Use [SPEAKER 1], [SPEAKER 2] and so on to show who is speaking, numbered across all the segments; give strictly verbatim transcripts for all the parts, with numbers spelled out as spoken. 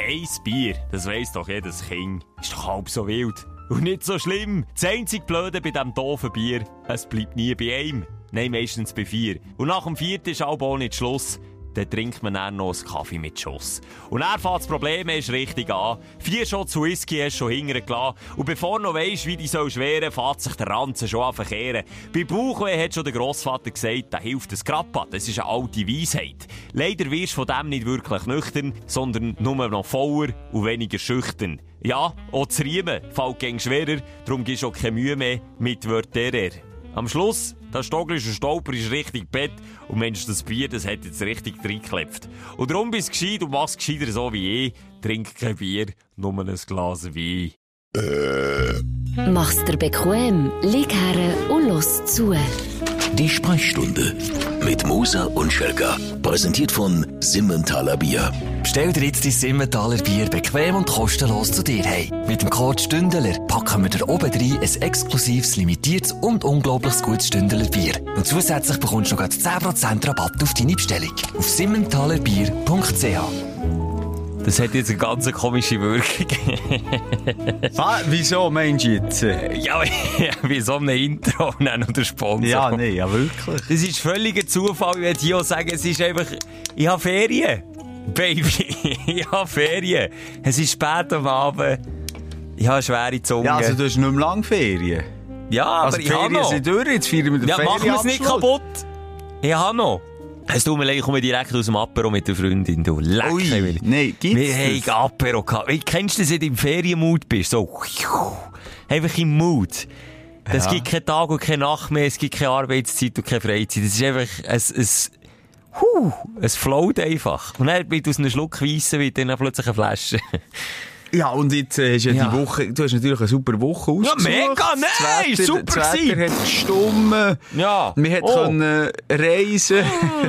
[SPEAKER 1] Ein Bier, das weiss doch jedes Kind. Ist doch halb so wild. Und nicht so schlimm. Das einzige Blöde bei diesem doofen Bier, es bleibt nie bei einem. Nein, meistens bei vier. Und nach dem vierten ist auch nicht Schluss. Dann trinkt man dann noch einen Kaffee mit Schuss. Und dann fängt das Problem erst richtig an. Vier Shots Whisky hast du schon hinterher gelassen. Und bevor du noch weisst, wie die soll schweren, fängt sich der Ranzen schon an verkehren. Bei Bauchweh hat schon der Grossvater gesagt, da hilft das Grappa. Das ist eine alte Weisheit. Leider wirst du von dem nicht wirklich nüchtern, sondern nur noch voller und weniger schüchtern. Ja, auch das Riemen fällt gegen schwerer, darum gibst du auch keine Mühe mehr mit Wörterer. Am Schluss, das stoggerische Stolper ist richtig Bett und Mensch, das Bier, das hat jetzt richtig reingeklebt. Und darum bist du gescheit und machst gescheiter so wie ich. Trink kein Bier, nur ein Glas Wein.
[SPEAKER 2] Äh. Mach's dir bequem, lieg her und los zu.
[SPEAKER 3] Die Sprechstunde mit Musa und Schelka. Präsentiert von Simmentaler Bier.
[SPEAKER 4] Bestell dir jetzt dein Simmentaler Bier bequem und kostenlos zu dir heim. Mit dem Code Stündler packen wir dir oben rein ein exklusives, limitiertes und unglaublich gutes Stündler Bier. Und zusätzlich bekommst du noch zehn Prozent Rabatt auf deine Bestellung. Auf simmentalerbier punkt c h.
[SPEAKER 1] Das hat jetzt eine ganz komische Wirkung.
[SPEAKER 5] Ah, wieso meinst du jetzt?
[SPEAKER 1] Ja, wie so ein Intro und dann noch der Sponsor.
[SPEAKER 5] Ja, nee, ja wirklich.
[SPEAKER 1] Das ist völliger Zufall. Ich würde hier auch sagen, es ist einfach... Ich habe Ferien. Baby, ich habe Ferien. Es ist spät am Abend. Ich habe eine schwere Zunge.
[SPEAKER 5] Ja, also du hast nicht mehr lange Ferien.
[SPEAKER 1] Ja, aber
[SPEAKER 5] also
[SPEAKER 1] ich habe
[SPEAKER 5] Ferien
[SPEAKER 1] noch.
[SPEAKER 5] sind durch, jetzt feiern wir den
[SPEAKER 1] Ja, machen wir es nicht kaputt. Ich habe noch. Es tut mir leid, ich komme direkt aus dem Apero mit der Freundin. Du leck.
[SPEAKER 5] Ui, nein, gibt's
[SPEAKER 1] Wir haben Apero gehabt. Kennst du das, wenn du im Ferienmut bist? So, einfach im Mut. Es ja. gibt keinen Tag und keine Nacht mehr, es gibt keine Arbeitszeit und keine Freizeit. Es ist einfach, es, es, huh, es float einfach. Und dann wird aus einem Schluck Weissen wird dann plötzlich eine Flasche.
[SPEAKER 5] Ja, und jetzt äh, hast du ja die Woche, du hast natürlich eine super Woche ausgesucht.
[SPEAKER 1] Ja, mega, nein,
[SPEAKER 5] Wetter,
[SPEAKER 1] super
[SPEAKER 5] das Wetter
[SPEAKER 1] gewesen.
[SPEAKER 5] hat gestummen.
[SPEAKER 1] Ja.
[SPEAKER 5] Wir hätten
[SPEAKER 1] Oh.
[SPEAKER 5] können reisen.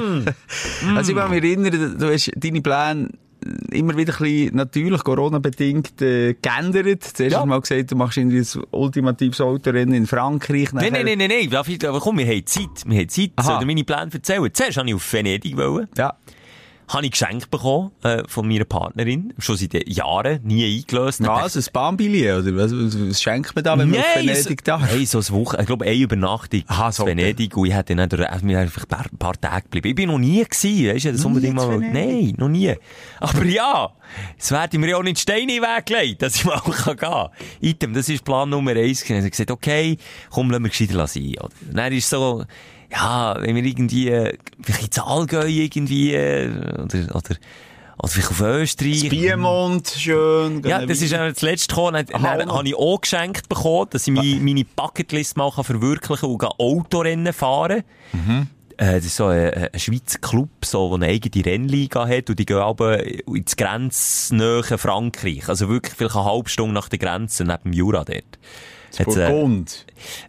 [SPEAKER 1] Mm.
[SPEAKER 5] Also ich kann mich erinnern, du hast deine Pläne immer wieder ein bisschen, natürlich Corona-bedingt, äh, geändert. Zuerst
[SPEAKER 1] Ja.
[SPEAKER 5] hast du mal gesagt, du machst irgendwie ein ultimatives Autorennen in Frankreich.
[SPEAKER 1] Nein, nein, nein, nein, nein, darf ich, aber komm, wir haben Zeit, wir haben Zeit.
[SPEAKER 5] Aha.
[SPEAKER 1] Soll ich meine Pläne erzählen? Zuerst wollte ich auf Venedig wollen.
[SPEAKER 5] Ja.
[SPEAKER 1] Habe ich geschenkt bekommen, äh, von meiner Partnerin. Schon seit Jahren, nie eingelöst.
[SPEAKER 5] Was, ein Bahnbillet, oder was, was schenkt man da, wenn man auf Venedig da ist?
[SPEAKER 1] Hey, so eine Woche, ich glaube, eine Übernachtung
[SPEAKER 5] Aha, so,
[SPEAKER 1] in Venedig. Und ich hätte dann durch, also, wir einfach ein paar, paar Tage geblieben. Ich bin noch nie gewesen, weisst du, das unbedingt mal, nein, noch nie. Aber ja, es werden mir ja auch nicht Steine in den Weg gelegt, dass ich mal gehen kann. Item, das ist Plan Nummer eins gewesen. Ich habe gesagt, okay, komm, lass mir gescheiter sein. Oder? Dann ist so, ja, wenn wir irgendwie, äh, vielleicht ins Allgäu irgendwie, äh, oder, oder, oder vielleicht auf Österreich.
[SPEAKER 5] Das Piemont, schön.
[SPEAKER 1] Ja, das ist auch das letzte gekommen. Dann, dann habe ich auch geschenkt bekommen, dass ich meine, meine Bucketlist mal verwirklichen kann und Autorennen fahren kann. Mhm. Äh, das ist so ein, ein Schweizer Club, so, der eine eigene Rennliga hat und die gehen aber ins grenznähe Frankreich. Also wirklich vielleicht eine halbe Stunde nach der Grenze, neben dem Jura dort.
[SPEAKER 5] Burgund.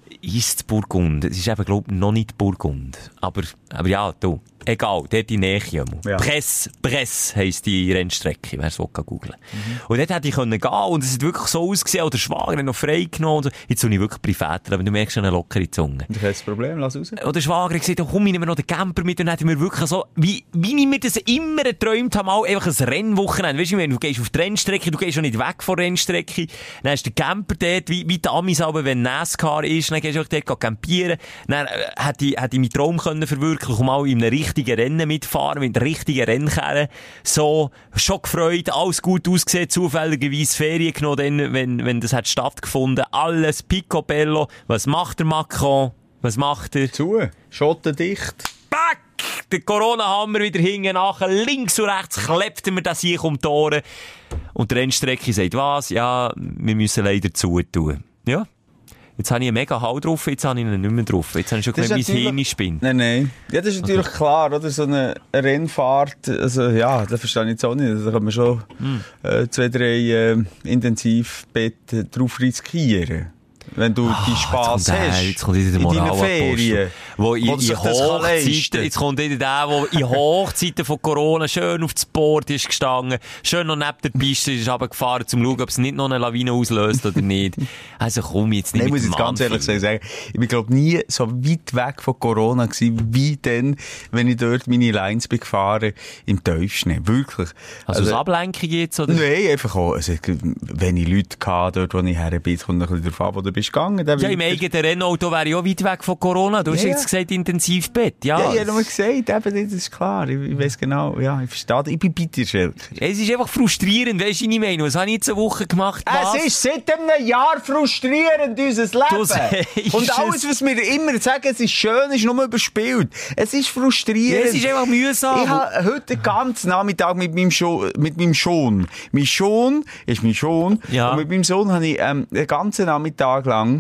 [SPEAKER 1] Ist Burgund. Es ist eben, glaube ich, noch nicht Burgund. Aber, aber ja, du. Egal, dort in Nähe. Ja. Press, Press heisst die Rennstrecke, wer es will, googeln. Mhm. Und dort hätte ich können gehen und es hat wirklich so ausgesehen, oder der Schwager hat noch frei genommen. Und so. Jetzt soll ich wirklich privat, aber du merkst schon eine lockere Zunge.
[SPEAKER 5] Das ist das Problem, lass raus.
[SPEAKER 1] Und der Schwager hat gesagt, oh, komm, ich nehme noch den Camper mit und dann hätten wir wirklich so, wie, wie ich mir das immer geträumt habe, mal einfach ein Rennwochenende. Weißt du, wenn du gehst auf die Rennstrecke, du gehst schon nicht weg von der Rennstrecke, dann hast du den Camper dort, wie, wie die Amis aber, wenn NASCAR ist, dann gehst du auch dort campieren. Dann äh, hätte ich, hätte ich meinen Traum können verwirklichen und mal in einem richtigen Rennen mitfahren, mit richtigen Rennkerren. So, schon gefreut, alles gut ausgesehen, zufälligerweise Ferien genommen, dann, wenn, wenn das hat stattgefunden. Alles picobello. Was macht der Macron? Was macht er?
[SPEAKER 5] Zu, schottendicht.
[SPEAKER 1] Back! Der Corona-Hammer wieder hinten nach, links und rechts klebt mir das hier um die Ohren. Und die Rennstrecke sagt, was? Ja, wir müssen leider zutun. Ja. Jetzt habe ich einen mega Hall drauf, jetzt habe ich ihn nicht mehr drauf. Jetzt habe ich schon gemerkt, mein Hirn spinnt.
[SPEAKER 5] Nein, nein. Ja, das ist natürlich okay. Klar, oder? So eine Rennfahrt, also, ja, das verstehe ich jetzt auch nicht. Da kann man schon hm. äh, zwei, drei äh, Intensivbetten drauf riskieren. wenn du
[SPEAKER 1] Ah,
[SPEAKER 5] die Spass
[SPEAKER 1] jetzt kommt der-
[SPEAKER 5] hast.
[SPEAKER 1] Jetzt kommt wieder der
[SPEAKER 5] in deinen
[SPEAKER 1] Moralapostel.
[SPEAKER 5] Ferien.
[SPEAKER 1] Wo in,
[SPEAKER 5] Wo
[SPEAKER 1] in
[SPEAKER 5] sich das kann
[SPEAKER 1] Hochzeiten,
[SPEAKER 5] leisten.
[SPEAKER 1] jetzt kommt wieder der, der in Hochzeiten von Corona schön auf das Board ist gestanden, schön noch neben der Piste ist runtergefahren, um zu schauen, ob es nicht noch eine Lawine auslöst oder nicht. Also komm jetzt nicht
[SPEAKER 5] Nein, ich
[SPEAKER 1] mit
[SPEAKER 5] muss
[SPEAKER 1] dem
[SPEAKER 5] jetzt ganz
[SPEAKER 1] Mann
[SPEAKER 5] ehrlich
[SPEAKER 1] finden.
[SPEAKER 5] sagen, ich bin, glaube nie so weit weg von Corona gewesen, wie dann, wenn ich dort meine Lines bin gefahren, im Tiefschnee. Wirklich.
[SPEAKER 1] Also, als Ablenkung jetzt, oder?
[SPEAKER 5] Nein, einfach auch, also, wenn ich Leute hatte, dort, wo ich her bin, kommt ein bisschen darauf an, wo du bist gegangen.
[SPEAKER 1] Ja, im eigenen Rennauto wäre ich auch weit weg von Corona. Du hast
[SPEAKER 5] Ja,
[SPEAKER 1] jetzt
[SPEAKER 5] ja.
[SPEAKER 1] gesagt, Intensivbett. Ja,
[SPEAKER 5] Ja, ich habe nur gesagt, eben, das ist klar. Ich, ich weiss genau, ja, ich verstehe das. Ich bin bei dir, Schelker.
[SPEAKER 1] es ist einfach frustrierend, weisst du, was ich meine? Was habe ich jetzt eine Woche gemacht? Was?
[SPEAKER 5] Es ist seit einem Jahr frustrierend, unser Leben.
[SPEAKER 1] Du sagst
[SPEAKER 5] Und alles,
[SPEAKER 1] es.
[SPEAKER 5] was wir immer sagen, es ist schön, ist nur überspielt. Es ist frustrierend.
[SPEAKER 1] Ja, es ist einfach mühsam.
[SPEAKER 5] Ich habe heute den ganzen Nachmittag mit meinem, Scho mit meinem Sohn. Mein Sohn ist mein Sohn.
[SPEAKER 1] Ja.
[SPEAKER 5] Und mit meinem Sohn habe ich ähm, den ganzen Nachmittag lang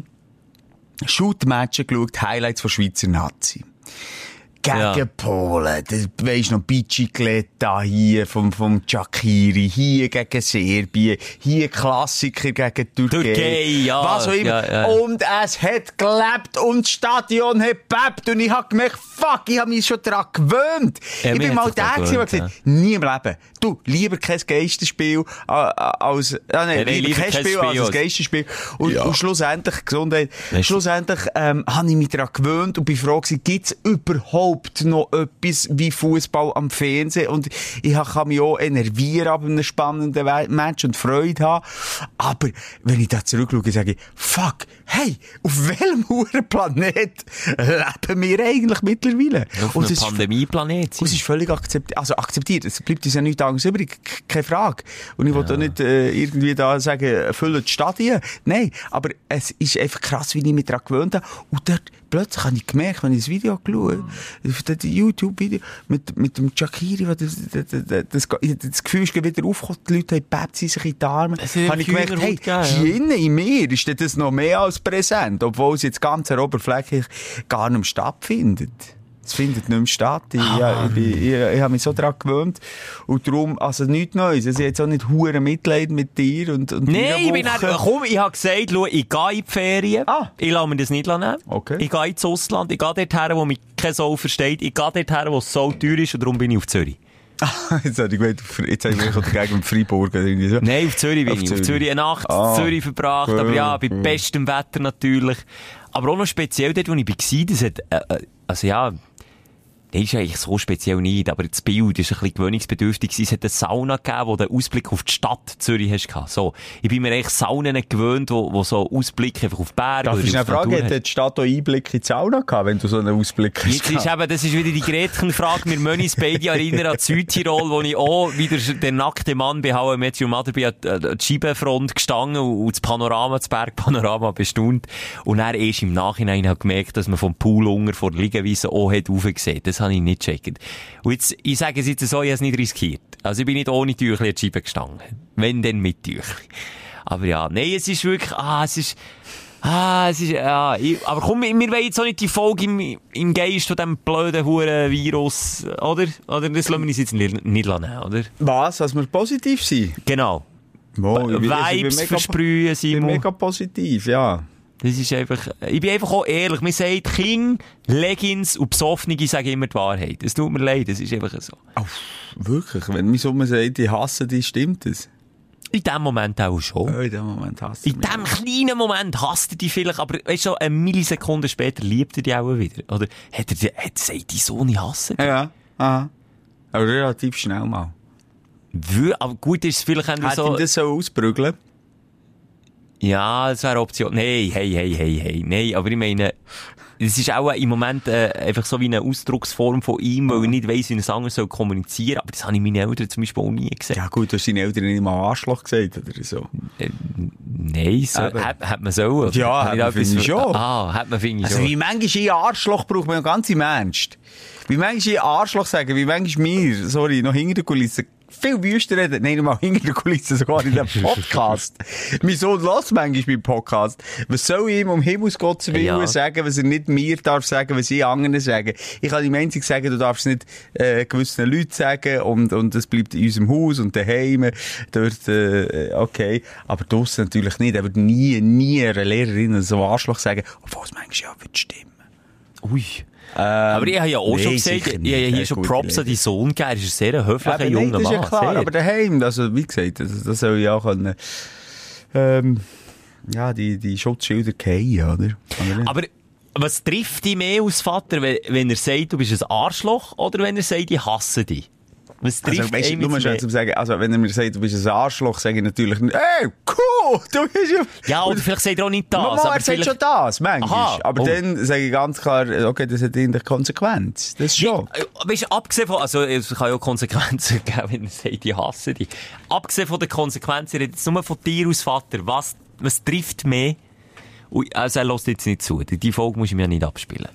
[SPEAKER 5] Shoot-Matchen geschaut, Highlights von Schweizer Nazi. Gegen
[SPEAKER 1] Ja.
[SPEAKER 5] Polen, das, weisst noch, Bicicletta hier vom, vom Shaqiri, hier gegen Serbien, hier Klassiker gegen Türkei.
[SPEAKER 1] Türkei, ja.
[SPEAKER 5] Was auch immer.
[SPEAKER 1] Ja, ja.
[SPEAKER 5] Und es hat gelebt und das Stadion hat gebebt und ich hab gemerkt, fuck, ich hab mich schon daran gewöhnt.
[SPEAKER 1] Ja,
[SPEAKER 5] ich
[SPEAKER 1] mir
[SPEAKER 5] bin
[SPEAKER 1] hat
[SPEAKER 5] mal
[SPEAKER 1] sich
[SPEAKER 5] der
[SPEAKER 1] daran
[SPEAKER 5] gewesen, der
[SPEAKER 1] gewöhnt,
[SPEAKER 5] gesagt, nie im Leben. Du, lieber kein Geisterspiel äh, als, äh, nein,
[SPEAKER 1] Ja, nein,
[SPEAKER 5] lieber,
[SPEAKER 1] lieber
[SPEAKER 5] kein
[SPEAKER 1] kein
[SPEAKER 5] Spiel
[SPEAKER 1] Spiel
[SPEAKER 5] als ein
[SPEAKER 1] als-
[SPEAKER 5] Geisterspiel. Und,
[SPEAKER 3] Ja.
[SPEAKER 5] und schlussendlich, Gesundheit,
[SPEAKER 1] Weißt du-
[SPEAKER 5] schlussendlich, ähm, habe ich mich daran gewöhnt und bin froh gewesen, gibt's überhaupt noch etwas wie Fußball am Fernsehen? Und ich kann mich auch enervieren ab einem spannenden We- Match und Freude haben. Aber wenn ich da zurückschaue, sage ich, fuck, hey, auf welchem huren Planet leben wir eigentlich mittlerweile?
[SPEAKER 1] Auf
[SPEAKER 5] Und
[SPEAKER 1] einem
[SPEAKER 5] es ist
[SPEAKER 1] Pandemie-Planet.
[SPEAKER 5] und es ist völlig akzeptiert, also akzeptiert. Es bleibt uns ja nichts anderes übrig. K- Keine Frage. Und ich wollte auch nicht äh, irgendwie da sagen, füllen die Stadien. Nein. Aber es ist einfach krass, wie ich mich daran gewöhnt habe. Und dort plötzlich habe ich gemerkt, wenn ich das Video geschaut habe, das YouTube-Video mit, mit dem Shaqiri, wo das, das, das, das, das Gefühl ist wieder aufgekommen, die Leute haben gebebt, sie sich in die Arme.
[SPEAKER 1] Es hat
[SPEAKER 5] Habe ich gemerkt, hey,
[SPEAKER 1] Hühnerhaut gegeben, ja.
[SPEAKER 5] hier innen in mir ist das noch mehr als präsent, obwohl es jetzt ganz oberflächlich gar nicht mehr stattfindet. Es findet nicht mehr statt. Ich, ja, ich, bin- ich, ich habe mich so daran gewöhnt. Und darum, also nichts Neues. Also ich habe jetzt auch nicht hure Mitleid mit dir und, und
[SPEAKER 1] Nein,
[SPEAKER 5] deiner
[SPEAKER 1] ich bin
[SPEAKER 5] Woche.
[SPEAKER 1] nicht, komm, ich habe gesagt, schau, ich gehe in die Ferien.
[SPEAKER 5] Ah.
[SPEAKER 1] Ich lasse mir das nicht nehmen.
[SPEAKER 5] Okay.
[SPEAKER 1] Ich gehe ins Ausland. Ich gehe dorthin, wo mich kein Sau versteht. Ich gehe dorthin, wo es so teuer ist und darum bin ich auf Zürich.
[SPEAKER 5] Jetzt habe ich gemeint, jetzt habe ich mich dagegen mit Freiburg oder irgendwie so.
[SPEAKER 1] Nein, auf Zürich bin
[SPEAKER 5] Auf
[SPEAKER 1] ich. Auf
[SPEAKER 5] Zürich.
[SPEAKER 1] Zürich eine Nacht
[SPEAKER 5] Ah.
[SPEAKER 1] in Zürich verbracht. Aber ja, bei
[SPEAKER 5] Cool.
[SPEAKER 1] bestem Wetter natürlich. Aber auch noch speziell dort, wo ich war, das hat, äh, äh, also ja, das ist eigentlich so speziell nicht, aber das Bild war ein bisschen gewöhnungsbedürftig. Es hat eine Sauna gegeben, wo du den Ausblick auf die Stadt Zürich hast. So. Ich bin mir eigentlich Saunen gewöhnt, wo, wo so Ausblick einfach auf Berge
[SPEAKER 5] Darf
[SPEAKER 1] oder
[SPEAKER 5] ich
[SPEAKER 1] auf
[SPEAKER 5] eine Frage,
[SPEAKER 1] Natur
[SPEAKER 5] hat
[SPEAKER 1] hat.
[SPEAKER 5] die Stadt auch Einblick in die Sauna gehabt, wenn du so einen Ausblick hast?
[SPEAKER 1] Jetzt ist eben, das ist wieder die Gretchenfrage. Wir müssen uns beide erinnern an Südtirol, wo ich auch wieder der nackte Mann bei How I Met Your Mother bin, an die Scheibenfront gestanden und das Panorama, das Bergpanorama bestaunt. Und dann erst im Nachhinein habe ich gemerkt, dass man vom Pool unter vor der Liegewiese auch hat raufgesehen. Das habe ich nicht gecheckt. Und jetzt, ich sage es jetzt so, ich habe es nicht riskiert. Also ich bin nicht ohne Tüchli an die Scheibe gestanden. Wenn, dann mit Tüchli. Aber ja, nein, es ist wirklich, ah, es ist, Ah, es ist, ja, ich, aber komm, wir wollen jetzt auch nicht die Folge im, im Geist von diesem blöden Huren Virus, oder? Oder das lassen wir uns jetzt nicht, nicht nehmen, oder?
[SPEAKER 5] Was? Dass wir positiv sind?
[SPEAKER 1] Genau.
[SPEAKER 5] Mo, ich bin- also ich bin
[SPEAKER 1] Vibes
[SPEAKER 5] mega-
[SPEAKER 1] versprühen,
[SPEAKER 5] Ich bin
[SPEAKER 1] Simon.
[SPEAKER 5] mega positiv, ja.
[SPEAKER 1] Das ist einfach, ich bin einfach auch ehrlich. Man sagt, King, Leggings und Besoffene sagen immer die Wahrheit. Es tut mir leid, das ist einfach so.
[SPEAKER 5] Oh, wirklich? Wenn mein Sommer sagt, ich hasse dich, stimmt das?
[SPEAKER 1] In dem Moment auch schon.
[SPEAKER 5] Oh, in dem Moment hasse ich
[SPEAKER 1] In
[SPEAKER 5] mich.
[SPEAKER 1] dem kleinen Moment hasst er dich vielleicht, aber weißt du, so eine Millisekunde später liebt er dich auch wieder. Oder hat er, die- hat, sagt dein Sohn, ich hasse dich?
[SPEAKER 5] Ja, aha. Aber relativ schnell mal.
[SPEAKER 1] Wö- Aber gut ist es vielleicht, wenn du
[SPEAKER 5] Hätte
[SPEAKER 1] so...
[SPEAKER 5] ihm das so ausbrügeln?
[SPEAKER 1] Ja, das wäre eine Option. Nein, hey, hey, hey, hey. Nein, aber ich meine, es ist auch im Moment äh, einfach so wie eine Ausdrucksform von ihm, weil ich nicht weiss, wie ein anderes soll kommunizieren. Aber das habe ich meinen Eltern zum Beispiel auch nie gesagt.
[SPEAKER 5] Ja gut, du hast deinen Eltern nicht mal Arschloch gesagt, oder so.
[SPEAKER 1] Äh, nein, so,
[SPEAKER 5] Eben.
[SPEAKER 1] hat, hat man so. Oder?
[SPEAKER 5] Ja,
[SPEAKER 1] Habe
[SPEAKER 5] hat
[SPEAKER 1] da
[SPEAKER 5] man, finde ich schon.
[SPEAKER 1] Ah, hat man, finde ich
[SPEAKER 5] Also
[SPEAKER 1] schon.
[SPEAKER 5] wie manchmal ein Arschloch braucht man ja ganz im Ernst. Wie manchmal ein Arschloch sagen, wie manchmal mir, sorry, noch hinter der Kulisse, viel wüster reden. Nein, mal hinter der Kulisse, sogar in dem Podcast. Mein Sohn lässt manchmal meinen Podcast. Was soll ich ihm um Himmels Gottes Willen
[SPEAKER 1] Ja.
[SPEAKER 5] sagen, was er nicht mir darf sagen, was ich anderen sagen? Ich kann ihm einzig sagen, du darfst nicht äh, gewissen Leuten sagen und, und das bleibt in unserem Haus und daheim. Dort, äh, okay. Aber draussen natürlich nicht. Er wird nie, nie einer Lehrerin so Arschloch sagen, obwohl es manchmal ja wird stimmen.
[SPEAKER 1] Ui. Ähm, aber ich habe ja auch
[SPEAKER 5] nee,
[SPEAKER 1] schon gesagt,
[SPEAKER 5] sicher
[SPEAKER 1] ich
[SPEAKER 5] nicht.
[SPEAKER 1] habe ja hier
[SPEAKER 5] Ja,
[SPEAKER 1] schon
[SPEAKER 5] gut,
[SPEAKER 1] Props an
[SPEAKER 5] Lehrer.
[SPEAKER 1] deinen Sohn gegeben. Er ist ein sehr höflicher
[SPEAKER 5] Aber
[SPEAKER 1] junger
[SPEAKER 5] nein, das ist ja
[SPEAKER 1] Mann.
[SPEAKER 5] klar,
[SPEAKER 1] Sehr.
[SPEAKER 5] aber daheim, also wie gesagt, das, das soll ja auch können, ähm, ja, die, die Schutzschilder fallen, oder?
[SPEAKER 1] Aber was trifft dich mehr als Vater, wenn, wenn er sagt, du bist ein Arschloch, oder wenn er sagt, ich hasse dich? Was trifft
[SPEAKER 5] also, weißt,
[SPEAKER 1] einen
[SPEAKER 5] du
[SPEAKER 1] jetzt
[SPEAKER 5] musst
[SPEAKER 1] mehr?
[SPEAKER 5] jetzt zum sagen, also wenn er mir sagt, du bist ein Arschloch, sage ich natürlich nicht, ey, cool, du bist ja...
[SPEAKER 1] Ja, oder vielleicht sagt er auch nicht das.
[SPEAKER 5] Mama,
[SPEAKER 1] aber
[SPEAKER 5] er sagt
[SPEAKER 1] vielleicht...
[SPEAKER 5] schon das, manchmal.
[SPEAKER 1] Aha,
[SPEAKER 5] aber
[SPEAKER 1] oh.
[SPEAKER 5] dann sage ich ganz klar, okay, das hat eigentlich Konsequenz. Das schon.
[SPEAKER 1] Äh, Weißt du, abgesehen von, also, es kann ja auch Konsequenzen geben, wenn er sagt, ich hasse dich. Abgesehen von den Konsequenzen, ich rede jetzt nur von dir als Vater. Was, was trifft mehr? Ui, also, er lässt jetzt nicht zu. Die die Folge muss ich mir ja nicht abspielen.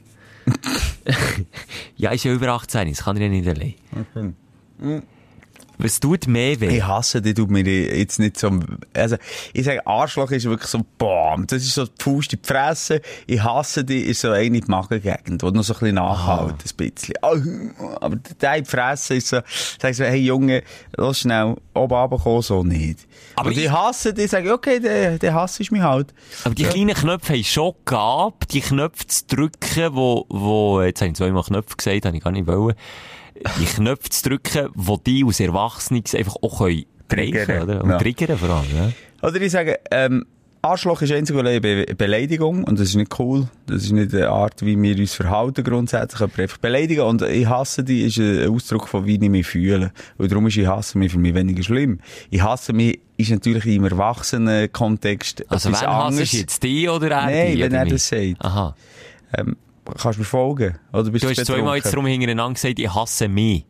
[SPEAKER 1] Ja, ist ja über achtzehn, das kann er ja nicht allein.
[SPEAKER 5] Okay.
[SPEAKER 1] Was tut mehr weh?
[SPEAKER 5] Ich hasse die, tut mir jetzt nicht so, also, ich sage, Arschloch ist wirklich so, bam, das ist so die Faust in die Fresse. Ich hasse die, ist so eine in die Magengegend, wo noch so ein bisschen nachhält, ein bisschen. Aber der in die Fresse ist so, sagst du, hey Junge, lass schnell oben runterkommen, so nicht.
[SPEAKER 1] Aber
[SPEAKER 5] Aber
[SPEAKER 1] ich-
[SPEAKER 5] ich hasse die, sage ich, okay, der, der Hass ist mich halt.
[SPEAKER 1] Aber die kleinen Knöpfe haben schon gehabt, die Knöpfe zu drücken, wo, wo, jetzt habe ich zweimal Knöpfe gesagt, habe ich gar nicht wollen. Die Knöpfe zu drücken, die die als Erwachsene einfach auch können
[SPEAKER 5] Triggern,
[SPEAKER 1] treffen, oder? Und
[SPEAKER 5] ja.
[SPEAKER 1] triggern vor allem, ja.
[SPEAKER 5] Oder ich sage, ähm, Arschloch ist einzig eine Be Beleidigung und das ist nicht cool. Das ist nicht eine Art, wie wir uns verhalten grundsätzlich, aber einfach beleidigen. Und ich hasse die ist ein Ausdruck von, wie ich mich fühle. Und darum ist ich hasse mich für mich weniger schlimm. Ich hasse mich ist natürlich im Erwachsenen-Kontext
[SPEAKER 1] Also, wen
[SPEAKER 5] etwas
[SPEAKER 1] hasst
[SPEAKER 5] anderes.
[SPEAKER 1] du jetzt? Die oder er?
[SPEAKER 5] Nein,
[SPEAKER 1] die,
[SPEAKER 5] wenn
[SPEAKER 1] oder
[SPEAKER 5] er
[SPEAKER 1] mich?
[SPEAKER 5] das sagt.
[SPEAKER 1] Aha.
[SPEAKER 5] Ähm, kannst du mir folgen? Oder bist
[SPEAKER 1] Du
[SPEAKER 5] du
[SPEAKER 1] hast zweimal
[SPEAKER 5] betrunken?
[SPEAKER 1] jetzt drum hintereinander gesagt, ich hasse mich.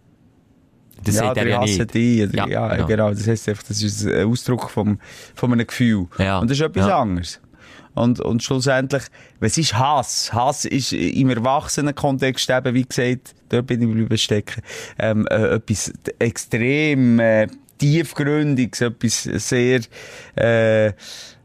[SPEAKER 1] Das
[SPEAKER 5] ja,
[SPEAKER 1] sagt er
[SPEAKER 5] oder ich
[SPEAKER 1] ja
[SPEAKER 5] hasse
[SPEAKER 1] nicht.
[SPEAKER 5] dich. Oder,
[SPEAKER 1] Ja,
[SPEAKER 5] ja,
[SPEAKER 1] genau.
[SPEAKER 5] genau. Das heisst einfach, das ist ein Ausdruck vom, von einem Gefühl.
[SPEAKER 1] Ja.
[SPEAKER 5] Und das ist etwas
[SPEAKER 1] Ja.
[SPEAKER 5] anderes. Und, und schlussendlich, was ist Hass? Hass ist im Erwachsenen-Kontext eben, wie gesagt, dort bin ich bleiben stecken, ähm, äh, etwas extrem äh, tiefgründiges, etwas sehr, äh, äh,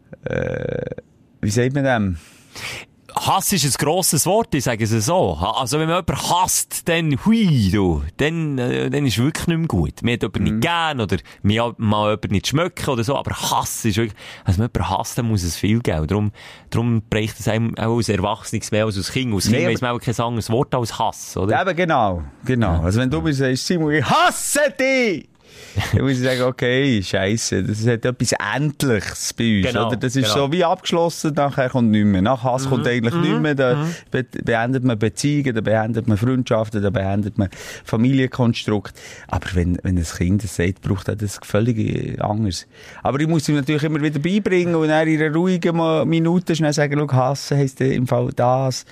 [SPEAKER 5] wie sagt man dem?
[SPEAKER 1] Hass ist ein grosses Wort, ich sage es so. Ha- Also, wenn man jemanden hasst, dann, hui, du, dann, äh, dann ist es wirklich nicht mehr gut. Man hat jemanden
[SPEAKER 5] Mhm.
[SPEAKER 1] nicht gern, oder man hat mal jemanden nicht schmecken, oder so, aber Hass ist wirklich, also, wenn man jemanden hasst, dann muss es viel geben. Darum, darum bricht es einem auch als Erwachsenes mehr als als Kind. Als Kind
[SPEAKER 5] Nee,
[SPEAKER 1] weiss man auch kein anderes Wort als Hass, oder?
[SPEAKER 5] Eben, genau, genau. Also wenn du mir sagst, Simon, ich hasse dich! Dann muss ich sagen, okay, scheisse, das hat etwas Endliches bei uns,
[SPEAKER 1] Genau,
[SPEAKER 5] oder? Das ist
[SPEAKER 1] genau.
[SPEAKER 5] so wie abgeschlossen, nachher kommt nichts mehr. Nach Hass kommt eigentlich nichts mehr, da be beendet man Beziehungen, da beendet man Freundschaften, da beendet man Familienkonstrukt. Aber wenn, wenn ein Kind das sagt, braucht er das völlig anders. Aber ich muss ihm natürlich immer wieder beibringen und dann in einer ruhigen Mo- Minute schnell sagen, schau, hassen heisst im Fall das.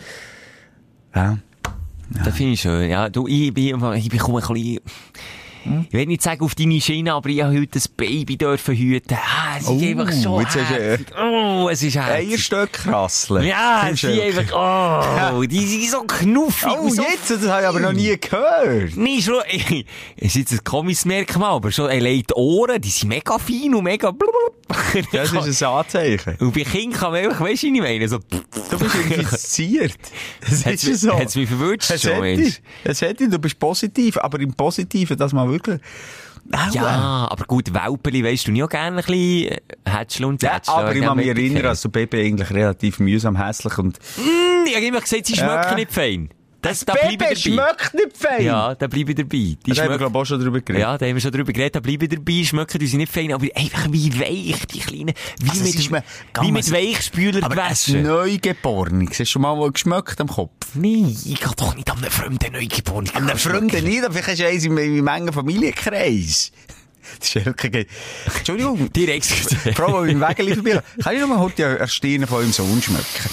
[SPEAKER 5] Ja.
[SPEAKER 1] Das finde ich schön. Ja, du, ich, bin, ich bekomme ein bisschen, ich will nicht sagen auf deine Schiene, aber ich habe heute ein Baby dürfen hüten. Ah, es ist
[SPEAKER 5] Oh,
[SPEAKER 1] einfach so
[SPEAKER 5] jetzt hast du, äh,
[SPEAKER 1] herzig. Oh, es ist herzig.
[SPEAKER 5] Eierstöckrasseln.
[SPEAKER 1] Ja, es sind einfach, oh, die sind so knuffig.
[SPEAKER 5] Oh,
[SPEAKER 1] und so
[SPEAKER 5] jetzt? Das habe ich aber noch nie gehört.
[SPEAKER 1] Nee, schon, es ist jetzt ein komisches Merkmal, aber schon allein die Ohren, die sind mega fein und mega blub.
[SPEAKER 5] Das ist ein Anzeichen.
[SPEAKER 1] Und bei Kindern kann man einfach, weisst du, was ich meine? So,
[SPEAKER 5] Du bist infiziert. Das
[SPEAKER 1] Hat's
[SPEAKER 5] ist
[SPEAKER 1] mich-
[SPEAKER 5] so.
[SPEAKER 1] hat's mich verwünscht
[SPEAKER 5] Es
[SPEAKER 1] schon,
[SPEAKER 5] hat
[SPEAKER 1] Mensch.
[SPEAKER 5] dich. Es hat dich, du bist positiv, aber im Positiven, dass man wirklich... Aua.
[SPEAKER 1] ja, aber gut, Welpeli, weisst du, nicht auch gerne ein bisschen Hätschel und
[SPEAKER 5] Ja,
[SPEAKER 1] Tätschel.
[SPEAKER 5] aber ich kann mich
[SPEAKER 1] Gerne
[SPEAKER 5] erinnern,
[SPEAKER 1] Baby-
[SPEAKER 5] dass du Baby eigentlich relativ mühsam, hässlich und...
[SPEAKER 1] Hm, ich habe immer gesagt, sie schmecken
[SPEAKER 5] Ja.
[SPEAKER 1] nicht fein. Das,
[SPEAKER 5] Das
[SPEAKER 1] da bleibe
[SPEAKER 5] Baby
[SPEAKER 1] ich dabei.
[SPEAKER 5] schmeckt nicht fein.
[SPEAKER 1] Ja, da bleibe ich dabei. Die
[SPEAKER 5] Da haben wir,
[SPEAKER 1] schmecken-
[SPEAKER 5] glaube ich, auch schon drüber geredet.
[SPEAKER 1] Ja, da haben wir schon drüber geredet, da bleibe ich dabei, schmecken die sind nicht fein, aber einfach wie weich, die kleinen, wie
[SPEAKER 5] Also, es ist mir-
[SPEAKER 1] mit, wie mit Weichspüler
[SPEAKER 5] Aber ein
[SPEAKER 1] gewaschen.
[SPEAKER 5] Neugeborenes, hast du schon mal geschmeckt am Kopf?
[SPEAKER 1] Nee, ich kann doch nicht an einem fremden Neugeborenen.
[SPEAKER 5] An einem Freund nicht, vielleicht hast du eins im, im engen Familienkreis. Das ist wirklich... Entschuldigung.
[SPEAKER 1] Direkt.
[SPEAKER 5] Frau, die im Wägeli vorbei. Kann ich noch mal heute eine Stirn von eurem Sohn schmecken?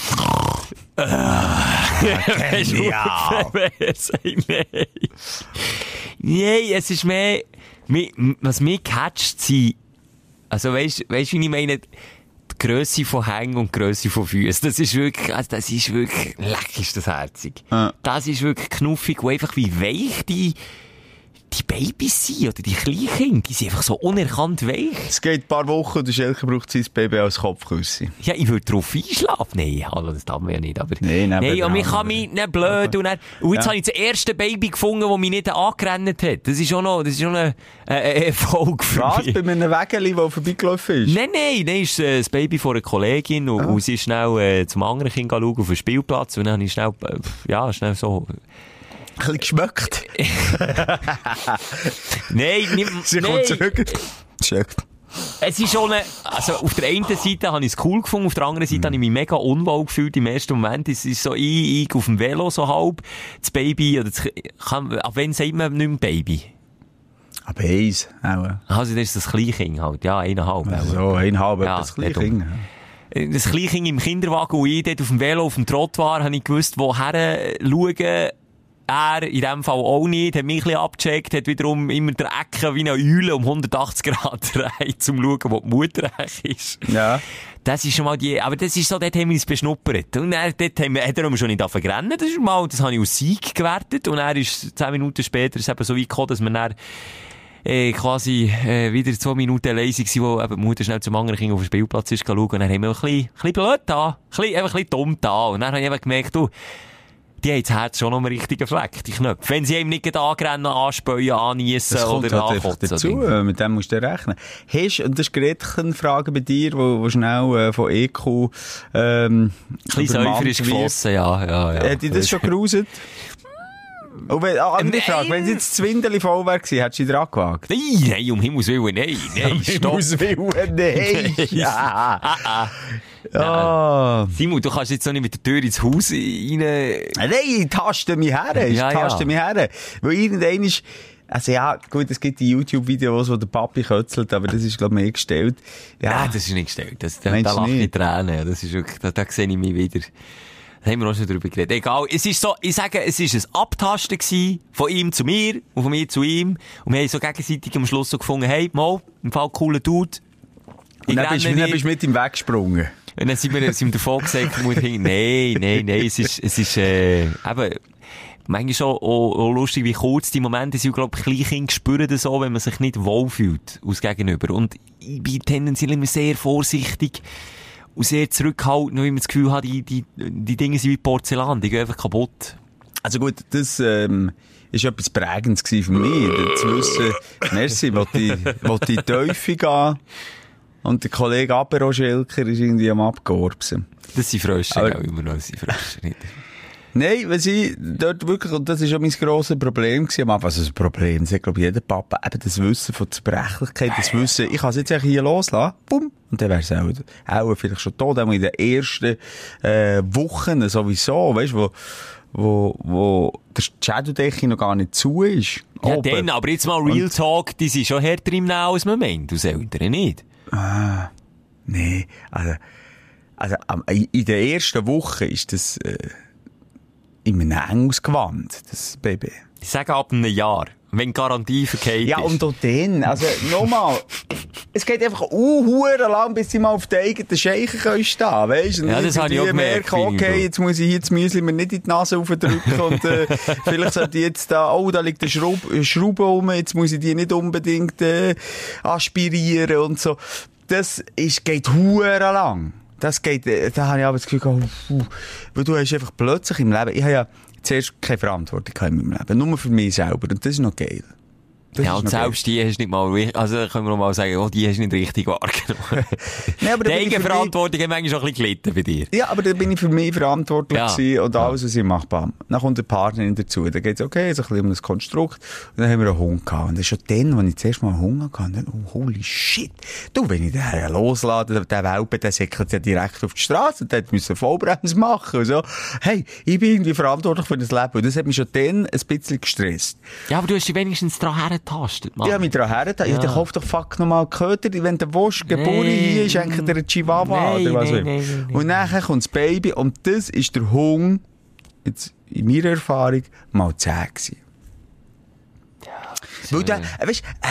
[SPEAKER 5] Genial.
[SPEAKER 1] Nein. Nein, es ist mehr, mi- was mich catcht, sind, also weisst, weisst, wie ich meine, die Grösse von Hängen und die Grösse von Füßen. Das ist wirklich, also das ist wirklich, leck ist das herzig.
[SPEAKER 5] Ja.
[SPEAKER 1] Das ist wirklich knuffig und einfach wie weich die, die Babys sind, oder die Kleinkinder, die sind einfach so unerkannt weich.
[SPEAKER 5] Es geht ein paar Wochen und der Schelker braucht sein Baby als Kopfküsse.
[SPEAKER 1] Ja, ich würde drauf einschlafen. Nein, hallo, das darf man ja nicht, aber...
[SPEAKER 5] Nee,
[SPEAKER 1] nein, und ich kann mich nicht blöd und dann... Und jetzt ja. habe ich das erste Baby gefunden, das mich nicht angerannt hat. Das ist auch noch, das ist auch eine, eine Erfolg für
[SPEAKER 5] Was?
[SPEAKER 1] mich.
[SPEAKER 5] Bei einem Wägeli, der vorbeigelaufen ist?
[SPEAKER 1] Nein, nein, nein, ist äh, das Baby von einer Kollegin und, oh. und sie ist schnell äh, zum anderen Kind schauen auf den Spielplatz und dann habe ich schnell, äh, ja, schnell so...
[SPEAKER 5] Ein bisschen geschmeckt.
[SPEAKER 1] Nein, nicht...
[SPEAKER 5] Sie
[SPEAKER 1] nein.
[SPEAKER 5] kommt zurück. Schmeckt.
[SPEAKER 1] Es ist schon eine, also auf der einen Seite habe ich es cool gefunden, auf der anderen Seite mm. habe ich mich mega unwohl gefühlt im ersten Moment. Es ist so, ich, ich auf dem Velo so halb, das Baby, oder das, kann, ab wann sagt man nicht mehr Baby?
[SPEAKER 5] Ab eins, auch.
[SPEAKER 1] Also das ist das Kleinkind halt, ja, eineinhalb.
[SPEAKER 5] Also so, eineinhalb,
[SPEAKER 1] ja,
[SPEAKER 5] das Kleinkind.
[SPEAKER 1] Das Kleinkind im Kinderwagen, wo ich dort auf dem Velo, auf dem Trott war, habe ich gewusst, woher schauen. Er, in dem Fall auch nicht, hat mich ein bisschen abgecheckt, hat wiederum immer die Ecke wie eine Eule um hundertachtzig Grad drehen, zum schauen, wo die Mutter ist.
[SPEAKER 5] Ja.
[SPEAKER 1] Das ist schon mal die, aber das ist so, dort haben wir uns beschnuppert. Und er, dort haben wir, hat er schon nicht rennen. Das ist mal, das habe ich als Sieg gewertet. Und er ist, zehn Minuten später, ist eben so weit gekommen, dass wir dann, äh, quasi, äh, wieder zwei Minuten leise waren, wo eben die Mutter schnell zum anderen Kind auf den Spielplatz ist schauen. Und dann haben wir ein bisschen, ein bisschen blöd da, ein bisschen, einfach ein bisschen dumm da. Und dann habe ich eben gemerkt, du, die haben das Herz schon noch einen richtigen Fleck, die Knöpfe. Wenn sie eben nicht angrennen, anspäuen, anniessen oder ankotzen.
[SPEAKER 5] Dazu, mit dem musst du rechnen. Hast, und das ist Gretchen eine Frage bei dir, wo, wo schnell äh, von E Q ähm,
[SPEAKER 1] ein bisschen Säufer ist geflossen, ja, ja, ja.
[SPEAKER 5] Hat dich das schon geruset? Oh, wenn, ah, andere Frage, wenn es jetzt das Windeli voll wäre gewesen, hättest du dich dran gewagt?
[SPEAKER 1] Nein, nein, um Himmels Willen, nein, nein,
[SPEAKER 5] um Himmels Willen, nein. Ja.
[SPEAKER 1] Ah, ah.
[SPEAKER 5] Ja.
[SPEAKER 1] Simon, du kannst jetzt noch nicht mit der Tür ins Haus rein...
[SPEAKER 5] Nein, ich taste mich her, ich
[SPEAKER 1] ja,
[SPEAKER 5] taste
[SPEAKER 1] ja.
[SPEAKER 5] mich her. Weil irgendwann ist, also ja, gut, es gibt die YouTube-Videos, wo der Papi kötzelt, aber das ist, glaube ich, mehr gestellt. Ja,
[SPEAKER 1] Nein, das ist nicht gestellt. Das, da da lache ich Tränen. Das ist wirklich, da, da sehe ich mich wieder. Da haben wir auch schon drüber geredet. Egal, es ist so, ich sage, es ist ein Abtasten gewesen, von ihm zu mir und von mir zu ihm. Und wir haben so gegenseitig am Schluss so gefunden, hey, mal, im Fall cooler Dude.
[SPEAKER 5] Und dann bist, dann bist du mit ihm weggesprungen.
[SPEAKER 1] Und dann sind wir, sind wir davon gesagt, nein, nein, nein, es ist, es ist, äh, eben, manchmal schon auch, auch lustig, wie kurz die Momente sind. Ich glaube, Kleinkinder spüren das so, wenn man sich nicht wohlfühlt, aus Gegenüber. Und ich bin tendenziell immer sehr vorsichtig und sehr zurückhaltend, weil ich das Gefühl habe, die, die, die Dinge sind wie Porzellan, die gehen einfach kaputt.
[SPEAKER 5] Also gut, das, ähm, ist etwas Prägendes gewesen für mich, zu wissen, merci, wo die, wo die Teufel gehen. Und der Kollege Apero Schelker ist irgendwie am Abgeorbsen.
[SPEAKER 1] Das sind Frösche, aber auch immer noch, das sind Frösche, nicht?
[SPEAKER 5] Nein, weil sie dort wirklich, und das ist auch mein grosses Problem gewesen, am Anfang, also ein Problem, das hat, glaube ich, jeder Papa, eben das Wissen von Zerbrechlichkeit, das Wissen, ich kann es jetzt hier loslassen, bumm, und dann wäre es auch, auch vielleicht schon tot, auch in den ersten, äh, Wochen sowieso, weißt du, wo, wo, wo der Schädeldecke noch gar nicht zu ist.
[SPEAKER 1] Ja,
[SPEAKER 5] oben.
[SPEAKER 1] dann, aber jetzt mal Real und Talk, die sind schon härter im Nehmen, als man meint, aus Eltern nicht.
[SPEAKER 5] Ah, nee, also, also, in der ersten Woche ist das, äh, in einem Engelsgewand, das Baby.
[SPEAKER 1] Ich sage ab einem Jahr, wenn Garantie verkehrt
[SPEAKER 5] ja,
[SPEAKER 1] ist.
[SPEAKER 5] Ja, und auch dann, also, nochmal, es geht einfach uh, lang, bis sie mal auf den eigenen Scheichen können stehen, weisst du?
[SPEAKER 1] Ja, das habe ich auch gemerkt.
[SPEAKER 5] Merken, okay, jetzt muss ich hier das Müsli mir nicht in die Nase aufdrücken und, äh, vielleicht sollte ich jetzt da, oh, da liegt eine Schraube, Schraube rum, jetzt muss ich die nicht unbedingt, äh, aspirieren und so. Das ist, geht hure lang. Das geht, da habe ich aber das Gefühl, oh, uh, weil du hast einfach plötzlich im Leben, ich habe ja zuerst keine Verantwortung in meinem Leben, nur für mich selber, und das ist noch geil. Das
[SPEAKER 1] ja, und selbst geil. Die hast du nicht mal, also können wir noch mal sagen, oh, die hast du nicht richtig wahrgenommen. Nee, aber die Eigenverantwortung hat manchmal schon ein bisschen gelitten bei dir.
[SPEAKER 5] Ja, aber da bin ich für mich verantwortlich
[SPEAKER 1] ja.
[SPEAKER 5] gewesen und alles, was ich mache, bam. Dann kommt der Partnerin dazu, dann geht's okay, so ein bisschen um das Konstrukt, und dann haben wir einen Hund gehabt. Und das ist schon dann, als ich zuerst mal einen Hund hatte, und dann, oh, holy shit. Du, wenn ich den loslade, der Welpe, der säckelt ja direkt auf die Straße, und der musste Vollbremse machen, und so. Hey, ich bin irgendwie verantwortlich für das Leben, und das hat mich schon dann ein bisschen gestresst.
[SPEAKER 1] Ja, aber du hast dich wenigstens daran hergetastet, Mann.
[SPEAKER 5] Ja, mit daran hergetastet. Ja, dann kauf doch fuck nochmal Köder, wenn der Wurst geboren nee. hier ist, eigentlich der Chihuahua,
[SPEAKER 1] nee,
[SPEAKER 5] oder was
[SPEAKER 1] nee,
[SPEAKER 5] auch
[SPEAKER 1] nee, nee,
[SPEAKER 5] und nachher kommt das Baby, und das ist der Hund, jetzt in meiner Erfahrung, mal zäh gewesen.
[SPEAKER 1] Ja,
[SPEAKER 5] weil der, äh, weißt, äh,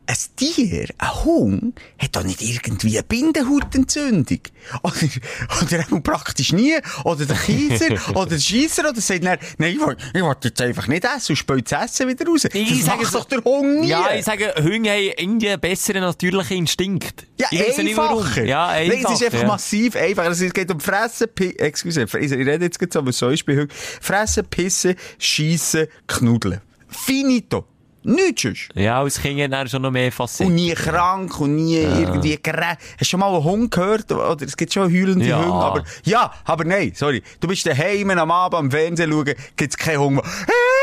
[SPEAKER 5] ein Tier, ein Hund, hat doch nicht irgendwie eine Bindehautentzündung. Oder, oder praktisch nie. Oder der Kieser, oder der Scheisser, oder sagt dann, nein, ich will, ich will jetzt einfach nicht essen und spült das Essen wieder raus.
[SPEAKER 1] Ich
[SPEAKER 5] das macht doch der Hund nie.
[SPEAKER 1] Ja, ich sage, Hunde haben irgendwie einen besseren natürlichen Instinkt.
[SPEAKER 5] Ja,
[SPEAKER 1] ich
[SPEAKER 5] einfacher.
[SPEAKER 1] Nicht, ja, einfach.
[SPEAKER 5] Nein, es ist einfach
[SPEAKER 1] ja.
[SPEAKER 5] massiv einfacher. Also, es geht um Fressen, Pissen, excuse, ich rede jetzt gerade so, aber so ist bei Hunden. Fressen, Pissen, Schiessen, Knuddeln. Finito. Nichts sonst.
[SPEAKER 1] Ja, als Kind hat er schon noch mehr Facetten.
[SPEAKER 5] Und nie krank und nie ja. irgendwie gerät. Hast du schon mal einen Hund gehört? Oder es gibt schon heulende
[SPEAKER 1] ja.
[SPEAKER 5] Hunde. Aber, ja, aber nein, sorry. Du bist daheim am Abend am Fernsehen schauen, gibt's keinen Hund, der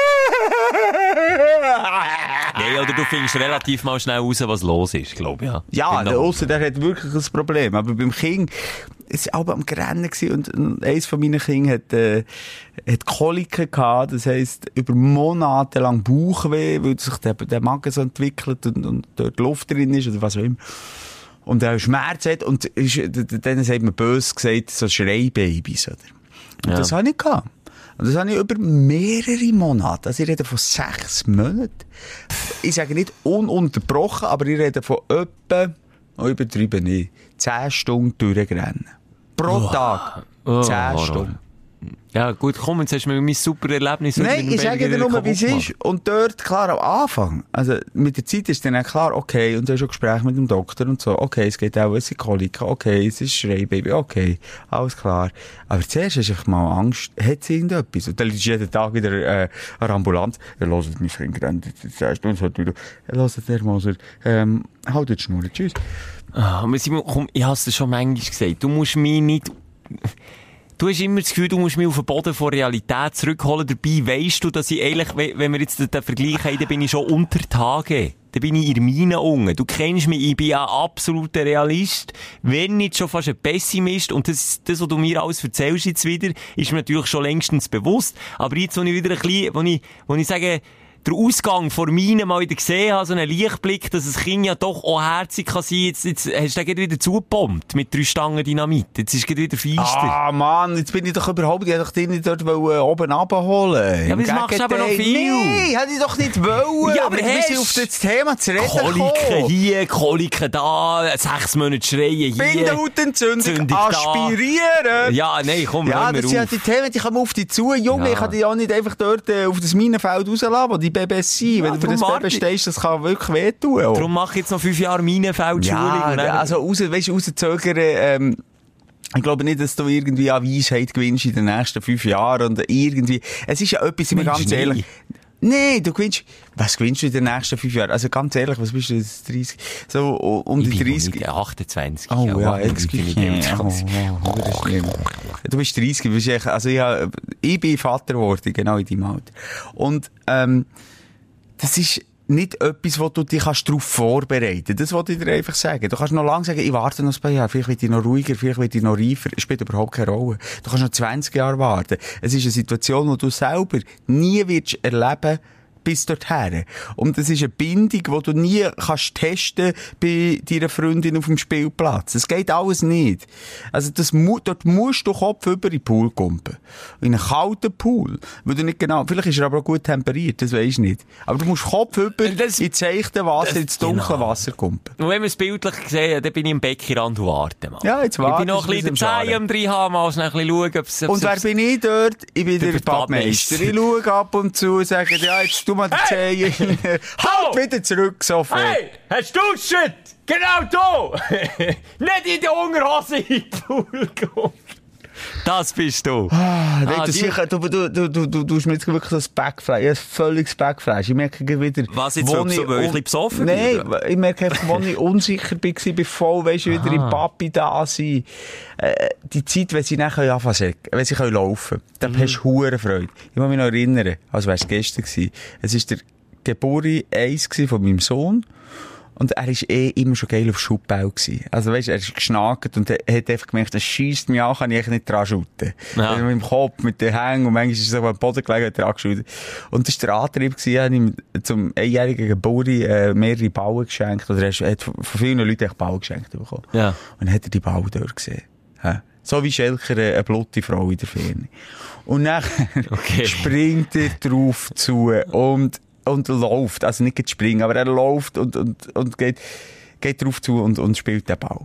[SPEAKER 1] nee, oder du findest relativ mal schnell raus, was los ist, glaube ich. Ja,
[SPEAKER 5] ja
[SPEAKER 1] genau.
[SPEAKER 5] der Ausser, der hat wirklich ein Problem. Aber beim Kind, es war auch am Grennen und, und eins von meinen Kindern hat, äh, hat Koliken gehabt. Das heisst, über Monate lang Bauchweh, weil sich der, der Magen so entwickelt und, und dort Luft drin ist oder was auch immer. Und er Schmerz hat und ist, dann hat man böse gesagt, so Schreibabys, oder? Und
[SPEAKER 1] ja.
[SPEAKER 5] das habe ich gehabt. Und das habe ich über mehrere Monate. Also ich rede von sechs Monaten. Ich sage nicht ununterbrochen, aber ich rede von etwa, oh, übertrieben nicht, zehn Stunden durchrennen. Pro
[SPEAKER 1] oh.
[SPEAKER 5] Tag.
[SPEAKER 1] Oh,
[SPEAKER 5] zehn
[SPEAKER 1] oh,
[SPEAKER 5] Stunden.
[SPEAKER 1] Ja, gut, komm, jetzt hast du mir mein super Erlebnis.
[SPEAKER 5] Nein, ich sage dir nur, wie es ist. Und dort, klar, am Anfang, also mit der Zeit ist dann auch klar, okay, und du hast schon Gespräche mit dem Doktor und so, okay, es geht auch, es sind Koliken, okay, es ist Schreibaby, okay, alles klar. Aber zuerst hast du einfach mal Angst, hat sie irgendetwas? Und dann liegst du jeden Tag wieder äh, an der Ambulanz, er hört mein Kind rennt, jetzt sagst du uns halt wieder, er hört der Moser, ähm, halt die Schnur, tschüss.
[SPEAKER 1] Ah, Simon, komm, ich habe es dir schon manchmal gesagt, du musst mich nicht... Du hast immer das Gefühl, du musst mich auf den Boden von Realität zurückholen. Dabei weisst du, dass ich eigentlich, wenn wir jetzt den Vergleich haben, dann bin ich schon unter Tage. Dann bin ich in Mine unten. Du kennst mich, ich bin ein absoluter Realist. Wenn nicht schon fast ein Pessimist. Und das, das, was du mir alles erzählst jetzt wieder, ist mir natürlich schon längstens bewusst. Aber jetzt, wo ich wieder ein bisschen, wo ich, wo ich sage, der Ausgang vor Mine mal wieder gesehen habe, so einen Lichtblick, dass ein Kind ja doch auch herzig kann sein. Jetzt, jetzt hast du den wieder zugebombt mit drei Stangen Dynamit. Jetzt ist es wieder feister.
[SPEAKER 5] Ah, Mann, jetzt bin ich doch überhaupt, ich hätte doch dich nicht dort wollen, oben runterholen.
[SPEAKER 1] Ja, aber das machst du aber noch viel.
[SPEAKER 5] Nein, hätte ich doch nicht wollen.
[SPEAKER 1] Ja, aber
[SPEAKER 5] wir
[SPEAKER 1] hast...
[SPEAKER 5] sind auf das Thema zu reden
[SPEAKER 1] Koliken hier, Koliken da, sechs Monate schreien hier.
[SPEAKER 5] Bindehautentzündung aspirieren.
[SPEAKER 1] Ja, nein, komm,
[SPEAKER 5] ja,
[SPEAKER 1] hör mir
[SPEAKER 5] das sind ja
[SPEAKER 1] auf.
[SPEAKER 5] die Themen, die kommen auf dich zu. Junge,
[SPEAKER 1] Ja.
[SPEAKER 5] ich kann dich auch nicht einfach dort äh, auf das Minenfeld rauslassen, wo die Babys sind.
[SPEAKER 1] Ja,
[SPEAKER 5] Wenn du für das
[SPEAKER 1] darum
[SPEAKER 5] Baby
[SPEAKER 1] warte-
[SPEAKER 5] stehst, das kann wirklich wehtun. auch.
[SPEAKER 1] Darum mache ich jetzt noch fünf Jahre Minenfeldschulung.
[SPEAKER 5] Ja,
[SPEAKER 1] und dann-
[SPEAKER 5] also raus, weißt du, rauszögern, ähm, ich glaube nicht, dass du irgendwie an Weisheit gewinnst in den nächsten fünf Jahren und irgendwie, es ist ja etwas, sind wir
[SPEAKER 1] Mensch,
[SPEAKER 5] ganz
[SPEAKER 1] nee.
[SPEAKER 5] ehrlich. Nein, du gewinnst, was gewinnst du in den nächsten fünf Jahren? Also ganz ehrlich, was bist du jetzt, dreißig? So, um
[SPEAKER 1] ich
[SPEAKER 5] die
[SPEAKER 1] bin
[SPEAKER 5] dreißig.
[SPEAKER 1] nicht achtundzwanzig.
[SPEAKER 5] Oh ja,
[SPEAKER 1] wow,
[SPEAKER 5] excuse
[SPEAKER 1] ich bin
[SPEAKER 5] me.
[SPEAKER 1] nicht
[SPEAKER 5] Oh,
[SPEAKER 1] zwanzig.
[SPEAKER 5] oh, das ist schlimm. Du bist dreißig, du bist echt, also ich, hab, ich bin Vater geworden, genau in deinem Alter. Und, ähm, das ist nicht etwas, wo du dich kannst darauf vorbereiten kannst. Das wollte ich dir einfach sagen. Du kannst noch lange sagen, ich warte noch ein paar Jahre, vielleicht werde ich noch ruhiger, vielleicht werde ich noch reifer. Es spielt überhaupt keine Rolle. Du kannst noch zwanzig Jahre warten. Es ist eine Situation, die du selber nie wirst erleben bis dorthin. Und das ist eine Bindung, die du nie kannst testen bei deiner Freundin auf dem Spielplatz. Das geht alles nicht. Also das mu- dort musst du Kopf über in den Pool kumpen. In einen kalten Pool. Weil du nicht genau, vielleicht ist er aber auch gut temperiert, das weisst du nicht. Aber du musst Kopf über
[SPEAKER 1] Das-
[SPEAKER 5] in seichte Wasser,
[SPEAKER 1] das-
[SPEAKER 5] ins dunkle
[SPEAKER 1] genau.
[SPEAKER 5] Wasser kumpen.
[SPEAKER 1] Und wenn wir es bildlich sehen, dann bin ich im Beckenrand und warte mal.
[SPEAKER 5] Ja, jetzt warte,
[SPEAKER 1] Ich bin noch ein
[SPEAKER 5] bis
[SPEAKER 1] bisschen
[SPEAKER 5] es
[SPEAKER 1] den
[SPEAKER 5] im Scharen.
[SPEAKER 1] Zehen am drin haben, mal schnell ein bisschen schauen, ob es...
[SPEAKER 5] Und wer bin ich dort? Ich bin
[SPEAKER 1] Der
[SPEAKER 5] der Badmeister. Ich schaue ab und zu und sage, ja, jetzt tu mal die Zehen rein. Halt wieder zurück, sofort.
[SPEAKER 1] Hey, hast du Shit? Genau da! Nicht in die Unterhose in den Pool kommen. Das bist du.
[SPEAKER 5] Ah,
[SPEAKER 1] Ah,
[SPEAKER 5] das
[SPEAKER 1] die-
[SPEAKER 5] sicher, du, du, du, du, du, du hast mir jetzt wirklich so ein Backfleisch, ein völliges Backfleisch. Ich merke wieder,
[SPEAKER 1] Was jetzt,
[SPEAKER 5] wo
[SPEAKER 1] weil du so- weil ich ein bisschen besoffen bin,
[SPEAKER 5] Nein,
[SPEAKER 1] oder?
[SPEAKER 5] ich merke einfach, wo ich unsicher bin, bin voll, weisst du, wieder im Papi da sein. Äh, die Zeit, wenn sie nachher anfangen können, wenn sie können laufen können, dann hast du hure Freude. Ich muss mich noch erinnern, als wäre es gestern gewesen. Es war der Geburi eins von meinem Sohn. Und er war eh immer schon geil auf Schubbau gewesen. Also weisst, er ist geschnackt und er hat einfach gemerkt, das schiesst mich an, kann ich echt nicht dran schütten.
[SPEAKER 1] Ja.
[SPEAKER 5] Also mit dem Kopf, mit den Hängen und manchmal ist er so am Boden gelegen und dran geschüttet. Und das war der Antrieb gewesen, er hat ihm zum einjährigen Geburt äh, mehrere Bauen geschenkt. Oder er hat von vielen Leuten echt Bauen geschenkt bekommen.
[SPEAKER 1] Ja.
[SPEAKER 5] Und dann hat er die Bauen dort gesehen. Ja. So wie Schelker, äh, eine blutige Frau in der Ferne. Und dann
[SPEAKER 1] Okay.
[SPEAKER 5] springt er drauf zu und und läuft. Also nicht springen, aber er läuft und, und, und geht, geht drauf zu und, und spielt den Ball.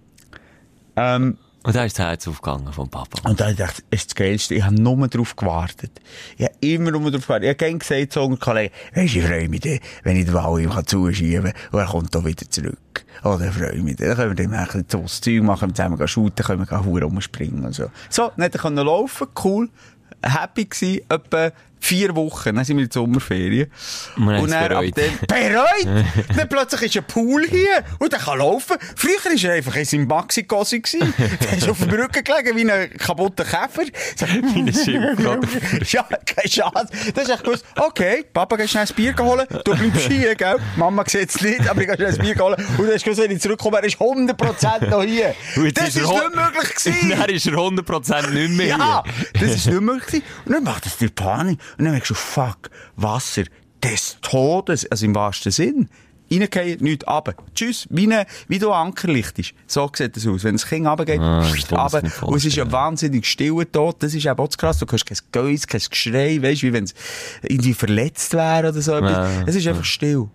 [SPEAKER 5] Ähm,
[SPEAKER 1] Und da ist das Herz aufgegangen vom Papa.
[SPEAKER 5] Und da dachte ich, das ist das Geilste. Ich habe nur darauf gewartet. Ich habe immer nur darauf gewartet. Ich habe gerne gesagt zu einem Kollegen, weisst du, ich freue mich dann, wenn ich den Ball ihm zuschieben kann und er kommt da wieder zurück. Oh, dann freue ich mich. Dann können wir dann ein bisschen das Zeug machen, zusammen gehen shooten, können wir gehen rumspringen und so. So, dann konnte er laufen, cool, happy gewesen, etwa vier Wochen, dann sind wir in die Sommerferien.
[SPEAKER 1] Man
[SPEAKER 5] und dann ab dann, bereut! Dann plötzlich ist ein Pool hier und der kann laufen. Früher war er einfach in seinem Maxi-Cosi gewesen. Der ist auf dem Rücken gelegen wie ein kaputter Käfer.
[SPEAKER 1] Wie ein Schimpf.
[SPEAKER 5] Ja, keine Chance. Dann hast du gewusst, okay, Papa, gehst schnell ein Bier holen, du bleibst hier, gell? Mama sieht es nicht, aber ich gehe schnell ein Bier holen. Und dann hast du gewusst, wenn ich zurückkomme, er ist hundert Prozent noch hier. Das ist, ist nicht möglich gewesen.
[SPEAKER 1] Dann ist er hundert Prozent nicht mehr
[SPEAKER 5] ja,
[SPEAKER 1] hier.
[SPEAKER 5] Das ist nicht möglich gewesen. Und dann macht das dir Panik. Und dann merkst du, fuck, Wasser des Todes, also im wahrsten Sinn. Reingehen, nichts runter. Tschüss, wie, eine, wie du Ankerlicht ist. So sieht es aus. Wenn das Kind runtergeht,
[SPEAKER 1] ah,
[SPEAKER 5] runter. Und es ist ein wahnsinnig stiller Tod. Das ist eben auch zu krass. Du hörst kein Geäuss, kein Geschrei, weißt du, wie wenn es irgendwie verletzt wäre oder so.
[SPEAKER 1] Ja,
[SPEAKER 5] es ist einfach still.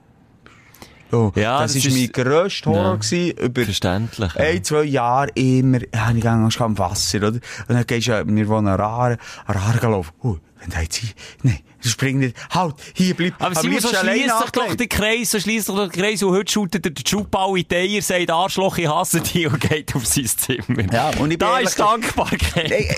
[SPEAKER 5] Oh,
[SPEAKER 1] ja,
[SPEAKER 5] das,
[SPEAKER 1] das
[SPEAKER 5] war mein
[SPEAKER 1] ist
[SPEAKER 5] grösster Horror
[SPEAKER 1] ja,
[SPEAKER 5] gewesen, über
[SPEAKER 1] verständlich,
[SPEAKER 5] ein,
[SPEAKER 1] ja.
[SPEAKER 5] zwei Jahre immer, ja, ich gehe am Wasser, oder? Und dann gehst du, wir wohnen an Raren, an Raren laufen. Oh, wenn da jetzt hier, nein, spring nicht, halt, hier, bleib.
[SPEAKER 1] Aber Simon, so schliesst sich doch den Kreis, so schliesst sich doch den Kreis, und heute shootet der Schubball in die Eier, sagt Arschloch, ich hasse dich, und geht auf sein Zimmer.
[SPEAKER 5] Ja, und ich
[SPEAKER 1] da
[SPEAKER 5] ehrlich,
[SPEAKER 1] ist Dankbarkeit.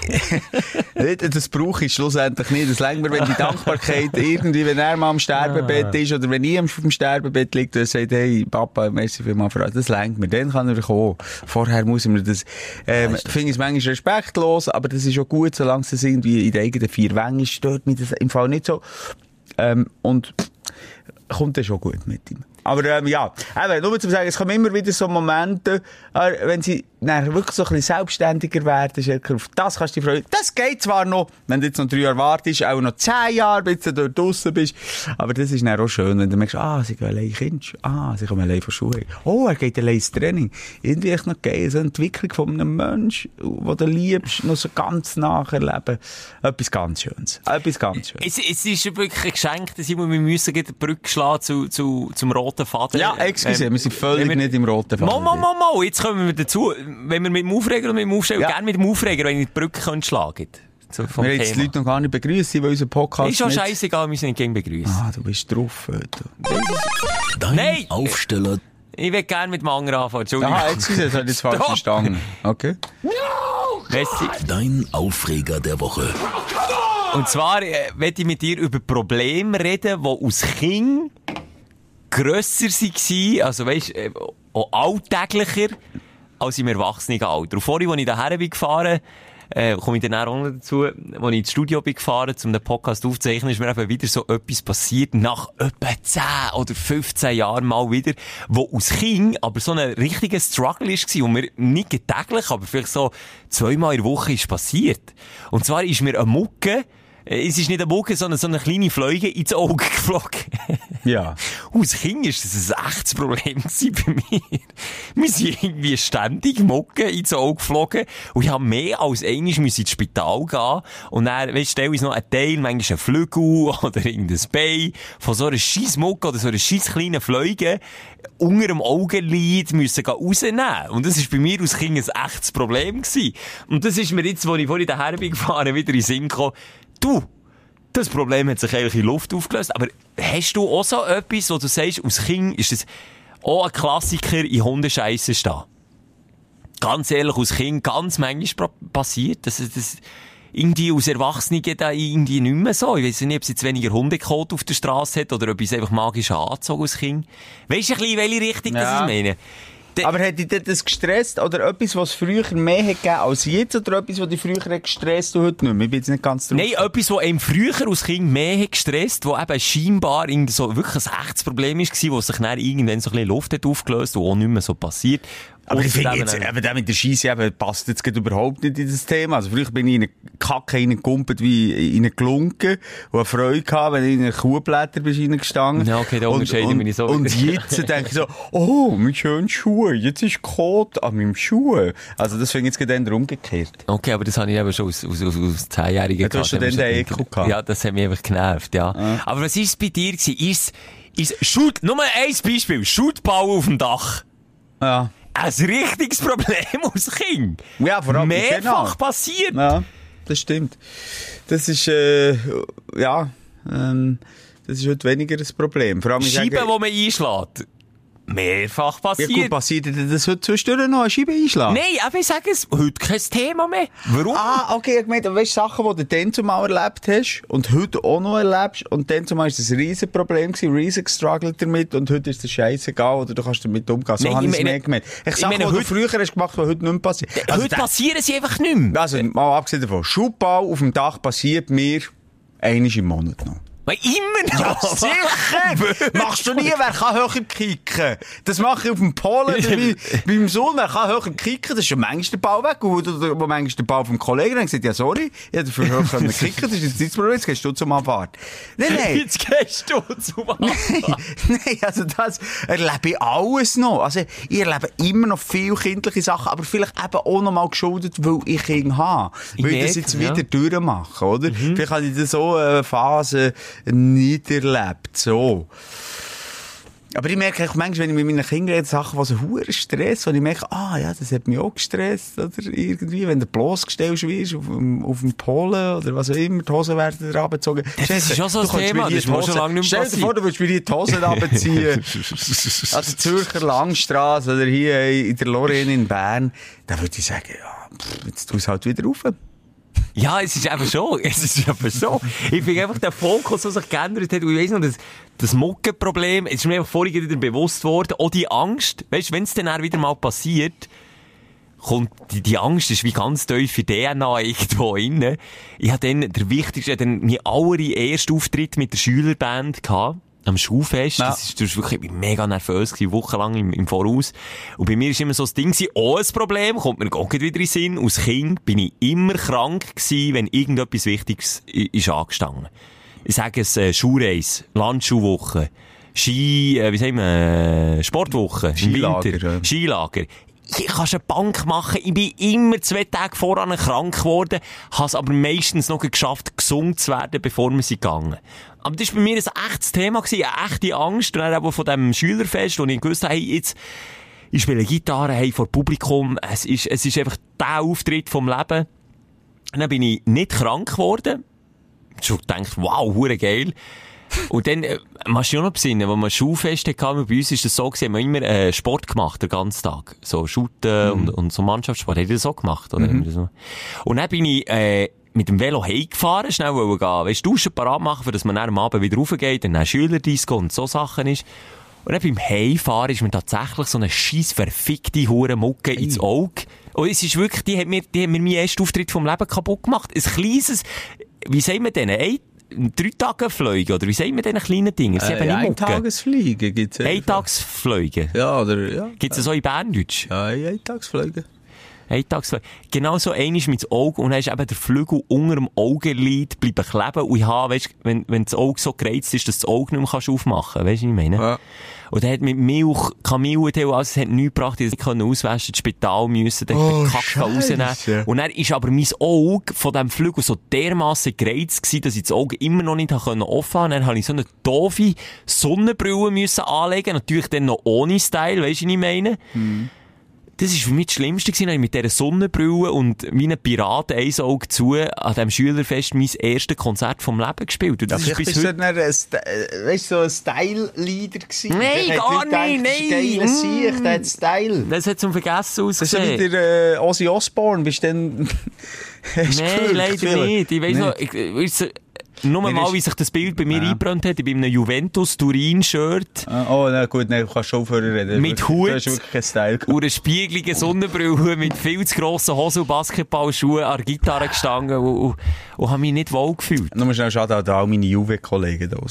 [SPEAKER 5] Das brauche ich schlussendlich nicht. Das längt mir, wenn die Dankbarkeit irgendwie, wenn er mal am Sterbebett ist, oder wenn ich auf dem Sterbebett liege, und sagt, hey, Papa, merci vielmals für alles. Das längt mir. Dann kann er kommen. Vorher muss ich mir das, ähm, finde ich es manchmal respektlos, aber das ist auch gut, solange es irgendwie in den eigenen vier Wängen ist, stört mich das im Fall nicht so. Ähm, und kommt dann schon gut mit ihm. Aber ähm, ja, eben, nur zu sagen, es kommen immer wieder so Momente, äh, wenn sie dann wirklich so ein bisschen selbstständiger werden, auf das kannst du dich freuen. Das geht zwar noch, wenn du jetzt noch drei Jahre wartest, auch noch zehn Jahre, bis du dort draussen bist. Aber das ist dann auch schön, wenn du merkst, ah, sie gehen allein Kind, ah, sie kommen allein von Schule. Oh, er geht allein ins Training. Irgendwie echt noch geil, so eine Entwicklung von einem Menschen, den du liebst, noch so ganz nacherleben. Etwas ganz Schönes. Etwas ganz Schönes.
[SPEAKER 1] Es, es ist wirklich ein Geschenk, dass wir müssen die Brücke schlagen zu, zu, zum roten Faden.
[SPEAKER 5] Ja, excuse, ähm, wir sind völlig
[SPEAKER 1] wir,
[SPEAKER 5] nicht im roten Faden.
[SPEAKER 1] Mal, mal, mal, mal, jetzt kommen wir dazu. Wenn wir mit dem Aufreger und mit dem Aufsteller,
[SPEAKER 5] ja.
[SPEAKER 1] gerne mit dem Aufreger, wenn ihr die Brücke könnt schlagen so
[SPEAKER 5] wir haben jetzt die Leute noch gar nicht begrüßt, weil unser Podcast
[SPEAKER 1] ist schon scheißegal, wir müssen nicht gegen begrüßen.
[SPEAKER 5] Ah, du bist drauf, Alter.
[SPEAKER 3] Dein
[SPEAKER 1] Nein!
[SPEAKER 3] Aufsteller.
[SPEAKER 1] Ich will gerne mit dem anderen anfangen, Entschuldigung.
[SPEAKER 5] Ah, excuse, das habe ich jetzt falsch verstanden. Okay.
[SPEAKER 1] No! Messi.
[SPEAKER 3] Dein Aufreger der Woche.
[SPEAKER 1] Und zwar äh, möchte ich mit dir über Probleme reden, die aus Kind grösser waren, also weisst, äh, auch alltäglicher als im Erwachsenenalter. Und vorhin, als ich daher bin gefahren, äh, komme ich dann auch noch dazu, als ich ins Studio bin gefahren, um den Podcast aufzuzeichnen, ist mir einfach wieder so etwas passiert, nach etwa zehn oder fünfzehn Jahren mal wieder, wo aus Kind aber so ein richtiger Struggle war, und mir nicht täglich, aber vielleicht so zweimal in der Woche ist passiert. Und zwar ist mir eine Mucke, es ist nicht eine Mucke, sondern so eine kleine Fliege ins Auge geflogen.
[SPEAKER 5] Ja.
[SPEAKER 1] Als Kind war das ein echtes Problem bei mir. Wir sind irgendwie ständig Mucke ins Auge geflogen. Und ich habe mehr als einmal ins Spital gehen. Und dann, weißt du, stell uns noch einen Teil, manchmal ein Flügel oder irgendein Bein von so einer scheiss Mucke oder so einer scheiss kleinen Fliege unter dem Augenlid müssen rausnehmen. Und das war bei mir als Kind ein echtes Problem gewesen. Und das ist mir jetzt, als ich vorhin daher bin gefahren, wieder in den Sinn gekommen. Du, das Problem hat sich eigentlich in Luft aufgelöst, aber hast du auch so etwas, wo du sagst, als Kind ist das auch ein Klassiker in Hundescheisse stehen? Ganz ehrlich, als Kind ganz manchmal passiert, dass das irgendwie aus Erwachsenen da irgendwie nicht mehr so. Ich weiss nicht, ob es jetzt weniger Hundekot auf der Straße hat oder ob ich es einfach magisch angezogen als Kind. Weisst du ein bisschen, in welche Richtung
[SPEAKER 5] ja.
[SPEAKER 1] das ich meine?
[SPEAKER 5] Aber hat dich das gestresst oder etwas, was es früher mehr hat gegeben als jetzt, oder etwas, was dich früher hat gestresst und heute nicht mehr? Ich bin jetzt nicht ganz drauf.
[SPEAKER 1] Nein, etwas, was einem früher als Kind mehr hat gestresst, was eben scheinbar so wirklich ein echtes Problem war, wo sich dann irgendwann so ein bisschen Luft hat aufgelöst und auch nicht mehr so passiert.
[SPEAKER 5] Aber ich finde
[SPEAKER 1] Ausser
[SPEAKER 5] jetzt,
[SPEAKER 1] dem-
[SPEAKER 5] eben der mit der Scheisse eben passt jetzt gerade überhaupt nicht in das Thema. Also früher bin ich in eine Kacke reingekumpelt wie in eine Glunke und habe Freude gehabt, wenn ich in eine Kuhblätter bist reingestanden.
[SPEAKER 1] Ja, okay, da
[SPEAKER 5] und,
[SPEAKER 1] unterscheide ich
[SPEAKER 5] und,
[SPEAKER 1] mich so.
[SPEAKER 5] und jetzt denke ich so, oh, mit schönen Schuhen, jetzt ist Kot an meinem Schuh. Also das finde ich jetzt gerade umgekehrt.
[SPEAKER 1] Okay, aber das habe ich eben schon aus, aus, aus, aus zehnjährigen
[SPEAKER 5] Ja, du hast schon dann den Ekel gehabt.
[SPEAKER 1] Ja, das hat mich einfach genervt, ja. ja. Aber was ist es bei dir gewesen? Ist, ist, Shoot, nur ein Beispiel, Shootball auf dem Dach.
[SPEAKER 5] Ja.
[SPEAKER 1] Ein richtiges Problem aus Kind.
[SPEAKER 5] Ja, vor allem,
[SPEAKER 1] Mehrfach
[SPEAKER 5] genau.
[SPEAKER 1] passiert.
[SPEAKER 5] Ja, das stimmt. Das ist, äh, ja, ähm, das ist heute weniger ein Problem. Vor allem, ich
[SPEAKER 1] Scheiben,
[SPEAKER 5] sage,
[SPEAKER 1] die man einschlägt. Mehrfach
[SPEAKER 5] ja
[SPEAKER 1] passiert.
[SPEAKER 5] gut, passiert dir das heute zwischendurch noch eine Scheibe einschlagen?
[SPEAKER 1] Nein, aber ich sage es, heute kein Thema mehr. Warum?
[SPEAKER 5] Ah, okay, ich meine, weißt du, Sachen, die du dann zumal erlebt hast und heute auch noch erlebst und dann zumal ist das ein riesen Problem gewesen, riesen gestruggelt damit und heute ist es scheißegal oder du kannst damit umgehen. So
[SPEAKER 1] Nein,
[SPEAKER 5] habe ich
[SPEAKER 1] ich
[SPEAKER 5] es
[SPEAKER 1] meine-
[SPEAKER 5] mehr gemeint. Ich
[SPEAKER 1] ich
[SPEAKER 5] sage,
[SPEAKER 1] meine,
[SPEAKER 5] was du
[SPEAKER 1] heute-
[SPEAKER 5] früher hast gemacht, was heute nicht mehr passiert. Also
[SPEAKER 1] heute
[SPEAKER 5] der-
[SPEAKER 1] passieren sie einfach nicht mehr.
[SPEAKER 5] Also, mal abgesehen davon, Schuhball auf dem Dach passiert mir einmal im Monat noch.
[SPEAKER 1] Weil immer noch.
[SPEAKER 5] Sicher! Machst du nie, wer kann höher kicken? Das mache ich auf dem Polen bei meinem Sohn, wer kann höher kicken? Das ist schon manchmal der Ball weg. Oder, oder wo manchmal der Ball vom Kollegen dann gesagt, ja sorry, ich hätte dafür höher können kicken, das ist jetzt nicht das Problem, jetzt gehst du zum Abfahrt. Nein, nein.
[SPEAKER 1] Jetzt gehst du zum Anfang.
[SPEAKER 5] Nein, also das erlebe ich alles noch. Also ich erlebe immer noch viele kindliche Sachen, aber vielleicht eben auch noch mal geschuldet, weil ich Kinder habe. Weil ich das jetzt
[SPEAKER 1] Ja.
[SPEAKER 5] wieder durchmache, oder? Vielleicht habe ich das so eine Phase nicht erlebt, so. Aber ich merke auch manchmal, wenn ich mit meinen Kindern rede, Sachen, die so verdammt Stress, wo ich merke, ah ja, das hat mich auch gestresst, oder irgendwie, wenn du bloßgestellt wirst auf dem, auf dem Polen, oder was auch immer, die Hosen werden dir abgezogen.
[SPEAKER 1] Das ist schon so ein
[SPEAKER 5] Du kannst
[SPEAKER 1] Thema,
[SPEAKER 5] mir die
[SPEAKER 1] das ist mir
[SPEAKER 5] Hosen-
[SPEAKER 1] schon lange nicht mehr
[SPEAKER 5] Stell dir vor, du würdest mir die Hosen abziehen. An der Zürcher Langstrasse, oder hier in der Lorraine in Bern, da würde ich sagen, ja, pff, jetzt tu es halt wieder rauf.
[SPEAKER 1] Ja, es ist eben so. Es ist eben so. Ich finde einfach, der Fokus, der sich geändert hat, und ich weiss noch, das, das Muckenproblem, es ist mir einfach vorhin wieder bewusst worden, auch die Angst, weißt du, wenn es dann auch wieder mal passiert, kommt, die, die Angst ist wie ganz tief in D N A irgendwo rein. Ich hatte dann, der wichtigste, ich hatte dann meinen allerersten Auftritt mit der Schülerband gehabt. Am Schulfest.
[SPEAKER 5] Ja.
[SPEAKER 1] Das ist, das ist wirklich, ich war mega nervös gewesen, wochenlang im, im Voraus. Und bei mir ist immer so das Ding gewesen, auch ein Problem, kommt mir auch wieder in den Sinn. Als Kind bin ich immer krank gewesen, wenn irgendetwas Wichtiges i- ist angestanden. Ich sage es, äh, Schulreise, Landschulwoche, Ski, äh, wie sagen wir, äh, Sportwoche, im
[SPEAKER 5] Skilager,
[SPEAKER 1] Winter,
[SPEAKER 5] ja.
[SPEAKER 1] Skilager. Ich kann eine Bank machen. Ich bin immer zwei Tage voran krank geworden, habe es aber meistens noch geschafft, gesund zu werden, bevor wir sind gegangen. Aber das war bei mir ein echtes Thema gewesen, eine echte Angst. Und dann eben von dem Schülerfest, wo ich gewusst habe, hey, jetzt, ich spiele Gitarre, hey, vor Publikum. Es ist, es ist einfach der Auftritt vom Leben. Und dann bin ich nicht krank geworden. Schon gedacht, wow, hure geil. Und dann, äh, machst du dich auch noch besinnen, wo wir Schulfest hatten, bei uns ist das so gewesen, haben wir immer, äh, Sport gemacht, den ganzen Tag. So, Shooten und, und so Mannschaftssport. Habt ihr das so gemacht, oder? Haben wir das so? Und dann bin ich, äh, mit dem Velo heimgefahren, schnell wollen gehen, weißt du, duschen parat machen, für dass man dann am Abend wieder raufgeht, dann Schülerdisco und so Sachen ist. Und dann beim Heimfahren ist mir tatsächlich so eine scheiss verfickte hure Mucke ins Auge. Und es ist wirklich, die hat mir, die hat mir meinen ersten Auftritt vom Leben kaputt gemacht. Ein kleines, wie sagen wir denn, ein, drei Tage Flüge, oder wie sagen wir denn kleinen Dinge? Es sind eben nicht Mucke.
[SPEAKER 5] Eintagesfliegen gibt's ja.
[SPEAKER 1] Eintagsflüge.
[SPEAKER 5] Ja, oder, ja.
[SPEAKER 1] Gibt's das so in Berndeutsch?
[SPEAKER 5] Ja, Eintagsfliegen.
[SPEAKER 1] Eintagsflüge. Genau so einmal mit dem Auge, und dann ist eben der Flügel unter dem Augenlid bleiben kleben, und ich habe, weisst, wenn, wenn das Auge so gereizt ist, dass du das Auge nicht mehr kannst aufmachen kannst. Weisst du, was ich meine?
[SPEAKER 5] Ja.
[SPEAKER 1] Und er hat mit Milch, Kamillen, also es hat nichts gebracht, ich konnte nicht auswaschen, ins Spital müssen, dann
[SPEAKER 5] Oh,
[SPEAKER 1] den Kack rausnehmen.
[SPEAKER 5] Scheisse.
[SPEAKER 1] Und dann ist aber mein Auge von diesem Flügel so dermassen gereizt gewesen, dass ich das Auge immer noch nicht offen haben konnte. Dann habe ich so eine doofe Sonnenbrille müssen anlegen, natürlich dann noch ohne Style, weisst du, was ich meine?
[SPEAKER 5] Mhm.
[SPEAKER 1] Das war für mich das Schlimmste gewesen, ich mit dieser Sonnenbrille und wie ein Pirat ein Auge zu an diesem Schülerfest mein erstes Konzert vom Leben gespielt. Und das
[SPEAKER 5] Ja,
[SPEAKER 1] ist
[SPEAKER 5] vielleicht
[SPEAKER 1] bis
[SPEAKER 5] bist du
[SPEAKER 1] heute...
[SPEAKER 5] dann ein, St- äh, weißt, so ein Style-Leader gewesen.
[SPEAKER 1] Nein,
[SPEAKER 5] Der hat
[SPEAKER 1] gar
[SPEAKER 5] Leute gedacht,
[SPEAKER 1] nicht,
[SPEAKER 5] das ist
[SPEAKER 1] nein.
[SPEAKER 5] ein geiler Sieg, der hat Style.
[SPEAKER 1] Das hat zum Vergessen
[SPEAKER 5] Das ist ja
[SPEAKER 1] ausgesehen.
[SPEAKER 5] wie der äh, Ozzy Osbourne, bist du dann... Hast du
[SPEAKER 1] Nein,
[SPEAKER 5] gewürgt,
[SPEAKER 1] leider
[SPEAKER 5] vielleicht?
[SPEAKER 1] nicht. Ich weiss
[SPEAKER 5] Nee.
[SPEAKER 1] noch, ich, ich, nur
[SPEAKER 5] Mir
[SPEAKER 1] mal,
[SPEAKER 5] ist-
[SPEAKER 1] wie sich das Bild bei mir
[SPEAKER 5] Ja.
[SPEAKER 1] eingebrannt hat. Ich bin in einem Juventus-Turin-Shirt
[SPEAKER 5] Ah, oh, na gut, nein, du kannst schon vorher reden.
[SPEAKER 1] Mit
[SPEAKER 5] Du
[SPEAKER 1] Hut.
[SPEAKER 5] hast wirklich keinen Style gehabt.
[SPEAKER 1] und einer spiegeligen Sonnenbrille mit viel zu grossen Hosen und Basketballschuhen an der Gitarre gestanden und, und, und habe mich nicht wohl gefühlt.
[SPEAKER 5] Nur schnell schade an all meine Juve-Kollegen da.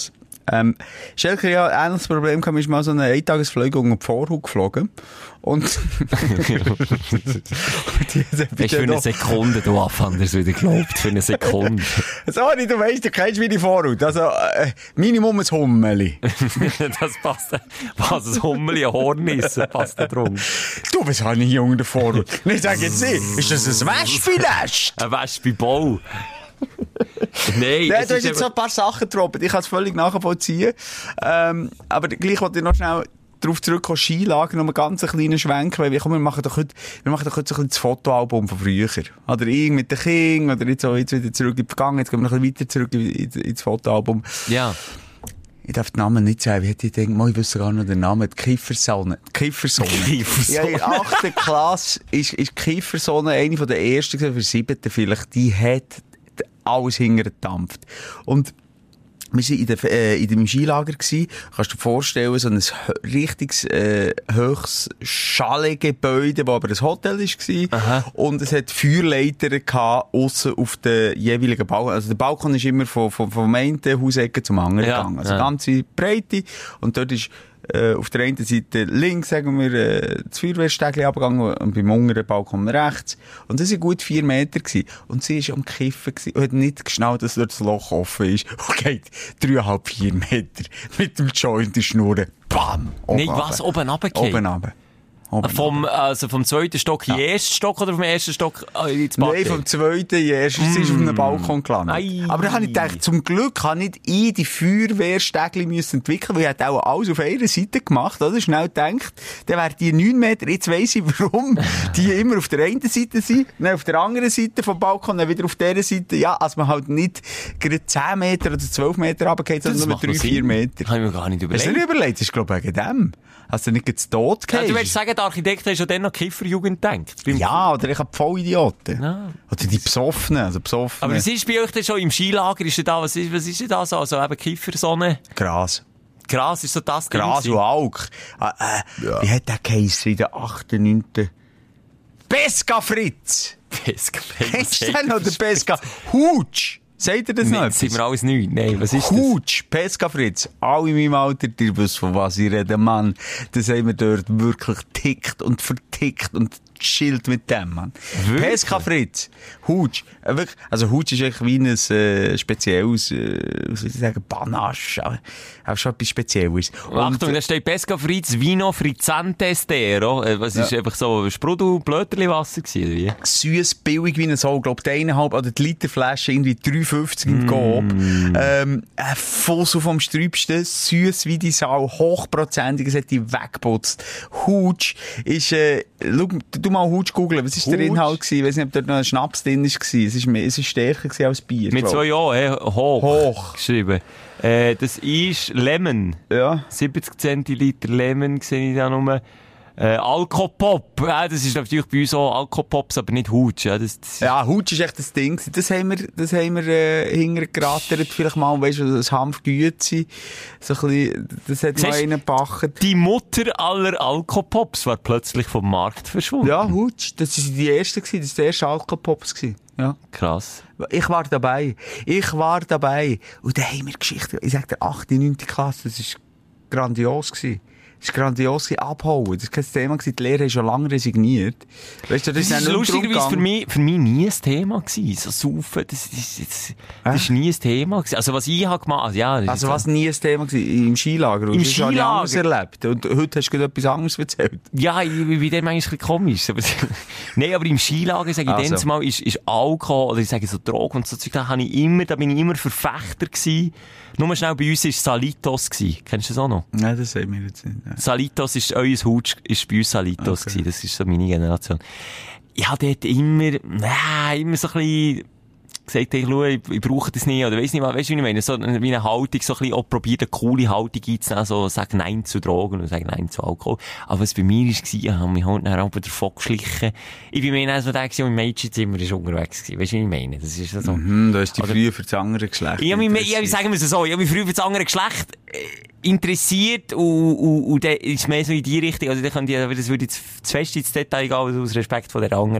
[SPEAKER 5] Ähm, Schelker, ja, ein ähnliches Problem kam, ist mal so eine Eintagesflüge um die Vorhaut geflogen. Und,
[SPEAKER 1] Hast du für eine Sekunde, du Abfanders wieder geglaubt, für eine Sekunde.
[SPEAKER 5] Sorry, du weißt, du kennst meine Vorhaut. Also, äh, Minimum ein Hummeli.
[SPEAKER 1] Das passt, was, ein Hummeli, ein Hornissen, passt da drum.
[SPEAKER 5] Du, was habe ich hier unter der Vorhaut? Ich sage jetzt nicht, ist das ein Wespennest?
[SPEAKER 1] Ein Wespennbau. Nein,
[SPEAKER 5] Nein, du hast jetzt so ein paar Sachen getroffen, ich kann es völlig nachvollziehen. Ähm, aber gleich wollte ich noch schnell darauf zurückkommen, Skilager, noch einen ganz kleinen Schwenk, weil wir, komm, wir machen doch heute, wir machen doch heute so ein bisschen das Fotoalbum von früher. Oder irgend mit den Kindern, oder jetzt, so, jetzt wieder zurück in die Vergangenheit, jetzt gehen wir noch ein bisschen weiter zurück ins, ins Fotoalbum.
[SPEAKER 1] Ja.
[SPEAKER 5] Ich darf den Namen nicht sagen, ich hätte gedacht, mal, ich wüsste gar noch den Namen, die Kiefersonne. Die Kiefersonne.
[SPEAKER 1] Kiefersonne.
[SPEAKER 5] Ja, in der achten Klasse ist, ist die Kiefersonne eine von der ersten, für siebten vielleicht, die hat alles hintergedampft. Und wir waren in, der, äh, in dem Skilager gsi. Kannst du dir vorstellen, so ein richtiges, äh, höchstes Chalet-Gebäude, wo aber ein Hotel war.
[SPEAKER 1] Aha.
[SPEAKER 5] Und es hat Feuerleiter gehabt, aussen auf den jeweiligen Balkon. Also der Balkon ist immer von, von, vom einen Hausecke zum anderen
[SPEAKER 1] Ja,
[SPEAKER 5] gegangen. Also
[SPEAKER 1] ja.
[SPEAKER 5] ganze Breite. Und dort ist, äh, auf der einen Seite links, sagen wir, äh, das Feuerwehrstägli abgegangen und beim unteren Balkon rechts. Und das waren gut vier Meter gewesen. Und sie war am Kiffen gewesen und hat nicht geschnallt, dass dort das Loch offen ist. Und geht dreieinhalb, vier Meter mit dem Joint in die Schnur. Bam!
[SPEAKER 1] Nein, was? Oben runtergehen?
[SPEAKER 5] Oben runter. Oben
[SPEAKER 1] Vom, also vom zweiten Stock in den ersten Stock oder vom ersten Stock ins Bad?
[SPEAKER 5] Nein, vom zweiten in den ersten. Sie ist auf einem Balkon gelandet.
[SPEAKER 1] Ei.
[SPEAKER 5] Aber da habe ich gedacht, zum Glück habe nicht ich die Feuerwehrstägli müssen entwickeln, weil ich hätte auch alles auf einer Seite gemacht, oder? Schnell gedacht, dann wären die neun Meter, jetzt weiss ich warum, die immer auf der einen Seite sind, dann auf der anderen Seite vom Balkon, dann wieder auf der Seite, ja, als man halt nicht gerade zehn Meter oder zwölf Meter runtergeht, sondern nur drei, vier Meter.
[SPEAKER 1] Habe ich mir gar nicht überlegt.
[SPEAKER 5] Hast du nicht überlegt? Das ist, glaube ich, wegen dem. Hast du nicht jetzt tot
[SPEAKER 1] Ja,
[SPEAKER 5] gehabt?
[SPEAKER 1] du willst sagen, der Architekt hat schon dann noch Kifferjugend gedacht. Beim-
[SPEAKER 5] Ja, oder ich hab Vollidioten.
[SPEAKER 1] Ja.
[SPEAKER 5] Oder die Besoffenen, also Besoffenen.
[SPEAKER 1] Aber was ist bei euch denn schon im Skilager? Ist denn da, was ist, was ist denn da so? Also eben Kiffersonne?
[SPEAKER 5] Gras.
[SPEAKER 1] Gras ist so das Ding
[SPEAKER 5] Gras
[SPEAKER 1] gewesen?
[SPEAKER 5] und Alk. Ah, äh, Wie hat der geheissen in der achten, neunten Pesca Fritz!
[SPEAKER 1] Pesca.
[SPEAKER 5] Kennst du den noch, der Pesca? Hutsch! Sagt ihr das noch
[SPEAKER 1] Nein,
[SPEAKER 5] etwas?
[SPEAKER 1] sind wir alles neu. Nein, was ist das?
[SPEAKER 5] Hutsch, Pesca Fritz. Alle in meinem Alter, die wissen, von was ich rede, Mann. Das haben wir dort wirklich tickt und vertickt und chillt mit dem, Mann.
[SPEAKER 1] Wirklich?
[SPEAKER 5] Pesca Fritz. Hutsch. Äh, wirklich. Also Hutsch ist eigentlich wie ein äh, spezielles, äh, was soll ich sagen, Panache. Aber, aber schon etwas Spezielles.
[SPEAKER 1] Achtung, da steht Pesca Fritz Vino Frizzante Estero. Äh, Was ist
[SPEAKER 5] Ja.
[SPEAKER 1] einfach so Sprudel, Blöterli-Wasser gewesen, oder wie?
[SPEAKER 5] Süß, billig wie ein Soul, glaub, die eineinhalb oder die Literflasche irgendwie drei fünfzig im Coop. Ähm, ein Fussel vom Sträubsten, süß wie die Sau, hochprozentig, es hat die weggeputzt. Hutsch ist, äh, schau, du mal Hutsch googeln, was ist der
[SPEAKER 1] Hutsch?
[SPEAKER 5] Inhalt gewesen? Ich weiss nicht, ob dort noch ein Schnaps drin war. Es ist, mehr, es ist stärker gewesen als Bier.
[SPEAKER 1] Mit
[SPEAKER 5] glaub.
[SPEAKER 1] zwei O, eh, hoch,
[SPEAKER 5] Hoch.
[SPEAKER 1] geschrieben. Äh, das ist Lemon.
[SPEAKER 5] Ja.
[SPEAKER 1] siebzig Zentiliter Lemon sehe ich da nur. Äh, Alkopop. Ja, das ist natürlich bei uns auch Alkopops, aber nicht Hutsch. Ja, das, das
[SPEAKER 5] Ja, Hutsch ist echt das Ding. Das haben wir, das haben wir, äh, hintergerattert. Vielleicht mal, weißt du, das Hanfgüezi. So ein bisschen, das hat mal
[SPEAKER 1] Siehst-
[SPEAKER 5] einen gebacken.
[SPEAKER 1] Die Mutter aller Alkopops war plötzlich vom Markt verschwunden.
[SPEAKER 5] Ja, Hutsch, das waren die ersten gewesen, das war der erste Alkopops gewesen. Ja.
[SPEAKER 1] Krass.
[SPEAKER 5] Ich war dabei. Ich war dabei. Und dann haben wir Geschichte. Ich sag dir, achte, neunte Klasse, das war grandios gewesen. Das war grandios gewesen, abhauen. Das war kein Thema gewesen. Die Lehrer haben schon lange resigniert. Weißt du,
[SPEAKER 1] Das
[SPEAKER 5] dann
[SPEAKER 1] ist
[SPEAKER 5] nicht mehr
[SPEAKER 1] lustigerweise
[SPEAKER 5] darum
[SPEAKER 1] für mich, für mich nie ein Thema gewesen. So Saufen, das, das, das, das ist nie ein Thema gewesen. Also was ich habe gemacht, also ja. das
[SPEAKER 5] Also
[SPEAKER 1] ist
[SPEAKER 5] was nie ein Thema gewesen? Im Skilager?
[SPEAKER 1] Im
[SPEAKER 5] Das habe ich
[SPEAKER 1] Skilager?
[SPEAKER 5] anders erlebt. Und heute hast du gerade etwas anderes erzählt.
[SPEAKER 1] Ja, ich bin dem eigentlich ein bisschen komisch. Aber nein, aber im Skilager, sage ich,
[SPEAKER 5] Also.
[SPEAKER 1] also. mal, ist, ist Alkohol, oder ich sage so Drogen und so Zeug, da habe ich immer, da bin ich immer Verfechter gewesen. Nur schnell, bei uns war Salitos gewesen. Kennst du das auch noch?
[SPEAKER 5] Nein, das sehen wir jetzt nicht. Ja.
[SPEAKER 1] Salitos ist, euer Hutsch ist bei uns Salitos
[SPEAKER 5] Okay.
[SPEAKER 1] gewesen. Das ist so meine Generation. Ich habe dort immer, nein, immer so ein bisschen gesagt, ich, schau, ich, ich brauche das nicht, oder weiss nicht mal, weißt du, wie ich meine? So, wie eine Haltung, so ein bisschen auch probiert, eine coole Haltung einzunehmen, so, sag Nein zu Drogen und sag Nein zu Alkohol. Aber was bei mir war, ich habe mich halt dann aber davon geschlichen. Ich bin mir dann so der, der im Mädchenzimmer ist unterwegs gewesen. Weißt du, wie ich meine? Das ist so.
[SPEAKER 5] Mhm, da ist die
[SPEAKER 1] Oder-
[SPEAKER 5] früher für das andere Geschlecht.
[SPEAKER 1] Ich habe mich, ich,
[SPEAKER 5] interessiert.
[SPEAKER 1] sagen wir es so, ich habe mich früher für das andere Geschlecht äh, interessiert und, und, und dann ist mehr so in die Richtung, also dann könnte ich, aber das würde jetzt zu fest ins Detail gehen, also aus Respekt von der anderen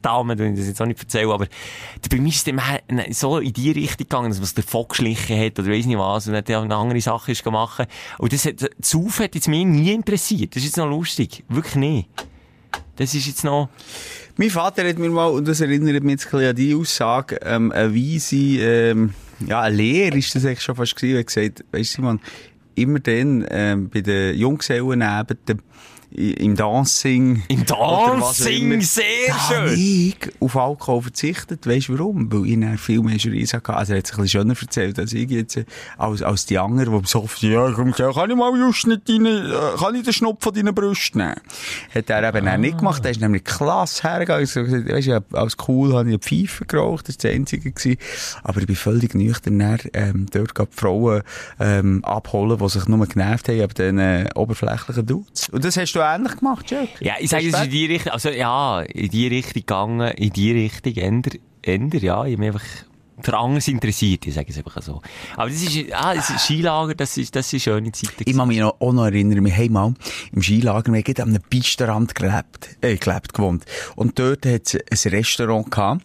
[SPEAKER 1] Dame, wenn ich das jetzt auch nicht erzähle, aber bei mir ist es immer so in die Richtung gegangen, dass man es davon geschlichen hat oder weiss nicht was und dann eine andere Sache ist gemacht. Und das hat, das Saufen hat jetzt mich nie interessiert. Das ist jetzt noch lustig. Wirklich nicht. Das ist jetzt noch...
[SPEAKER 5] Mein Vater hat mir mal, und das erinnert mich jetzt ein bisschen an die Aussage, ähm, eine weise, ähm, ja, eine Lehre ist das eigentlich schon fast gewesen, er hat gesagt, weisst du, Simon, immer dann, ähm, bei den Junggesellenabenden, im Dancing.
[SPEAKER 1] Im Dancing, sehr schön.
[SPEAKER 5] Habe ich auf Alkohol verzichtet. Weisst du warum? Weil ich dann viel mehr Juries hatte. Also er hat es ein bisschen schöner erzählt als ich jetzt, als, als die anderen, die so oft, ja, komm, kann ich mal just nicht deine, kann ich den Schnupf von deinen Brüsten nehmen? Hat er eben ah. nicht gemacht. Er ist nämlich klasse hergegangen. Ich gesagt, weisst du, als cool habe ich eine Pfeife geraucht. Das war das Einzige gewesen. Aber ich bin völlig nüchtern dann, ähm, dort gab die Frauen, ähm, abholen, die sich nur genervt haben, aber den, äh, oberflächlichen Dudes. Und das hast du ähnlich gemacht, Jack?
[SPEAKER 1] Ja, ich sage, es ist in die Richtung, also, ja, in die Richtung gegangen, in die Richtung, änder, änder, ja, ich bin einfach für anderes interessiert, ich sage es einfach so. Aber das ist, ah, das ist Skilager, das ist, das ist schöne Zeit.
[SPEAKER 5] Ich kann mich noch, auch noch erinnern, wir haben mal im Skilager, wir haben an einem Pistenrand gelebt, äh, gelebt, gewohnt. Und dort hat es ein Restaurant gehabt.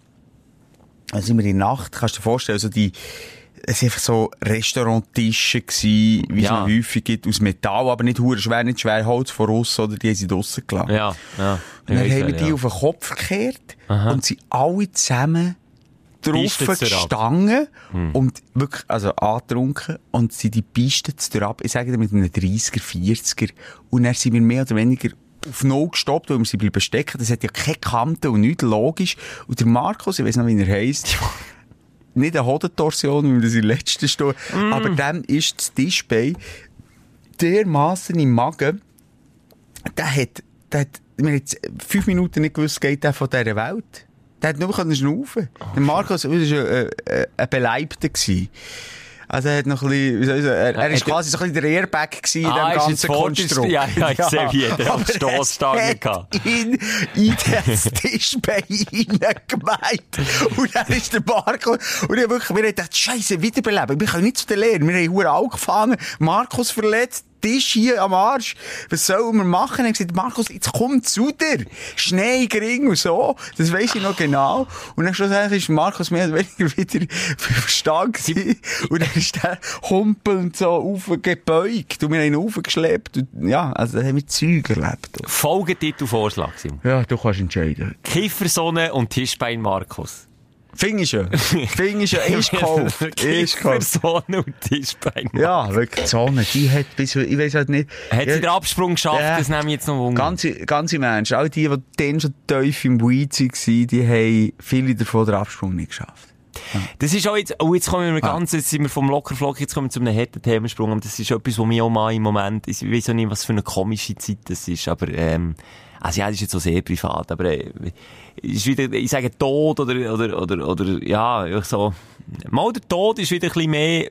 [SPEAKER 5] Da sind wir in der Nacht, kannst du dir vorstellen, also die, es waren einfach so Restauranttische gewesen, wie ja. es häufig gibt, aus Metall, aber nicht hure schwer, nicht schwer Holz von Russen, oder die haben sie draussen gelassen.
[SPEAKER 1] Ja, ja.
[SPEAKER 5] Und dann haben wir die ja. auf den Kopf gekehrt Aha. und sie alle zusammen drauf gestanden hm. und wirklich, also angetrunken und sie die Piste ab, ich sage dir mit einem dreissiger, vierziger und dann sind wir mehr oder weniger auf Null gestoppt, weil wir sie bleiben stecken. Das hat ja keine Kante und nichts, logisch. Und der Markus, ich weiss noch, wie er heisst, nicht eine Hodentorsion, wie wir das in der letzten Stunde, mm. aber dann ist das Tischbein dermassen im Magen, der hat, der hat, wir haben jetzt fünf Minuten nicht gewusst, geht der von dieser Welt. Der hat nur schnaufen. Oh, der Markus, das war ein, ein, ein Beleibter gewesen. Also er hat noch ein bisschen, wie soll ich sagen, er, er ist quasi so ein bisschen der Airbag gewesen in
[SPEAKER 1] ah,
[SPEAKER 5] dem ganzen Konstrukt.
[SPEAKER 1] Ja, ja, ich ja. sehe, wie er auf Stossstange
[SPEAKER 5] gehabt. ihn in das Tischbein hineingemeint. Und dann ist der Markus, und ich wirklich, wir haben gedacht, Scheisse, wiederbeleben. Wir können nicht zu der Lehre. Wir haben Huren angefangen. Markus verletzt. Tisch hier am Arsch. Was sollen wir machen? Er hat gesagt, Markus, jetzt komm zu dir. Schnee, gering und so. Das weiss ich noch genau. Und dann schlussendlich ist Markus mehr oder weniger wieder verstanden gewesen. Und dann ist der humpelnd so aufgebeugt. Und wir haben ihn aufgeschleppt. Und ja, also da haben wir Zeug erlebt.
[SPEAKER 1] Folgetitel-Vorschlag, Simon.
[SPEAKER 5] Ja, du kannst entscheiden.
[SPEAKER 1] Kiefersonne und Tischbein Markus.
[SPEAKER 5] Finde ich schon. Finde ich schon. Ist gekauft. Ist gekauft.
[SPEAKER 1] Sonne und Tischbein.
[SPEAKER 5] Ja, wirklich. Die Sonne, die hat bis, ich weiss halt nicht.
[SPEAKER 1] Hat
[SPEAKER 5] ja,
[SPEAKER 1] sie den Absprung geschafft? Ja, das nehme ich jetzt noch Wunder.
[SPEAKER 5] Ganze, ganze Menschen, all die, die dann schon tief im Weed waren, die haben viele davon den Absprung nicht geschafft. Ja.
[SPEAKER 1] Das ist auch jetzt, oh, jetzt kommen wir ganz, jetzt sind wir vom Lockerflock, jetzt kommen wir zu einem harten Themensprung. Und das ist etwas, was mich auch mal im Moment, ich weiss auch nicht, was für eine komische Zeit das ist, aber, ähm, also ja, das ist jetzt so sehr privat, aber, äh, ist wieder, ich sage Tod oder, oder, oder, oder, ja, so, mal der Tod ist wieder ein bisschen mehr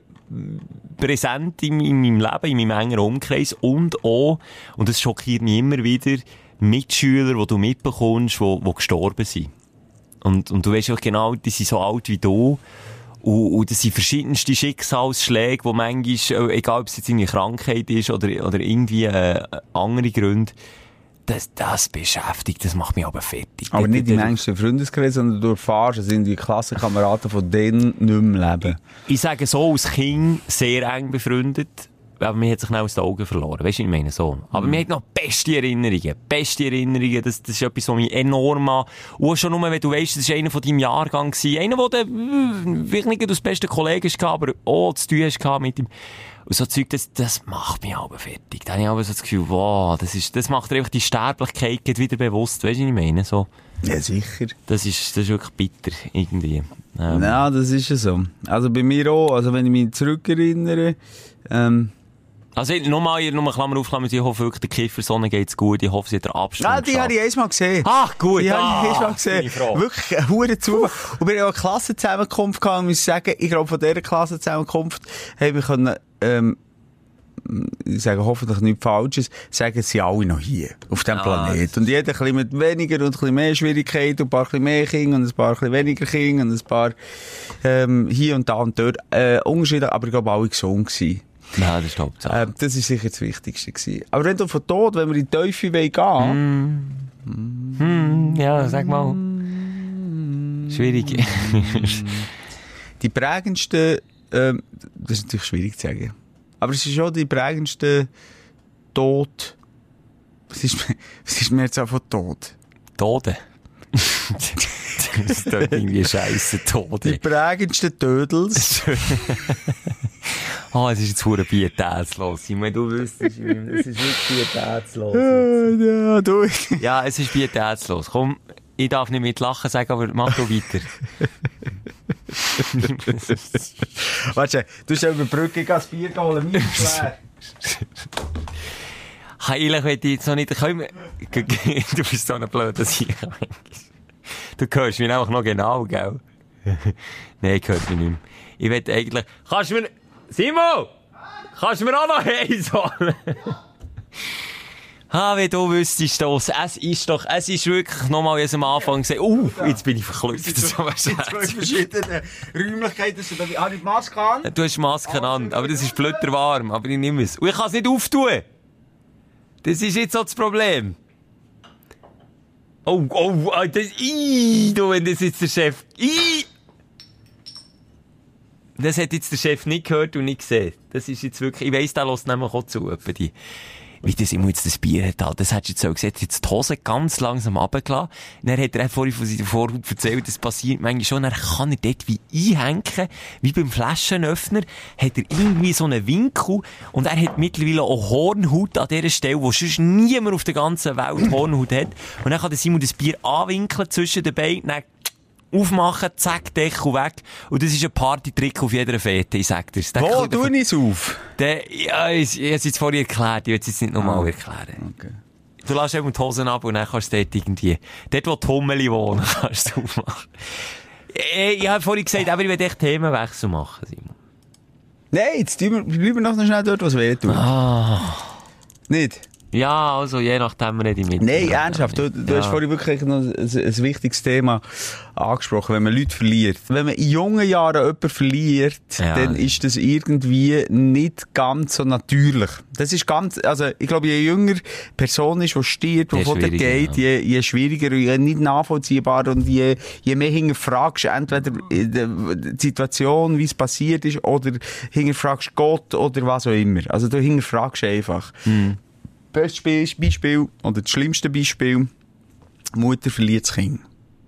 [SPEAKER 1] präsent in, in meinem Leben, in meinem engeren Umkreis und auch, und das schockiert mich immer wieder, Mitschüler, die du mitbekommst, die, die gestorben sind. Und, und du weißt auch genau, die sind so alt wie du. Und, und das sind verschiedenste Schicksalsschläge, die manchmal, egal ob es jetzt eine Krankheit ist oder, oder irgendwie äh, andere Gründe, das, das beschäftigt, das macht mich aber fertig.
[SPEAKER 5] Aber nicht im engsten Freundeskreis, sondern du erfährst, dass die Klassenkameraden von denen nicht mehr leben.
[SPEAKER 1] Ich, ich sage so, als Kind sehr eng befreundet, aber man hat sich schnell aus den Augen verloren. Weißt du, ich meine so. Aber mhm. man hat noch beste Erinnerungen. Beste Erinnerungen, das, das ist etwas, was mich enorm an. Und schon nur, wenn du weißt, das war einer von deinem Jahrgang gewesen. Einer, der wirklich nicht das beste Kollege war, aber auch zu tun hast mit ihm. Und so Zeug, das, das macht mich aber fertig. Da habe ich aber so das Gefühl, wow, das ist, das macht dir einfach die Sterblichkeit wieder bewusst. Weißt du, was ich meine? So.
[SPEAKER 5] Ja, sicher.
[SPEAKER 1] Das ist, das ist wirklich bitter, irgendwie. Ähm.
[SPEAKER 5] Ja, das ist ja so. Also bei mir auch, also wenn ich mich zurückerinnere, ähm,
[SPEAKER 1] also, nochmal, nochmal Klammer auf, Klammer, ich hoffe wirklich, der Kiefersonne geht's gut, ich hoffe, sie hat den Abstand.
[SPEAKER 5] Ja, die habe ich erst mal gesehen.
[SPEAKER 1] Ach, gut,
[SPEAKER 5] die
[SPEAKER 1] ah,
[SPEAKER 5] habe ich erst mal gesehen. Wirklich, ein Hure Zufall. Und wir haben auch eine Klassenzusammenkunft gehabt, und muss ich sagen, ich glaube, von dieser Klassenzusammenkunft haben wir können, ähm, ich sage hoffentlich nichts Falsches, sagen sie alle noch hier, auf diesem ah, Planet. Und jeder ein bisschen mit weniger und ein bisschen mehr Schwierigkeiten, und ein paar bisschen mehr Kinder, und ein paar bisschen weniger Kinder, und ein paar, ähm, hier und da und dort, äh, Unterschiede, aber ich glaube, alle gesund gewesen.
[SPEAKER 1] Ja, das ist Hauptsache.
[SPEAKER 5] Ähm, das ist sicher das Wichtigste gewesen. Aber wenn du von Tod, wenn wir in die Teufel gehen wollen,
[SPEAKER 1] mm. Mm. Ja, sag mal. Schwierig.
[SPEAKER 5] Die prägendsten, ähm, das ist natürlich schwierig zu sagen. Aber es ist schon die prägendsten Tod. Was ist, was ist mir jetzt auch von Tod?
[SPEAKER 1] Tode. Das ist doch irgendwie scheisse Tode.
[SPEAKER 5] Die prägendsten Tödels.
[SPEAKER 1] Ah, oh, es ist jetzt verdammt pietätslos. Ich meine, du wüsstest, es ist wirklich pietätslos.
[SPEAKER 5] Ja, du.
[SPEAKER 1] Ja, es ist pietätslos. Komm, ich darf nicht mit Lachen sagen, aber mach doch weiter.
[SPEAKER 5] Warte, du hast über die Brücke das Bier holen, mir schwer.
[SPEAKER 1] Eigentlich möchte ich jetzt noch nicht... Wir... Du bist so ein blöder Sieg. Du hörst mich einfach noch genau, gell? Nein, ich höre mich nicht mehr. Ich will eigentlich... Kannst du mir... Simon! Kannst du mir auch noch eins holen? Ah, wie du wüsstest das. Es ist doch... Es ist wirklich nochmal am Anfang gesagt... Uh, jetzt bin ich verklüpft.
[SPEAKER 5] In zwei verschiedenen Räumlichkeiten. Habe ich die Maske an?
[SPEAKER 1] Du hast die Maske an, aber das ist blöderwarm. Aber ich nehme es. Und ich kann es nicht auftun. Das ist jetzt so das Problem. Oh, oh, das, ii, du, wenn das jetzt der Chef, ii. Das hat jetzt der Chef nicht gehört und nicht gesehen. Das ist jetzt wirklich, ich weiss, der lässt nämlich auch zu, etwa die, wie das immer jetzt das Bier hat, das hättest du jetzt so gesagt, jetzt die Hose ganz langsam runtergelassen. Dann hat er vorhin von seiner Vorhaut erzählt, das passiert manchmal schon, dann kann er dort wie einhängen, wie beim Flaschenöffner, hat er irgendwie so einen Winkel und er hat mittlerweile auch Hornhaut an dieser Stelle, wo sonst niemand auf der ganzen Welt Hornhaut hat. Und dann kann der Simon das Bier anwinkeln zwischen den Beinen, dann aufmachen, zack, Deckel weg. Und das ist ein Partytrick auf jeder Fete, ich sag dir's.
[SPEAKER 5] Wo tue ich es auf?
[SPEAKER 1] Der, ja, ich, ich hab's jetzt vorhin erklärt, ich will es jetzt nicht nochmal ah, erklären. Okay. Du lässt eben die Hosen ab und dann kannst du dort irgendwie, dort wo die Hummeli wohnen, kannst du aufmachen. Ich, ich habe vorhin gesagt, aber ich will echt Themenwechsel machen, Simon.
[SPEAKER 5] Nein, jetzt bleiben wir noch schnell dort, was wir tun.
[SPEAKER 1] Ah.
[SPEAKER 5] Nicht?
[SPEAKER 1] Ja, also je nachdem rede ich mit.
[SPEAKER 5] Nein, ernsthaft. Du, du ja. hast vorhin wirklich noch ein, ein wichtiges Thema angesprochen, wenn man Leute verliert. Wenn man in jungen Jahren jemanden verliert, ja. dann ist das irgendwie nicht ganz so natürlich. Das ist ganz, also ich glaube, je jünger die Person ist, die stirbt, die von der geht, ja. je, je schwieriger, je nicht nachvollziehbar und je, je mehr hinterfragst du entweder die Situation, wie es passiert ist, oder hinterfragst Gott oder was auch immer. Also du hinterfragst einfach. Hm. Bestes Beispiel, oder das schlimmste Beispiel, Mutter verliert das Kind.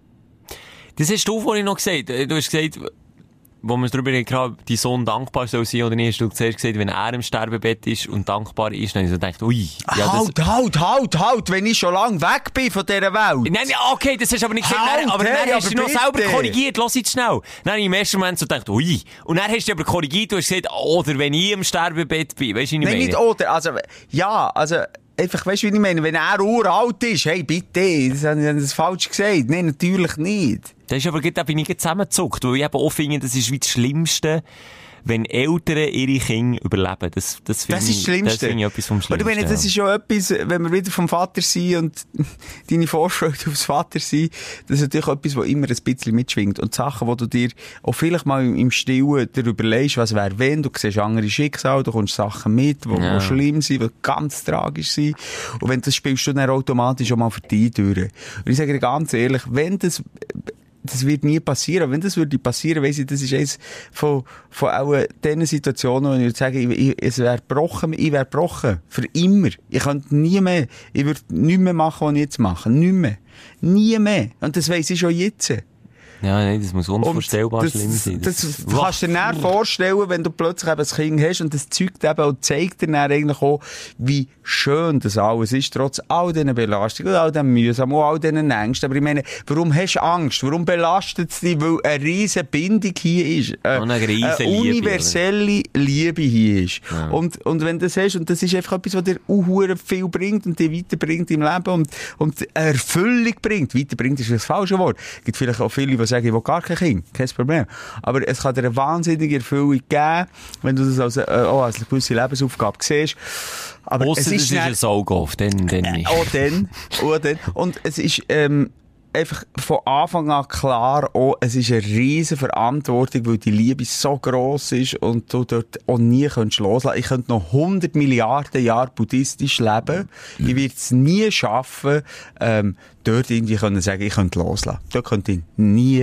[SPEAKER 1] Das hast du vorhin noch gesagt. Du hast gesagt, wo wir darüber gesprochen haben, dein Sohn dankbar soll sein oder nicht, hast du zuerst gesagt, wenn er im Sterbebett ist und dankbar ist, dann habe ich so gedacht, ui. Ja,
[SPEAKER 5] halt, halt, halt, halt, wenn ich schon lange weg bin von dieser Welt.
[SPEAKER 1] Nein, okay, das hast du aber nicht gesagt. Halt, aber hey, dann hast du noch selber korrigiert, lass jetzt schnell. Dann habe ich im ersten Moment so gedacht, ui. Und dann hast du aber korrigiert, du hast gesagt, oder wenn ich im Sterbebett bin, weißt du, wie ich meine?
[SPEAKER 5] Nein, nicht oder, also, ja, also, einfach, weißt du, wie ich meine? Wenn er uralt ist, hey, bitte, das haben sie das falsch gesagt. Nein, natürlich nicht.
[SPEAKER 1] Das ist aber, da bin ich zusammengezuckt, weil ich eben auch finde, das ist wie das Schlimmste, wenn Eltern ihre Kinder überleben. Das, das finde
[SPEAKER 5] das ist das Schlimmste.
[SPEAKER 1] Das finde ich etwas vom Schlimmsten.
[SPEAKER 5] Oder wenn, das ist schon etwas, wenn wir wieder vom Vater sind und deine Vorschläge aufs Vater sind, das ist natürlich etwas, was immer ein bisschen mitschwingt. Und Sachen, wo du dir auch vielleicht mal im Stillen dir überlegst, was wäre wenn, du siehst andere Schicksale, du kommst Sachen mit, die ja. schlimm sind, die ganz tragisch sind. Und wenn das spielst du dann automatisch auch mal für dich durch. Und ich sage dir ganz ehrlich, wenn das, das wird nie passieren. Wenn das würde passieren, weiss ich, das ist eines von, von auch diesen Situationen, wo ich würde sagen, ich, ich, es wäre gebrochen, ich wäre gebrochen. Für immer. Ich könnte nie mehr, ich würde nichts mehr machen, was ich jetzt mache. Nicht mehr. Nie mehr. Und das weiss ich schon jetzt.
[SPEAKER 1] Ja, nein, das muss unvorstellbar das, schlimm sein.
[SPEAKER 5] Das, das, das kannst du dir dann vorstellen, wenn du plötzlich eben ein Kind hast und das zeugt eben und zeigt dir dann eigentlich auch, wie schön das alles ist, trotz all diesen Belastungen, all diesen Mühsam und all diesen Ängsten. Aber ich meine, warum hast du Angst? Warum belastet es dich? Weil eine riesen Bindung hier ist. Äh,
[SPEAKER 1] eine, eine
[SPEAKER 5] universelle Liebe, Liebe hier ist. Ja. Und, und wenn du das hast, und das ist einfach etwas, was dir auch viel bringt und dich weiterbringt im Leben und, und Erfüllung bringt. Weiterbringt ist das falsche Wort. Es gibt vielleicht auch viele, die sagen, ich will gar kein Kind, kein Problem. Aber es kann dir eine wahnsinnige Erfüllung geben, wenn du das als, äh, auch als eine gewisse Lebensaufgabe siehst. Aber
[SPEAKER 1] Ausser,
[SPEAKER 5] es ist
[SPEAKER 1] das ist ein Saugauf, dann, dann nicht.
[SPEAKER 5] Auch dann, auch dann. Und es ist, ähm, einfach von Anfang an klar, auch, es ist eine riesen Verantwortung, weil die Liebe so gross ist und du dort auch nie könntest loslassen. Ich könnte noch hundert Milliarden Jahre buddhistisch leben. Ich würde es nie schaffen, ähm, dort irgendwie können sagen, ich könnte loslassen. Dort könnte ich nie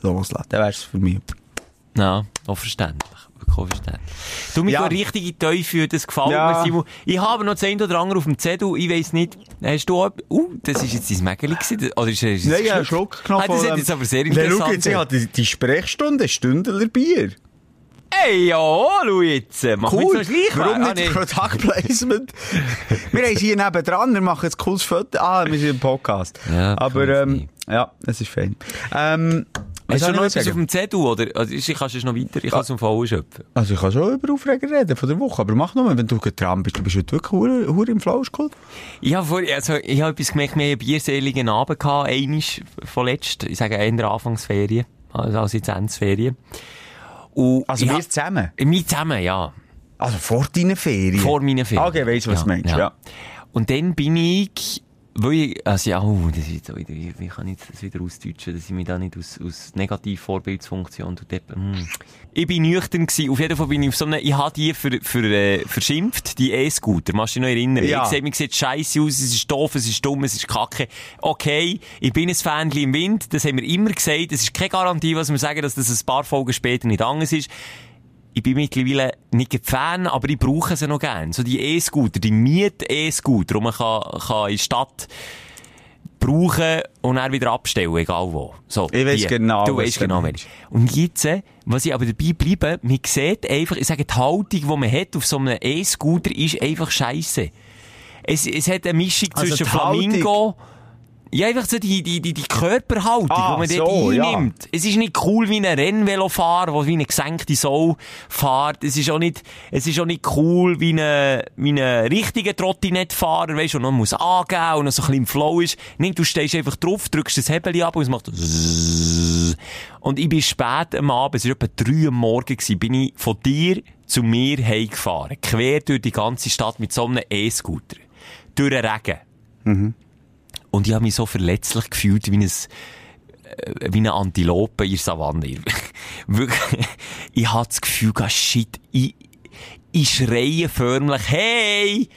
[SPEAKER 5] loslassen. Dann wär's für mich.
[SPEAKER 1] Ja, auch verständlich. Wirklich auch verständlich. Du, mich
[SPEAKER 5] Ja.
[SPEAKER 1] ja. richtige Teufel, das gefällt
[SPEAKER 5] Ja.
[SPEAKER 1] mir, Simon. Ich habe noch das eine oder andere auf dem Zettel, ich weiss nicht, hast du auch, uh, das ist jetzt dein Mägeli gewesen, oder ist es
[SPEAKER 5] Nein, ich habe einen Schluck genommen.
[SPEAKER 1] Ah, das
[SPEAKER 5] von,
[SPEAKER 1] hat jetzt aber sehr
[SPEAKER 5] Dann schau
[SPEAKER 1] interessant.
[SPEAKER 5] jetzt, ich habe die, die Sprechstunde, Stündler Bier.
[SPEAKER 1] Ey, ja, schau jetzt, mach
[SPEAKER 5] Cool.
[SPEAKER 1] jetzt noch gleich.
[SPEAKER 5] Warum
[SPEAKER 1] Ah,
[SPEAKER 5] nicht
[SPEAKER 1] nee.
[SPEAKER 5] Product Placement? Wir haben es hier nebendran, wir machen jetzt cooles Foto. Ah, wir sind im Podcast.
[SPEAKER 1] Ja,
[SPEAKER 5] aber,
[SPEAKER 1] cool,
[SPEAKER 5] ähm,
[SPEAKER 1] nee.
[SPEAKER 5] ja, es ist fein. Ähm, was
[SPEAKER 1] Hast
[SPEAKER 5] soll
[SPEAKER 1] du noch
[SPEAKER 5] ich
[SPEAKER 1] etwas
[SPEAKER 5] sagen?
[SPEAKER 1] auf dem Zettel, oder? Also, ich kann es noch weiter, ich kann es um vollen schöpfen.
[SPEAKER 5] Also ich kann schon über Aufreger reden von der Woche, aber mach nur, wenn du dran bist, du bist heute wirklich hure, hure im Flow, ist cool.
[SPEAKER 1] Ich habe vor, also, ich habe etwas gemerkt, wir haben einen bierseligen Abend gehabt, einisch von letzt, ich sage eher in der Anfangsferien, also, also jetzt Endsferien. Und
[SPEAKER 5] Also
[SPEAKER 1] ich
[SPEAKER 5] wir
[SPEAKER 1] hab-
[SPEAKER 5] zusammen?
[SPEAKER 1] Wir zusammen, ja.
[SPEAKER 5] Also vor deinen Ferien?
[SPEAKER 1] Vor meinen Ferien.
[SPEAKER 5] Ah, okay, weiss, was du meinst, ja.
[SPEAKER 1] Und dann bin ich, weil ich, also ja, oh, das ist jetzt auch wieder, wie kann ich das wieder ausdeutschen, dass ich mich da nicht aus, aus Negativvorbildsfunktion tue. Hm. Ich bin nüchtern gewesen, auf jeden Fall bin ich auf so einem, ich habe die für, für, äh, verschimpft, die E-Scooter, musst du dich noch erinnern?
[SPEAKER 5] Ja.
[SPEAKER 1] Ich sehe, mir sieht scheisse aus, es ist doof, es ist dumm, es ist kacke. Okay, ich bin ein Fähnchen im Wind, das haben wir immer gesagt, es ist keine Garantie, was wir sagen, dass das ein paar Folgen später nicht anders ist. Ich bin mittlerweile nicht ein Fan, aber ich brauche sie noch gern. So die E-Scooter, die Miet-E-Scooter, die man kann, kann in der Stadt brauchen und dann wieder abstellen, egal wo. So,
[SPEAKER 5] Ich weiss
[SPEAKER 1] die.
[SPEAKER 5] genau,
[SPEAKER 1] Du
[SPEAKER 5] was
[SPEAKER 1] weißt
[SPEAKER 5] du
[SPEAKER 1] genau, wer
[SPEAKER 5] meinst.
[SPEAKER 1] ist. Und jetzt, äh, was ich aber dabei bleibe, man sieht einfach, ich sage, die Haltung, die man hat auf so einem E-Scooter, ist einfach scheisse. Es, es hat eine Mischung
[SPEAKER 5] Also
[SPEAKER 1] zwischen
[SPEAKER 5] die Haltung-
[SPEAKER 1] Flamingo, ja, einfach so die, die, die, die Körperhaltung,
[SPEAKER 5] Ah,
[SPEAKER 1] die man dort
[SPEAKER 5] so, ja.
[SPEAKER 1] einnimmt. Es ist nicht cool wie ein Rennvelofahrer, der wie eine gesenkte Sau fährt. Es ist auch nicht, es ist auch nicht cool wie ein, wie ein richtiger Trottinettfahrer, weisst du, der noch muss angeben und noch so ein bisschen im Flow ist. Nein, du stehst einfach drauf, drückst das Hebel ab und es macht Zzzz. Und ich bin spät am Abend, es war etwa drei am Morgen gewesen, bin ich von dir zu mir heimgefahren. Quer durch die ganze Stadt mit so einem E-Scooter. Durch den Regen.
[SPEAKER 5] Mhm.
[SPEAKER 1] Und ich habe mich so verletzlich gefühlt wie, ein, äh, wie eine Antilope in der Savanne. Wirklich, ich hatte das Gefühl, ah, shit, ich, ich schreie förmlich, hey,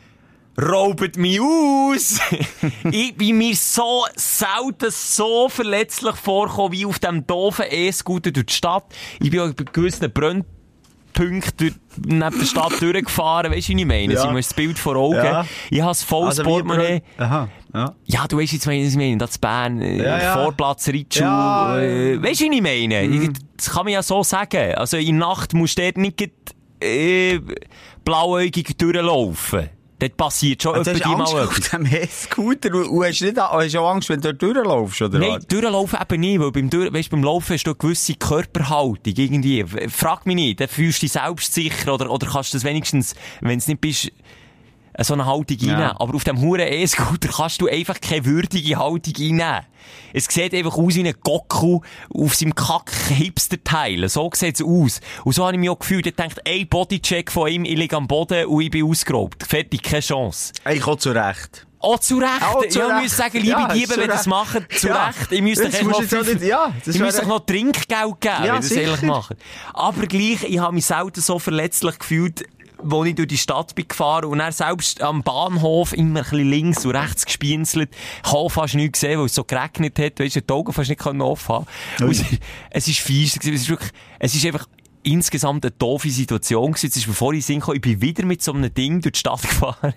[SPEAKER 1] raubet mich aus! Ich bin mir so selten so verletzlich vorgekommen, wie auf dem doofen E-Scooter durch die Stadt. Ich bin auch bei gewissen Brennpunkten durch, neben der Stadt durchgefahren. Weißt du, wie ich meine?
[SPEAKER 5] Ja.
[SPEAKER 1] Sie haben das Bild vor Augen.
[SPEAKER 5] Ja.
[SPEAKER 1] Ich habe das volles
[SPEAKER 5] Also wie
[SPEAKER 1] Portemonnaie.
[SPEAKER 5] Brön- Aha, ja.
[SPEAKER 1] Ja, du weißt jetzt, was ich meine, das Bern, äh,
[SPEAKER 5] Ja, ja.
[SPEAKER 1] Vorplatz, Ritschul,
[SPEAKER 5] Ja.
[SPEAKER 1] äh, weisst du, was ich meine?
[SPEAKER 5] Mhm.
[SPEAKER 1] Das kann man ja so sagen. Also, in der Nacht musst du dort nicht grad, äh, blauäugig durchlaufen. Dort passiert schon
[SPEAKER 5] Du
[SPEAKER 1] etwa
[SPEAKER 5] hast
[SPEAKER 1] die
[SPEAKER 5] Angst
[SPEAKER 1] mal
[SPEAKER 5] auf
[SPEAKER 1] etwas.
[SPEAKER 5] dem E-Scooter und und hast, nicht, hast auch Angst, wenn du dort durchlaufst, oder
[SPEAKER 1] Nein,
[SPEAKER 5] was?
[SPEAKER 1] durchlaufen eben nicht, weil beim, Dur weißt, beim Laufen hast du eine gewisse Körperhaltung, irgendwie. Frag mich nicht, dann fühlst du dich selbstsicher, oder, oder kannst du das wenigstens, wenn es nicht bist, so eine Haltung
[SPEAKER 5] Ja.
[SPEAKER 1] reinnehmen. Aber auf dem huren E-Scooter kannst du einfach keine würdige Haltung reinnehmen. Es sieht einfach aus wie ein Goku auf seinem Kack-Hipster-Teil. So sieht es aus. Und so habe ich mich auch gefühlt, ich dachte, ein Bodycheck von ihm, ich liege am Boden und ich bin ausgeraubt. Fertig, keine Chance.
[SPEAKER 5] Ich komme zurecht.
[SPEAKER 1] Oh, zu Recht.
[SPEAKER 5] Auch zu
[SPEAKER 1] Ja, ich
[SPEAKER 5] Recht.
[SPEAKER 1] muss sagen, liebe
[SPEAKER 5] Ja,
[SPEAKER 1] Diebe,
[SPEAKER 5] zu
[SPEAKER 1] wenn ihr das
[SPEAKER 5] Recht.
[SPEAKER 1] machen, zu
[SPEAKER 5] Ja.
[SPEAKER 1] Recht. Ich müsste
[SPEAKER 5] Das
[SPEAKER 1] euch
[SPEAKER 5] musst
[SPEAKER 1] noch
[SPEAKER 5] du jetzt auch
[SPEAKER 1] fünf-
[SPEAKER 5] nicht- ja, das
[SPEAKER 1] ich müsste
[SPEAKER 5] wäre-
[SPEAKER 1] euch noch Trinkgeld geben,
[SPEAKER 5] Ja,
[SPEAKER 1] wenn ihr das ehrlich
[SPEAKER 5] sicher.
[SPEAKER 1] macht. Aber gleich, ich habe mich selten so verletzlich gefühlt, als ich durch die Stadt bin gefahren und dann selbst am Bahnhof immer ein bisschen links und rechts gespienzelt. Ich habe fast nichts gesehen, weil es so geregnet hat. Weisst du, die Augen fast nicht offen haben. Und es, es ist fies. Es ist wirklich, es ist einfach insgesamt eine doofe Situation gewesen. Jetzt ist mir vorhin in den Sinn gekommen, ich bin wieder mit so einem Ding durch die Stadt gefahren.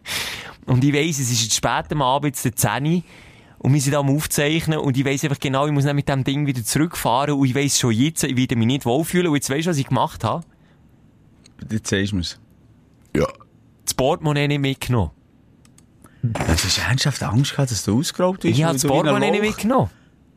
[SPEAKER 1] Und ich weiss, es ist jetzt spät am Abend, jetzt der zehn und wir sind am Aufzeichnen und ich weiss einfach genau, ich muss dann mit dem Ding wieder zurückfahren und ich weiss schon jetzt, ich werde mich nicht wohlfühlen und jetzt weisst du, was ich gemacht habe?
[SPEAKER 5] Jetzt sagst du mir's.
[SPEAKER 3] Ja.
[SPEAKER 1] Das Portemonnaie nicht mitgenommen.
[SPEAKER 5] Hast du ernsthaft Angst gehabt, dass du ausgeraubt wirst?
[SPEAKER 1] Ich habe
[SPEAKER 5] weil
[SPEAKER 1] das
[SPEAKER 5] du wie ein
[SPEAKER 1] Portemonnaie nicht
[SPEAKER 5] Loch-
[SPEAKER 1] mitgenommen.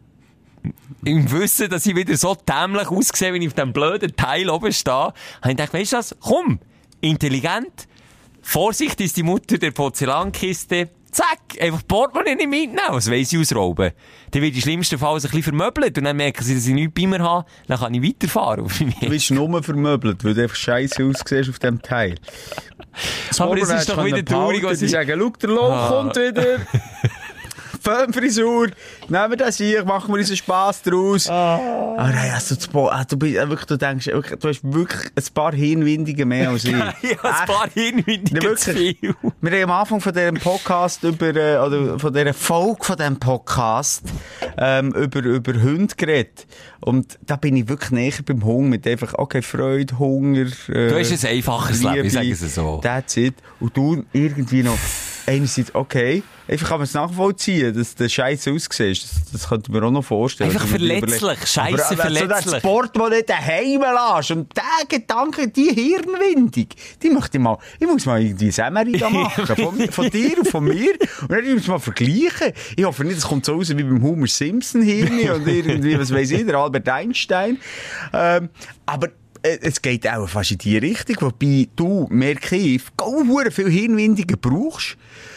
[SPEAKER 1] Im Wissen, dass ich wieder so dämlich aussehe, wenn ich auf dem blöden Teil oben stehe, habe ich gedacht, weisst du was? Komm, intelligent. Vorsicht ist die Mutter der Porzellankiste. Zack, einfach Portemonnaie nicht mitnehmen. Was weiss ich ausrauben? Dann wird im schlimmsten Fall ein bisschen vermöbelt und dann merken sie, dass ich nichts bei mir habe. Dann kann ich weiterfahren.
[SPEAKER 5] Du bist nur vermöbelt, weil du einfach scheiße aussiehst auf dem Teil.
[SPEAKER 1] Aber es ist doch wieder traurig, was
[SPEAKER 5] ich
[SPEAKER 1] ich...
[SPEAKER 5] sage, schau, der Loch
[SPEAKER 1] Ah.
[SPEAKER 5] kommt wieder. Föhnfrisur, nehmen wir das hier, machen wir unseren Spass draus. Ah, ah nein, also, ah, du, bist, wirklich, du denkst, wirklich, du hast wirklich ein paar Hirnwindige mehr als ich.
[SPEAKER 1] Ja, ein paar Hirnwindige
[SPEAKER 5] ja,
[SPEAKER 1] zu viel.
[SPEAKER 5] Wir haben am Anfang von diesem Podcast über, äh, oder von dieser Folge von diesem Podcast, ähm, über, über Hunde geredet. Und da bin ich wirklich näher beim Hunger, mit einfach, okay, Freude, Hunger, äh,
[SPEAKER 1] du hast ein einfaches
[SPEAKER 5] Liebe,
[SPEAKER 1] Leben, ich sage es so.
[SPEAKER 5] That's it. Und du irgendwie noch, einerseits, okay, einfach kann man es nachvollziehen, dass der Scheiße aussieht. Das, das könnte man auch noch vorstellen.
[SPEAKER 1] Einfach verletzlich, Scheiße verletzlich.
[SPEAKER 5] So der Sport, den du nicht daheim lässt. Und der Gedanke, die Hirnwindung, die möchte ich mal, ich muss mal irgendwie Semmery da machen. Von, von dir und von mir. Und dann muss ich mal vergleichen. Ich hoffe nicht, es kommt so raus wie beim Homer Simpson Hirn und irgendwie, was weiss ich, der Albert Einstein. Ähm, aber, es geht auch fast in die Richtung, wobei du, merke ich, hure viel Hirnwindungen brauchst,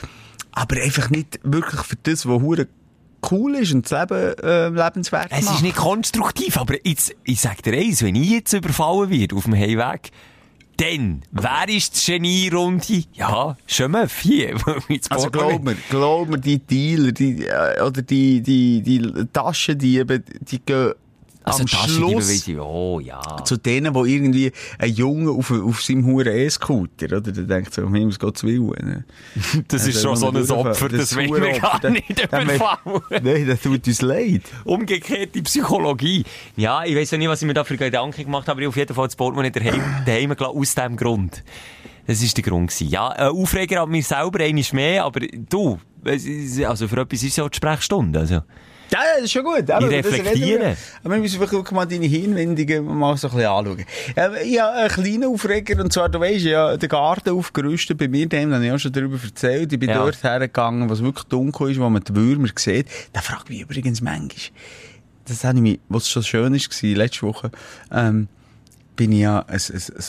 [SPEAKER 5] aber einfach nicht wirklich für das, was hure cool ist und das Leben äh, lebenswert macht.
[SPEAKER 1] Es ist nicht konstruktiv, aber jetzt, ich sag dir eins, wenn ich jetzt überfallen werde auf dem Heimweg, dann, wer ist die Genie-Runde? Ja, Schömöff hier.
[SPEAKER 5] Also glaub mir, glaub mir, die Dealer, die, äh, oder die, die, die Taschendiebe, die gehen
[SPEAKER 1] also
[SPEAKER 5] am Schluss
[SPEAKER 1] weiss ich, oh, ja.
[SPEAKER 5] zu denen, wo irgendwie ein Junge auf, auf seinem huren E-Scooter, oder? Der denkt so, um Himmels Gottes Willen. Ne?
[SPEAKER 1] Das also, ist schon so ein Opfer, das, das will wir gar nicht überfallen.
[SPEAKER 5] Nein, das tut uns leid.
[SPEAKER 1] Umgekehrte Psychologie. Ja, ich weiss ja nicht, was ich mir da für Gedanken gemacht habe, aber ich auf jeden Fall das Portemonnaie daheim, daheim gelassen, aus diesem Grund. Das war der Grund gewesen. Ja, ein Aufreger an mir selber, einmal mehr, aber du, also für etwas ist es ja die Sprechstunde, also.
[SPEAKER 5] Ja, das ist schon gut. Aber
[SPEAKER 1] ich reflektiere.
[SPEAKER 5] Aber wir müssen wirklich mal deine Hirnwindungen mal so ein bisschen anschauen. Ich habe einen kleinen Aufreger, und zwar, du weisst ja, den Garten aufgerüstet bei mir, dem habe ich auch schon darüber erzählt. Ich bin ja. dort hergegangen, was wirklich dunkel ist, wo man die Würmer sieht. Da fragt mich übrigens manchmal. Das habe ich mich, was schon schön war, letzte Woche, ähm, bin ich ja ein, ein, ein,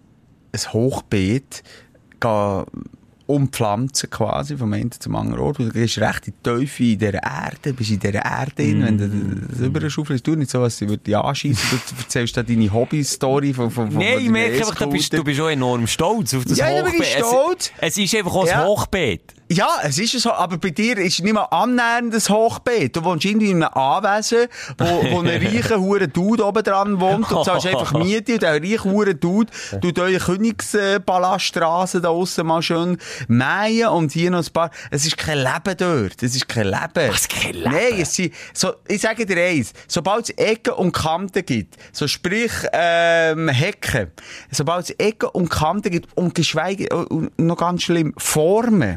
[SPEAKER 5] ein Hochbeet gegangen, umpflanzen quasi, vom einen zum anderen Ort. Du gehst recht in die Teufel in dieser Erde, bist in dieser Erde drin, mm. wenn du das überschaufelst. Du nicht so, was sie dich anschiessen. Du erzählst da deine Hobby-Story von, von, von
[SPEAKER 1] Nein, ich merke einfach, du bist, du bist auch enorm stolz auf das
[SPEAKER 5] ja,
[SPEAKER 1] Hochbeet.
[SPEAKER 5] Ja, ich bin stolz.
[SPEAKER 1] Es, es ist einfach auch
[SPEAKER 5] ja.
[SPEAKER 1] ein Hochbeet.
[SPEAKER 5] Ja, es ist so, aber bei dir ist es nicht mal annähernd ein Hochbeet. Du wohnst irgendwie in einem Anwesen, wo, wo ein reicher hure Dude oben dran wohnt und zahlst einfach Miete und der reiche hure Dude tut eure Königspalaststraße da aussen mal schön mähen und hier noch ein paar. Es ist kein Leben dort. Es ist kein Leben.
[SPEAKER 1] Was, kein Leben?
[SPEAKER 5] Nein, es sind, so, ich sage dir eins, sobald es Ecken und Kanten gibt, so sprich, ähm, Hecken, sobald es Ecken und Kanten gibt und geschweige, und noch ganz schlimm, Formen,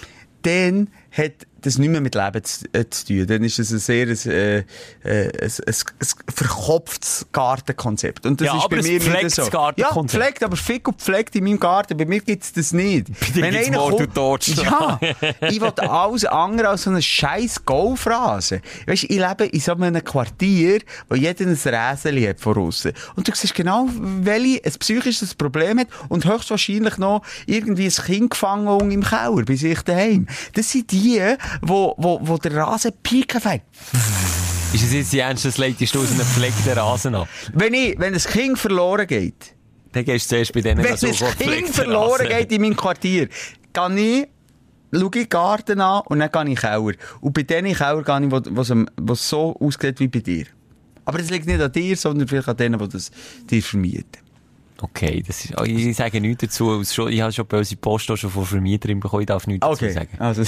[SPEAKER 5] dann hat das nicht mehr mit Leben zu, äh, zu tun. Dann ist es ein sehr äh, äh, ein, ein, ein verkopftes Gartenkonzept. Und das
[SPEAKER 1] ja,
[SPEAKER 5] ist bei mir nicht so. Ja, pflegt, aber fick und pflegt in meinem Garten. Bei mir gibt's das nicht.
[SPEAKER 1] Bei dir gibt's Mord und Totschlag.
[SPEAKER 5] Ja, ich will alles andere als so einen scheiß Golfrasen. Weisst, ich lebe in so einem Quartier, wo jeder ein Räseli hat von aussen. Und du siehst genau, welche ein psychisches Problem hat und höchstwahrscheinlich noch irgendwie ein Kind gefangen im Keller bei sich daheim. Das sind die, wo, wo, wo der Rasen pieken fängt.
[SPEAKER 1] Ist es jetzt die Ernst, das leitest du aus einem gepflegten Rasen an?
[SPEAKER 5] Wenn ich, wenn ein Kind verloren geht,
[SPEAKER 1] dann gehst du zuerst bei denen,
[SPEAKER 5] wenn so ein Kind verloren Rasen. geht in meinem Quartier, kann ich, schaue ich den Garten an und dann gehe ich in den Keller. Und bei denen Keller gehe ich, wo es so aussieht wie bei dir. Aber das liegt nicht an dir, sondern vielleicht an denen, die das dir vermieten.
[SPEAKER 1] Okay, das ist, ich sage nichts dazu. Ich habe schon böse Post schon von Vermieterin bekommen, ich darf nichts
[SPEAKER 5] okay.
[SPEAKER 1] dazu sagen.
[SPEAKER 5] Also.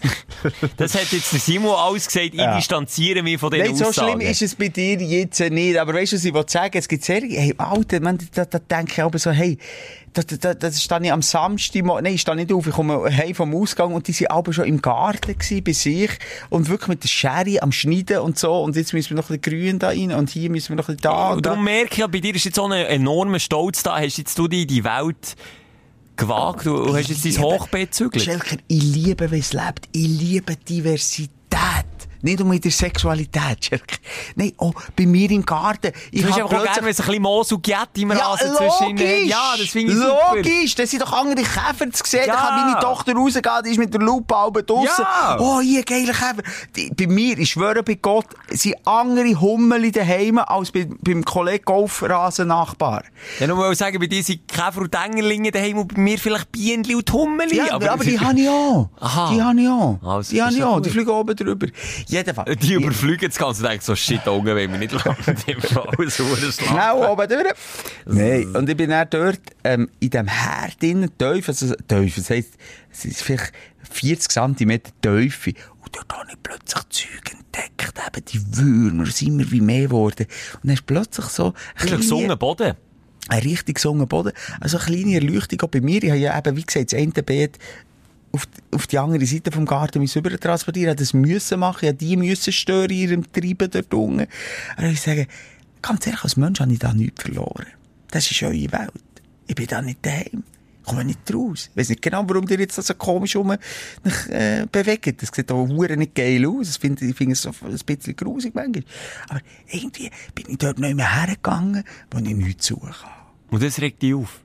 [SPEAKER 1] Das hat jetzt der Simon alles gesagt, ich ja. distanziere mich von diesen
[SPEAKER 5] Nein,
[SPEAKER 1] Aussagen.
[SPEAKER 5] So schlimm ist es bei dir jetzt nicht. Aber weißt du, was ich wollte sagen? Es gibt sehr, hey, Alter, man, da, da denke ich aber so, hey, da, da, da stehe ich am Samstag, nein, ich stehe nicht auf, ich komme heim vom Ausgang und die waren aber schon im Garten gewesen, bei sich und wirklich mit der Schere am Schneiden und so und jetzt müssen wir noch ein bisschen grün da rein und hier müssen wir noch ein bisschen da und,
[SPEAKER 1] und darum da. merke ich ja, bei dir ist jetzt so ein enormer Stolz da, hast jetzt du die, die Welt gewagt, du hast jetzt dein Hochbeet zügelt.
[SPEAKER 5] Schelker, ich liebe, wie es lebt, ich liebe Diversität. Nicht um in der Sexualität, Schelker. Nein, auch bei mir im Garten. Ich
[SPEAKER 1] Du hast
[SPEAKER 5] hab
[SPEAKER 1] einfach auch gerne, wenn es ein bisschen Moos und Giet im Rasen zwischen...
[SPEAKER 5] logisch.
[SPEAKER 1] Ja, das finde ich super.
[SPEAKER 5] Logisch, da sind doch andere Käfer zu sehen.
[SPEAKER 1] Ja.
[SPEAKER 5] Da kann meine Tochter rausgehen, die ist mit der Lupe oben draussen.
[SPEAKER 1] Ja.
[SPEAKER 5] Oh, hier, geiler Käfer. Die, bei mir, ich schwöre bei Gott, sind andere Hummeli daheim als bei, beim Kollegen Golfrasen-Nachbar.
[SPEAKER 1] Ja, nur mal sagen, bei dir sind Käfer und Engerlinge daheim und bei mir vielleicht Bienenli und Hummeli.
[SPEAKER 5] Ja, aber, aber die habe ich auch.
[SPEAKER 1] Aha.
[SPEAKER 5] Die habe ich auch.
[SPEAKER 1] Also,
[SPEAKER 5] die habe
[SPEAKER 1] ist
[SPEAKER 5] ich
[SPEAKER 1] ja
[SPEAKER 5] auch.
[SPEAKER 1] gut.
[SPEAKER 5] Die fliegen oben drüber. Jedenfalls.
[SPEAKER 1] Die überfliegen das Ganze und denken so, shit, da unten wollen wir nicht landen. Immer alles Schnell.
[SPEAKER 5] Schnell oben durch. Nein, und ich bin dann dort ähm, in diesem Herd drinnen, tief, also tief, das heisst, es ist vielleicht vierzig Zentimeter Tiefe. Und dort habe ich plötzlich Zeug entdeckt, eben die Würmer, es sind immer wie mehr geworden. Und dann ist plötzlich so...
[SPEAKER 1] Ein gesunden Boden.
[SPEAKER 5] Ein richtig gesunden Boden. Also eine kleine Erleuchtung auch bei mir. Ich habe ja eben, wie gesagt, das eine Beet auf, auf die andere Seite vom Garten rüber transportieren. Ich musste das müssen machen. Ich die müssen stören in ihrem Treiben dort unten. Aber ich sage, ganz ehrlich, als Mensch habe ich da nichts verloren. Das ist eure Welt. Ich bin da nicht daheim. Ich komme nicht raus. Ich weiss nicht genau, warum ihr jetzt so komisch rum äh, bewegt. Das sieht auch verdammt nicht geil aus. Ich finde, ich finde es so ein bisschen grusig manchmal. Aber irgendwie bin ich dort nicht mehr hergegangen, wo ich nichts suchen kann.
[SPEAKER 1] Und das regt dich auf?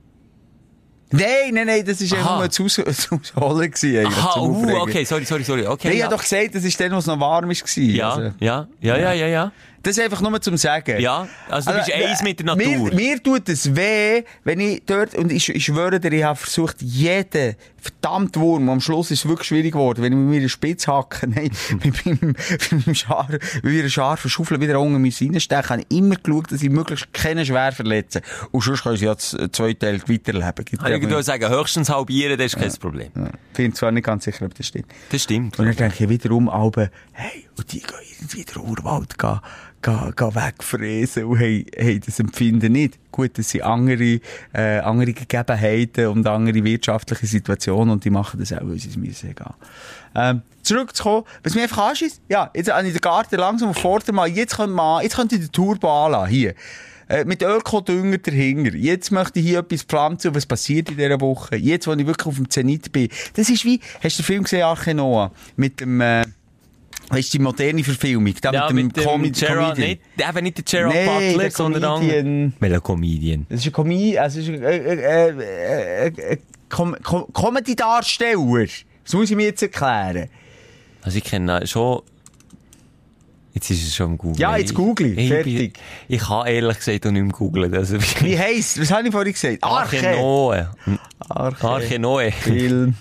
[SPEAKER 5] Nein, nein, nein, das war ja nur das Ausholen gewesen.
[SPEAKER 1] Aha, uh, okay, sorry, sorry, sorry. Okay,
[SPEAKER 5] nee,
[SPEAKER 1] ja.
[SPEAKER 5] Ich habe doch gesagt, das ist dann, wo es noch warm war.
[SPEAKER 1] Ja,
[SPEAKER 5] also.
[SPEAKER 1] ja, ja, ja, ja, ja.
[SPEAKER 5] Das ist einfach nur zum Sagen.
[SPEAKER 1] Ja, also du bist
[SPEAKER 5] also,
[SPEAKER 1] eins mit der Natur.
[SPEAKER 5] Mir, mir tut es weh, wenn ich dort, und ich, ich schwöre dir, ich habe versucht, jeden verdammt Wurm, am Schluss ist es wirklich schwierig geworden, wenn ich mit mir eine Spitze hacke, nein, mit meinem, mit meinem Schar, mit einer scharfen Schaufel wieder unten reinstechen, habe ich immer geschaut, dass ich möglichst keinen schwer verletze. Und sonst können sie ja zwei Teile weiterleben.
[SPEAKER 1] Kann ich würde sagen, höchstens halbieren, das ist kein Problem.
[SPEAKER 5] Ja. Ich bin zwar nicht ganz sicher, ob das stimmt.
[SPEAKER 1] Das stimmt.
[SPEAKER 5] Und dann denke ich wiederum, Alben, hey, und die gehen irgendwie in den Urwald gehen, gehen, gehen wegfräsen und hey, hey, das empfinden nicht. Gut, das sind andere, äh, andere Gegebenheiten und andere wirtschaftliche Situationen und die machen das auch, weil sie es müssen gehen. Ähm, zurückzukommen, was mich einfach anschießt, ja, jetzt habe ich den Garten langsam auf Vordermann, jetzt könnte man, jetzt könnte ich den Turbo anlassen, hier. Äh, mit Ökodünger dahinter. Jetzt möchte ich hier etwas pflanzen und was passiert in dieser Woche? Jetzt, wo ich wirklich auf dem Zenit bin. Das ist wie, hast du den Film gesehen, Arche Noah? Mit dem, äh, weißt du, die moderne Verfilmung? Da
[SPEAKER 1] Ja,
[SPEAKER 5] mit dem,
[SPEAKER 1] mit dem
[SPEAKER 5] Com-
[SPEAKER 1] Gerard,
[SPEAKER 5] Comedian.
[SPEAKER 1] nicht, eben nicht der Gerard
[SPEAKER 5] Nee,
[SPEAKER 1] Butler,
[SPEAKER 5] der
[SPEAKER 1] sondern der
[SPEAKER 5] Comedian.
[SPEAKER 1] andere. Welcher Comedian?
[SPEAKER 5] Das ist ein Comedian, also, es ist ein, äh, äh, äh, äh, Com- Com- Comedy-Darsteller. Das muss ich mir jetzt erklären.
[SPEAKER 1] Also ich kenne schon... Jetzt ist es schon im Google.
[SPEAKER 5] Ja, jetzt google,
[SPEAKER 1] ich,
[SPEAKER 5] fertig.
[SPEAKER 1] Ich, ich kann ehrlich gesagt auch nicht mehr googlen. Also,
[SPEAKER 5] Wie heisst, was habe ich vorhin gesagt?
[SPEAKER 1] Arche Noah.
[SPEAKER 5] Arche.
[SPEAKER 1] Arche Noah.
[SPEAKER 5] Film.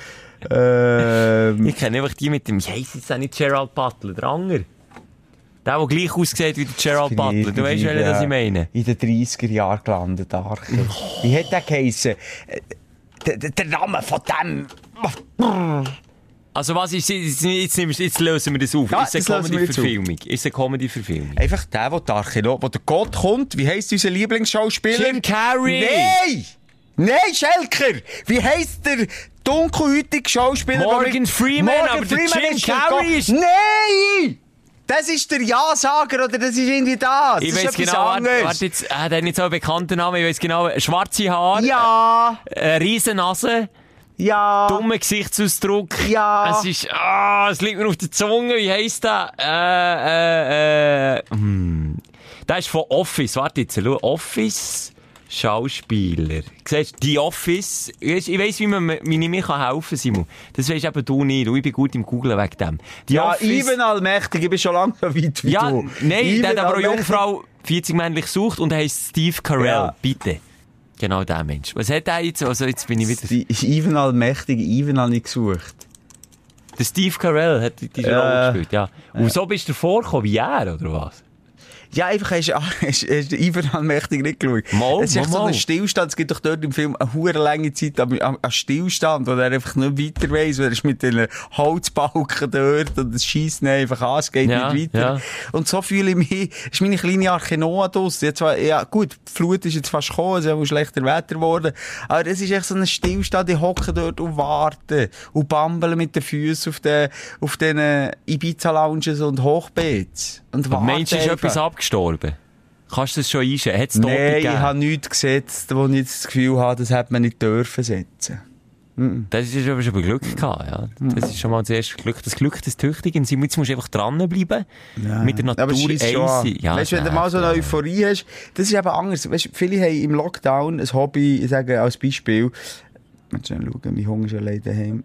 [SPEAKER 5] ähm.
[SPEAKER 1] Ich kenne einfach die mit dem, wie heisst jetzt auch nicht Gerald Butler, der andere. Der, der gleich aussieht wie der Gerald Butler. Du weißt, welchen das ich meine?
[SPEAKER 5] In den dreissiger Jahren gelandet, Arche. Wie hat der geheissen? Der, der, der Name von dem...
[SPEAKER 1] Also was ist, jetzt, jetzt, jetzt, jetzt lösen wir das auf.
[SPEAKER 5] Ja,
[SPEAKER 1] ist es
[SPEAKER 5] das
[SPEAKER 1] eine
[SPEAKER 5] lösen wir jetzt
[SPEAKER 1] Comedy-Verfilmung? Ist es eine Comedy-Verfilmung?
[SPEAKER 5] Einfach der, der der Archäolog, wo der Gott kommt. Wie heisst unser Lieblingsschauspieler?
[SPEAKER 1] Jim Carrey!
[SPEAKER 5] Nein! Nein, Schelker! Wie heisst der dunkelhäutige Schauspieler?
[SPEAKER 1] Morgan
[SPEAKER 5] der mit-
[SPEAKER 1] Freeman,
[SPEAKER 5] Morgan
[SPEAKER 1] aber der
[SPEAKER 5] Freeman
[SPEAKER 1] Jim
[SPEAKER 5] ist der
[SPEAKER 1] Carrey
[SPEAKER 5] Gott.
[SPEAKER 1] ist-
[SPEAKER 5] Nein! Das ist der Ja-Sager, oder das ist irgendwie das.
[SPEAKER 1] Ich
[SPEAKER 5] das ist
[SPEAKER 1] weiss
[SPEAKER 5] etwas
[SPEAKER 1] genau, warte,
[SPEAKER 5] anderes.
[SPEAKER 1] warte jetzt, äh, der hat nicht so einen bekannten Namen, ich weiss genau, schwarze Haare,
[SPEAKER 5] Ja!
[SPEAKER 1] äh, riesen Nase,
[SPEAKER 5] Ja!
[SPEAKER 1] dummer Gesichtsausdruck.
[SPEAKER 5] Ja.
[SPEAKER 1] Es ist, ah, es liegt mir auf der Zunge, wie heisst der? Äh, äh, äh, hm. Der ist von Office, warte jetzt, schau, Office, Schauspieler. Siehst du, die Office, ich ich weiss, wie man mir wie ich mir helfen kann, Simon. Das weisst eben du nicht, ich bin gut im Googlen wegen dem. Die
[SPEAKER 5] Ja,
[SPEAKER 1] Office,
[SPEAKER 5] Ivan Allmächtig, ich bin schon lange so weit wie
[SPEAKER 1] ja,
[SPEAKER 5] du.
[SPEAKER 1] nein,
[SPEAKER 5] Ivan
[SPEAKER 1] der hat aber eine
[SPEAKER 5] Allmächtig.
[SPEAKER 1] Jungfrau vierzig männlich sucht und er heisst Steve Carell.
[SPEAKER 5] Ja.
[SPEAKER 1] Bitte. Genau der Mensch. Was hat er jetzt? Also jetzt bin ich wieder...
[SPEAKER 5] Die Ivan Allmächtig, Ivan habe ich gesucht.
[SPEAKER 1] Der Steve Carell hat die, diese
[SPEAKER 5] Ja.
[SPEAKER 1] Rolle gespielt, ja. Und so bist du vorgekommen wie er, oder was?
[SPEAKER 5] Ja, einfach hast du hast, hast du Ivan Allmächtig nicht geschaut.
[SPEAKER 1] Mal,
[SPEAKER 5] es ist echt
[SPEAKER 1] mal,
[SPEAKER 5] so
[SPEAKER 1] mal.
[SPEAKER 5] ein Stillstand. Es gibt doch dort im Film eine hure lange Zeit an, an, an Stillstand, wo er einfach nicht weiter weiss, weil er ist mit den Holzbalken dort und es scheisst ihn einfach an, es geht
[SPEAKER 1] Ja,
[SPEAKER 5] nicht weiter.
[SPEAKER 1] ja.
[SPEAKER 5] Und so fühle ich mich, das ist meine kleine Arche Noah draus. Jetzt war, ja, gut, die Flut ist jetzt fast gekommen, es ist auch schlechter Wetter geworden. Aber es ist echt so ein Stillstand, die hocken dort und warten und bambeln mit den Füßen auf den, auf den Ibiza-Lounges und Hochbeets. Und warten
[SPEAKER 1] Meinst du, ist
[SPEAKER 5] einfach. etwas
[SPEAKER 1] abgestorben? Kannst du das schon einschätzen? Hat es Tote
[SPEAKER 5] Nein, ich
[SPEAKER 1] gegeben?
[SPEAKER 5] habe nichts gesetzt, wo ich jetzt das Gefühl habe, das hätte man nicht dürfen setzen. Mm.
[SPEAKER 1] Das ist aber schon Glück gehabt, ja. Das ist schon mal das erste Glück. Das Glück des Tüchtigen. Jetzt musst du einfach dranbleiben.
[SPEAKER 5] Ja.
[SPEAKER 1] Mit der Natur
[SPEAKER 5] aber es scheisst schon an.
[SPEAKER 1] Ja,
[SPEAKER 5] weißt du, wenn du mal so eine Euphorie hast, das ist eben anders. Weißt, viele haben im Lockdown ein Hobby, ich sage als Beispiel, jetzt schnell schauen, mein Hunger ist allein daheim.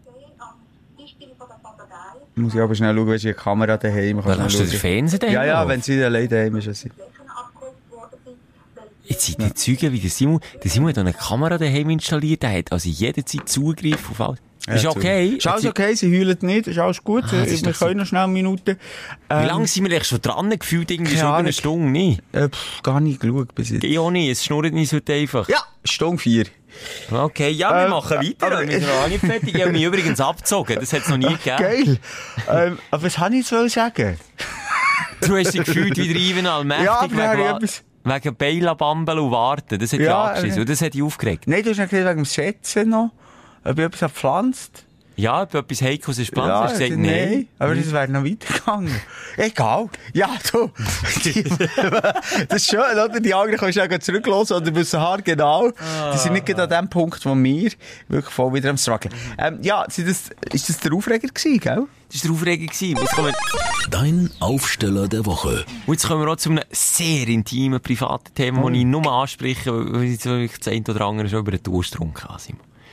[SPEAKER 5] Muss ich aber schnell schauen, weißt du, die Kamera daheim.
[SPEAKER 1] Dann hast du den Fernseher daheim?
[SPEAKER 5] Ja, ja, wenn sie allein daheim ist. Also.
[SPEAKER 1] Jetzt sind die Zeugen wie der Simon. Der Simon hat eine Kamera daheim installiert, der hat also jederzeit Zugriff auf alles.
[SPEAKER 5] Ja,
[SPEAKER 1] ist okay?
[SPEAKER 5] Ist alles okay, sie heulen nicht, ist alles gut.
[SPEAKER 1] Ah, ist
[SPEAKER 5] wir können noch schnell eine Minute. Ähm,
[SPEAKER 1] Wie lange sind wir eigentlich schon dran gefühlt? Irgendwie
[SPEAKER 5] keine
[SPEAKER 1] schon über eine
[SPEAKER 5] Ahnung.
[SPEAKER 1] Stunde, nicht?
[SPEAKER 5] Äh, pff, gar nicht geschaut bis jetzt.
[SPEAKER 1] Ich auch nicht, es schnurrt nicht so einfach.
[SPEAKER 5] Ja, Stunde vier.
[SPEAKER 1] Okay, ja, wir
[SPEAKER 5] Ähm,
[SPEAKER 1] machen weiter.
[SPEAKER 5] aber-
[SPEAKER 1] Aber wir sind noch nicht fertig. Ich habe mich übrigens abgezogen, das hat es noch nie gegeben.
[SPEAKER 5] Geil. ähm, aber was wollte ich jetzt wollen sagen?
[SPEAKER 1] Du hast dich gefühlt wie der Ivan Allmächtig
[SPEAKER 5] Ja, aber dann
[SPEAKER 1] wegen,
[SPEAKER 5] habe ich etwas-
[SPEAKER 1] wegen Beila, Bambel und Warten. Das hat dich
[SPEAKER 5] Ja,
[SPEAKER 1] angeschissen
[SPEAKER 5] äh,
[SPEAKER 1] und das hat dich aufgeregt.
[SPEAKER 5] Nein, du hast nicht gesagt, wegen dem Schätzen noch. Ob ich etwas gepflanzt.
[SPEAKER 1] Ja, ob etwas Heikos ist geplant,
[SPEAKER 5] Ja,
[SPEAKER 1] hast du gesagt,
[SPEAKER 5] nein.
[SPEAKER 1] nein.
[SPEAKER 5] Aber das wäre noch weitergegangen. Egal. Ja, du. Die, das ist schön, oder? Die anderen kannst du auch zurücklassen oder wissen haargenau. Die sind nicht gerade an dem Punkt, wo wir wirklich voll wieder am Struggeln. Ähm, ja, sind das, ist das der Aufreger gewesen, gell?
[SPEAKER 1] Das war der Aufreger gewesen. Jetzt kommen,
[SPEAKER 3] Dein Aufsteller der Woche.
[SPEAKER 1] und jetzt kommen wir auch zu einem sehr intimen, privaten Thema, das ich nur anspreche, weil ich so das eine oder andere schon über den Durst getrunken habe.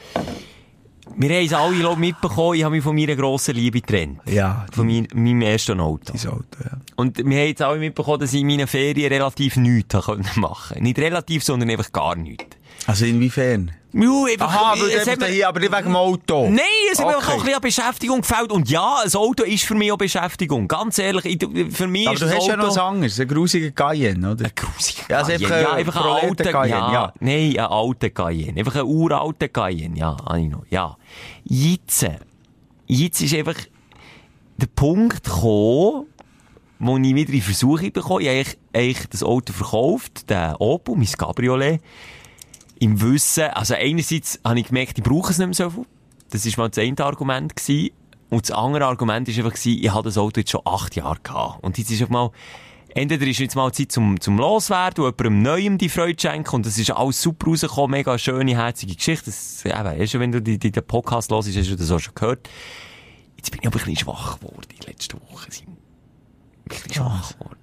[SPEAKER 1] Wir haben es alle glaub, mitbekommen, ich habe mich von meiner grossen Liebe getrennt.
[SPEAKER 5] Ja.
[SPEAKER 1] Von mein, meinem ersten Auto.
[SPEAKER 5] Dein Auto, ja.
[SPEAKER 1] Und wir haben jetzt alle mitbekommen, dass ich in meinen Ferien relativ nichts machen konnte. Nicht relativ, sondern einfach gar nichts.
[SPEAKER 5] Also inwiefern?
[SPEAKER 1] Ja, einfach,
[SPEAKER 5] Aha, aber,
[SPEAKER 1] es hat
[SPEAKER 5] einfach
[SPEAKER 1] mir-
[SPEAKER 5] hier, aber nicht wegen dem Auto.
[SPEAKER 1] Nein, es hat mir
[SPEAKER 5] Okay.
[SPEAKER 1] auch ein bisschen an Beschäftigung gefällt. Und ja, ein Auto ist für mich auch Beschäftigung. Ganz ehrlich, ich, für mich
[SPEAKER 5] Aber
[SPEAKER 1] ist
[SPEAKER 5] du
[SPEAKER 1] das
[SPEAKER 5] hast
[SPEAKER 1] Auto...
[SPEAKER 5] ja noch was anderes, einen grusigen Cayenne, oder?
[SPEAKER 1] Ein grusiger
[SPEAKER 5] Ja, also
[SPEAKER 1] Cayenne.
[SPEAKER 5] einfach
[SPEAKER 1] Ja,
[SPEAKER 5] ein
[SPEAKER 1] einfach ein alter
[SPEAKER 5] Proleten-Cayenne,
[SPEAKER 1] ja.
[SPEAKER 5] ja.
[SPEAKER 1] Nein, ein alter Cayenne. Einfach ein uralter Cayenne. Ja, habe ich noch. Ja. Jetzt, jetzt ist einfach der Punkt gekommen, wo ich wieder in Versuchung bekomme. Ich habe eigentlich, eigentlich das Auto verkauft, den Opel, mein Cabriolet. Im Wissen, also einerseits habe ich gemerkt, ich brauche es nicht mehr so viel. Das war mal das eine Argument gewesen. Und das andere Argument war einfach gewesen, ich habe das Auto jetzt schon acht Jahre gehabt. Und jetzt ist auf mal, entweder ist jetzt mal Zeit zum, zum Loswerden und jemandem Neuem die Freude schenken. Und das ist alles super rausgekommen, mega schöne, herzige Geschichte. Das, eben, erst wenn du die, die, den Podcast hörst, hast du das auch schon gehört. Jetzt bin ich aber ein bisschen schwach geworden in den letzten Wochen. Ich bin ein bisschen schwach geworden.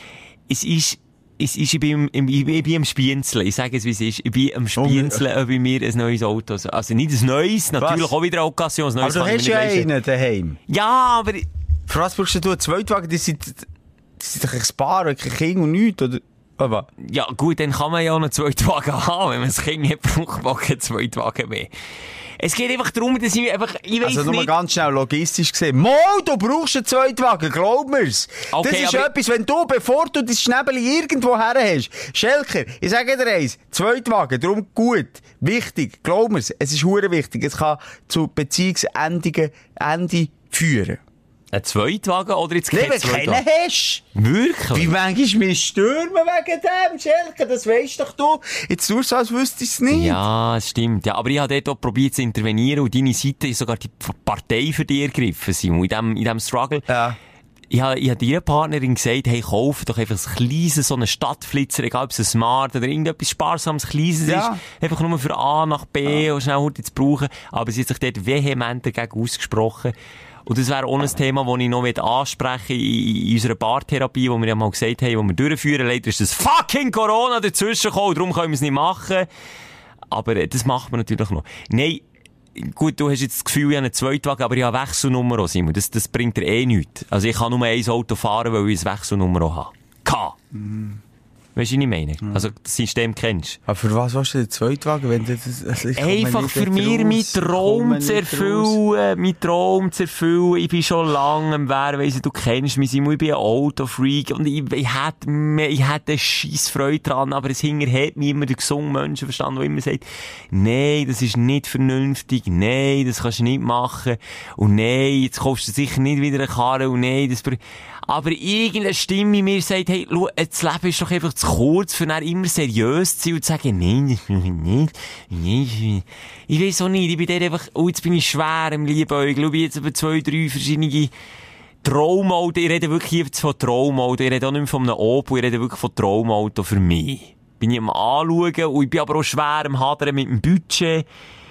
[SPEAKER 1] Es ist, Es ist, ich bin, im, ich bin am Spienzeln. Ich sage es, wie es ist. Ich bin am Spienzeln, ob ich mir ein neues Auto, also nicht ein neues, natürlich
[SPEAKER 5] Was?
[SPEAKER 1] auch wieder eine Occasion, ein
[SPEAKER 5] Aber
[SPEAKER 1] neues
[SPEAKER 5] du
[SPEAKER 1] kann ich
[SPEAKER 5] hast
[SPEAKER 1] mir
[SPEAKER 5] ja
[SPEAKER 1] nicht leisten.
[SPEAKER 5] einen daheim.
[SPEAKER 1] Ja, aber,
[SPEAKER 5] Für was brauchst du einen Zweitwagen? Die sind, die sind doch ein Paar, kein Kind und nichts, oder? Aber,
[SPEAKER 1] ja gut, dann kann man ja auch einen Zweitwagen haben. Wenn man ein Kind hat, braucht man keinen Zweitwagen mehr. Es geht einfach darum, dass ich einfach, ich weiss
[SPEAKER 5] also nur mal
[SPEAKER 1] nicht.
[SPEAKER 5] ganz schnell logistisch gesehen. Mo, du brauchst einen Zweitwagen, glaub mir's.
[SPEAKER 1] Okay,
[SPEAKER 5] das ist
[SPEAKER 1] aber-
[SPEAKER 5] etwas, wenn du, bevor du dein Schnäbeli irgendwo her hast, Schelker, ich sage dir eins, Zweitwagen, darum gut, wichtig, glaub mir's, es ist hure wichtig, es kann zu Beziehungsendungen, Ende führen.
[SPEAKER 1] Ein Zweitwagen oder jetzt
[SPEAKER 5] Nee,
[SPEAKER 1] kein
[SPEAKER 5] wenn du keinen
[SPEAKER 1] Zweitwagen?
[SPEAKER 5] hast.
[SPEAKER 1] Wirklich?
[SPEAKER 5] Wie manchmal mich stürmen wegen dem, Schelker, das weisst doch du. Jetzt tust du, als wüsstest du es nicht.
[SPEAKER 1] Ja, es stimmt. Ja, aber ich habe dort auch probiert zu intervenieren und deine Seite ist sogar die Partei für dich ergriffen, Simon, in dem, in dem Struggle.
[SPEAKER 5] Ja.
[SPEAKER 1] Ich habe, ich habe ihrer Partnerin gesagt, hey, kauf doch einfach ein kleines, so einen Stadtflitzer, egal ob es ein Smart oder irgendetwas Sparsames, Kleines
[SPEAKER 5] Ja.
[SPEAKER 1] ist. Einfach nur für A nach B und schnell heute zu brauchen. Aber sie hat sich dort vehement dagegen ausgesprochen. Und das wäre auch ein Thema, das ich noch ansprechen will in, in unserer Bartherapie, wo wir ja mal gesagt haben, wo wir durchführen. Leider ist das fucking Corona dazwischen gekommen, darum können wir es nicht machen. Aber äh, das macht man natürlich noch. Nein, gut, du hast jetzt das Gefühl, ich habe einen Zweitwagen, aber ich habe eine Wechselnummer auch, Simon. Das, das bringt dir eh nichts. Also ich kann nur ein Auto fahren, weil ich eine Wechselnummer auch habe. K. Mhm. Weißt du, was ich meine? Also das System kennst
[SPEAKER 5] Aber für was willst du den Zweitwagen, wenn du das... Also ich
[SPEAKER 1] du.
[SPEAKER 5] komme
[SPEAKER 1] Einfach
[SPEAKER 5] nicht
[SPEAKER 1] für
[SPEAKER 5] dort
[SPEAKER 1] mich
[SPEAKER 5] raus,
[SPEAKER 1] meinen
[SPEAKER 5] komme
[SPEAKER 1] Traum
[SPEAKER 5] nicht
[SPEAKER 1] zu
[SPEAKER 5] raus.
[SPEAKER 1] erfüllen. Meinen Traum zu erfüllen. Ich bin schon lange am Wehren, weiss du kennst mich, Simon. Ich bin ein Autofreak und ich, ich hätte, mir- ich hätte eine scheisse Freude dran, aber es hinterhält mich immer der gesunde Menschenverstand, der immer sagt, nein, das ist nicht vernünftig, nein, das kannst du nicht machen und nein, jetzt kaufst du sicher nicht wieder eine Karre und nein, das... br- Aber irgendeine Stimme in mir sagt, hey, schau, das Leben ist doch einfach zu kurz, für dann immer seriös zu sein und zu sagen, nein, das mache ich nicht. Nein, ich weiss auch nicht, ich bin der einfach, oh, jetzt bin ich schwer im Liebäugeln. Schau, ich jetzt über zwei, drei verschiedene Traumauto. Ich rede wirklich hier von Traumauto. Ich rede auch nicht mehr von einem Opel, ich rede wirklich von Traumauto für mich. Bin ich am Anschauen und ich bin aber auch schwer am Hadern mit dem Budget.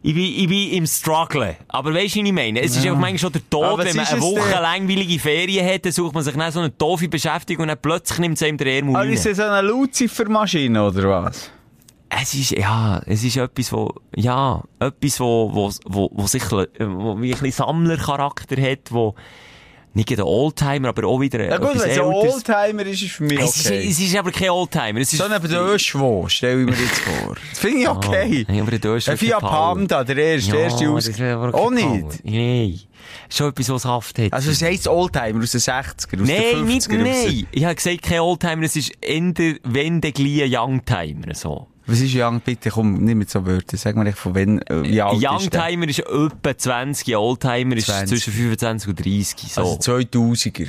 [SPEAKER 1] Ich bin, ich bin im Struggle. Aber weisst du, was ich meine? Es ist ja. manchmal schon der Tod, wenn man eine Woche der... langweilige Ferien hat, dann sucht man sich dann so eine doofe Beschäftigung und dann plötzlich nimmt es einem der Ärmel rein.
[SPEAKER 5] Aber ist das so eine Lucifer-Maschine, oder was?
[SPEAKER 1] Es ist, ja, es ist etwas, wo, ja, etwas, wo, wo, wo, wo sich, wo wie ein bisschen Sammlercharakter hat, wo, nicht ein Oldtimer, aber auch wieder
[SPEAKER 5] ja, gut, etwas Älteres. Ja gut, wenn es ein Oldtimer ist, ist für mich okay.
[SPEAKER 1] Es ist, es ist aber kein Oldtimer. Es ist
[SPEAKER 5] so ein Döschwo, stell ich mir jetzt vor. Das finde ich okay.
[SPEAKER 1] Oh, aber der Döschwo
[SPEAKER 5] ein Fiat Panda, der erste, der erste aus... Auch nicht?
[SPEAKER 1] Nein. Schon etwas, was Haft hat.
[SPEAKER 5] Also es heisst Oldtimer aus den sechziger, aus
[SPEAKER 1] nein,
[SPEAKER 5] den fünfziger?
[SPEAKER 1] Nein, nein. Ich habe gesagt, kein Oldtimer, es ist eher, wenn der gleich Youngtimer, so.
[SPEAKER 5] Was ist Young, bitte? Komm, nimm mit so Wörter. Sag mal, von wann, äh, wie alt
[SPEAKER 1] Youngtimer ist etwa zwanzig, Oldtimer ist zwischen fünfundzwanzig und dreißig. So.
[SPEAKER 5] Also zweitausiger.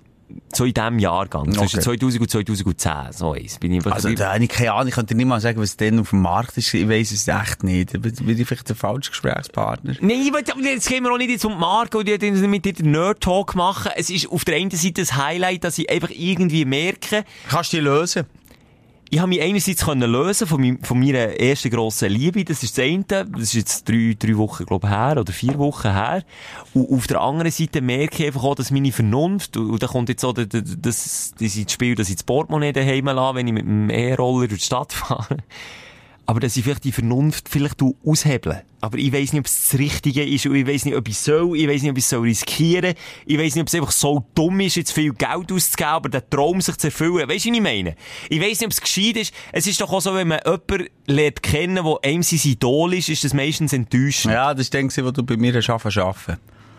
[SPEAKER 1] So in diesem Jahrgang.
[SPEAKER 5] Okay.
[SPEAKER 1] Zwischen zweitausend und zweitausendzehn. So ist. Bin ich
[SPEAKER 5] also, da habe ich keine Ahnung. Ich könnte nicht mal sagen, was denn auf dem Markt ist. Ich weiss es echt nicht. Bin ich vielleicht der falsche Gesprächspartner?
[SPEAKER 1] Nein, jetzt gehen wir auch nicht jetzt um die Marke und die mit dir den Nerd-Talk machen. Es ist auf der einen Seite das Highlight, dass ich einfach irgendwie merke.
[SPEAKER 5] Kannst du die lösen?
[SPEAKER 1] Ich habe mich einerseits können lösen von, mein, von meiner ersten grossen Liebe. Das ist das eine. Das ist jetzt drei, drei Wochen, glaube ich, her. Oder vier Wochen her. Und auf der anderen Seite merke ich einfach auch, dass meine Vernunft, und da kommt jetzt auch das, das, das ins Spiel, dass ich das Portemonnaie daheim lasse, wenn ich mit dem E-Roller durch die Stadt fahre. Aber dass ich vielleicht die Vernunft vielleicht aushebeln. Aber ich weiss nicht, ob es das Richtige ist. Und ich weiss nicht, ob ich soll. Ich weiss nicht, ob ich es soll riskieren. Ich weiss nicht, ob es einfach so dumm ist, jetzt viel Geld auszugeben, aber den Traum sich zu erfüllen. Weisst du, was ich meine? Ich weiss nicht, ob es gescheit ist. Es ist doch auch so, wenn man jemanden lernt kennen, der einem sein Idol ist, ist das meistens enttäuschend.
[SPEAKER 5] Ja, das ist das, was du bei mir arbeiten schaffen.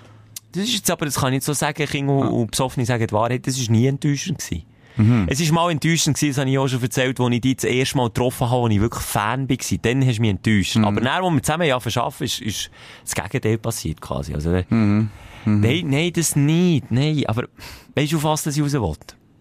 [SPEAKER 1] Das ist jetzt aber, das kann ich nicht so sagen, Kinder und, und Besoffene sagen die Wahrheit, das war nie enttäuschend gewesen. Mhm. Es war mal enttäuschend gewesen, das habe ich auch schon erzählt, als ich dich das erste Mal getroffen habe, als ich wirklich Fan war. Dann hast du mich enttäuscht. Mhm. Aber dann, als wir zusammen ja verschaffen, ist, ist das Gegenteil passiert quasi. Also, mhm. Mhm. Nein, nein, das nicht. Nein, aber weißt du, auf was das ich raus will?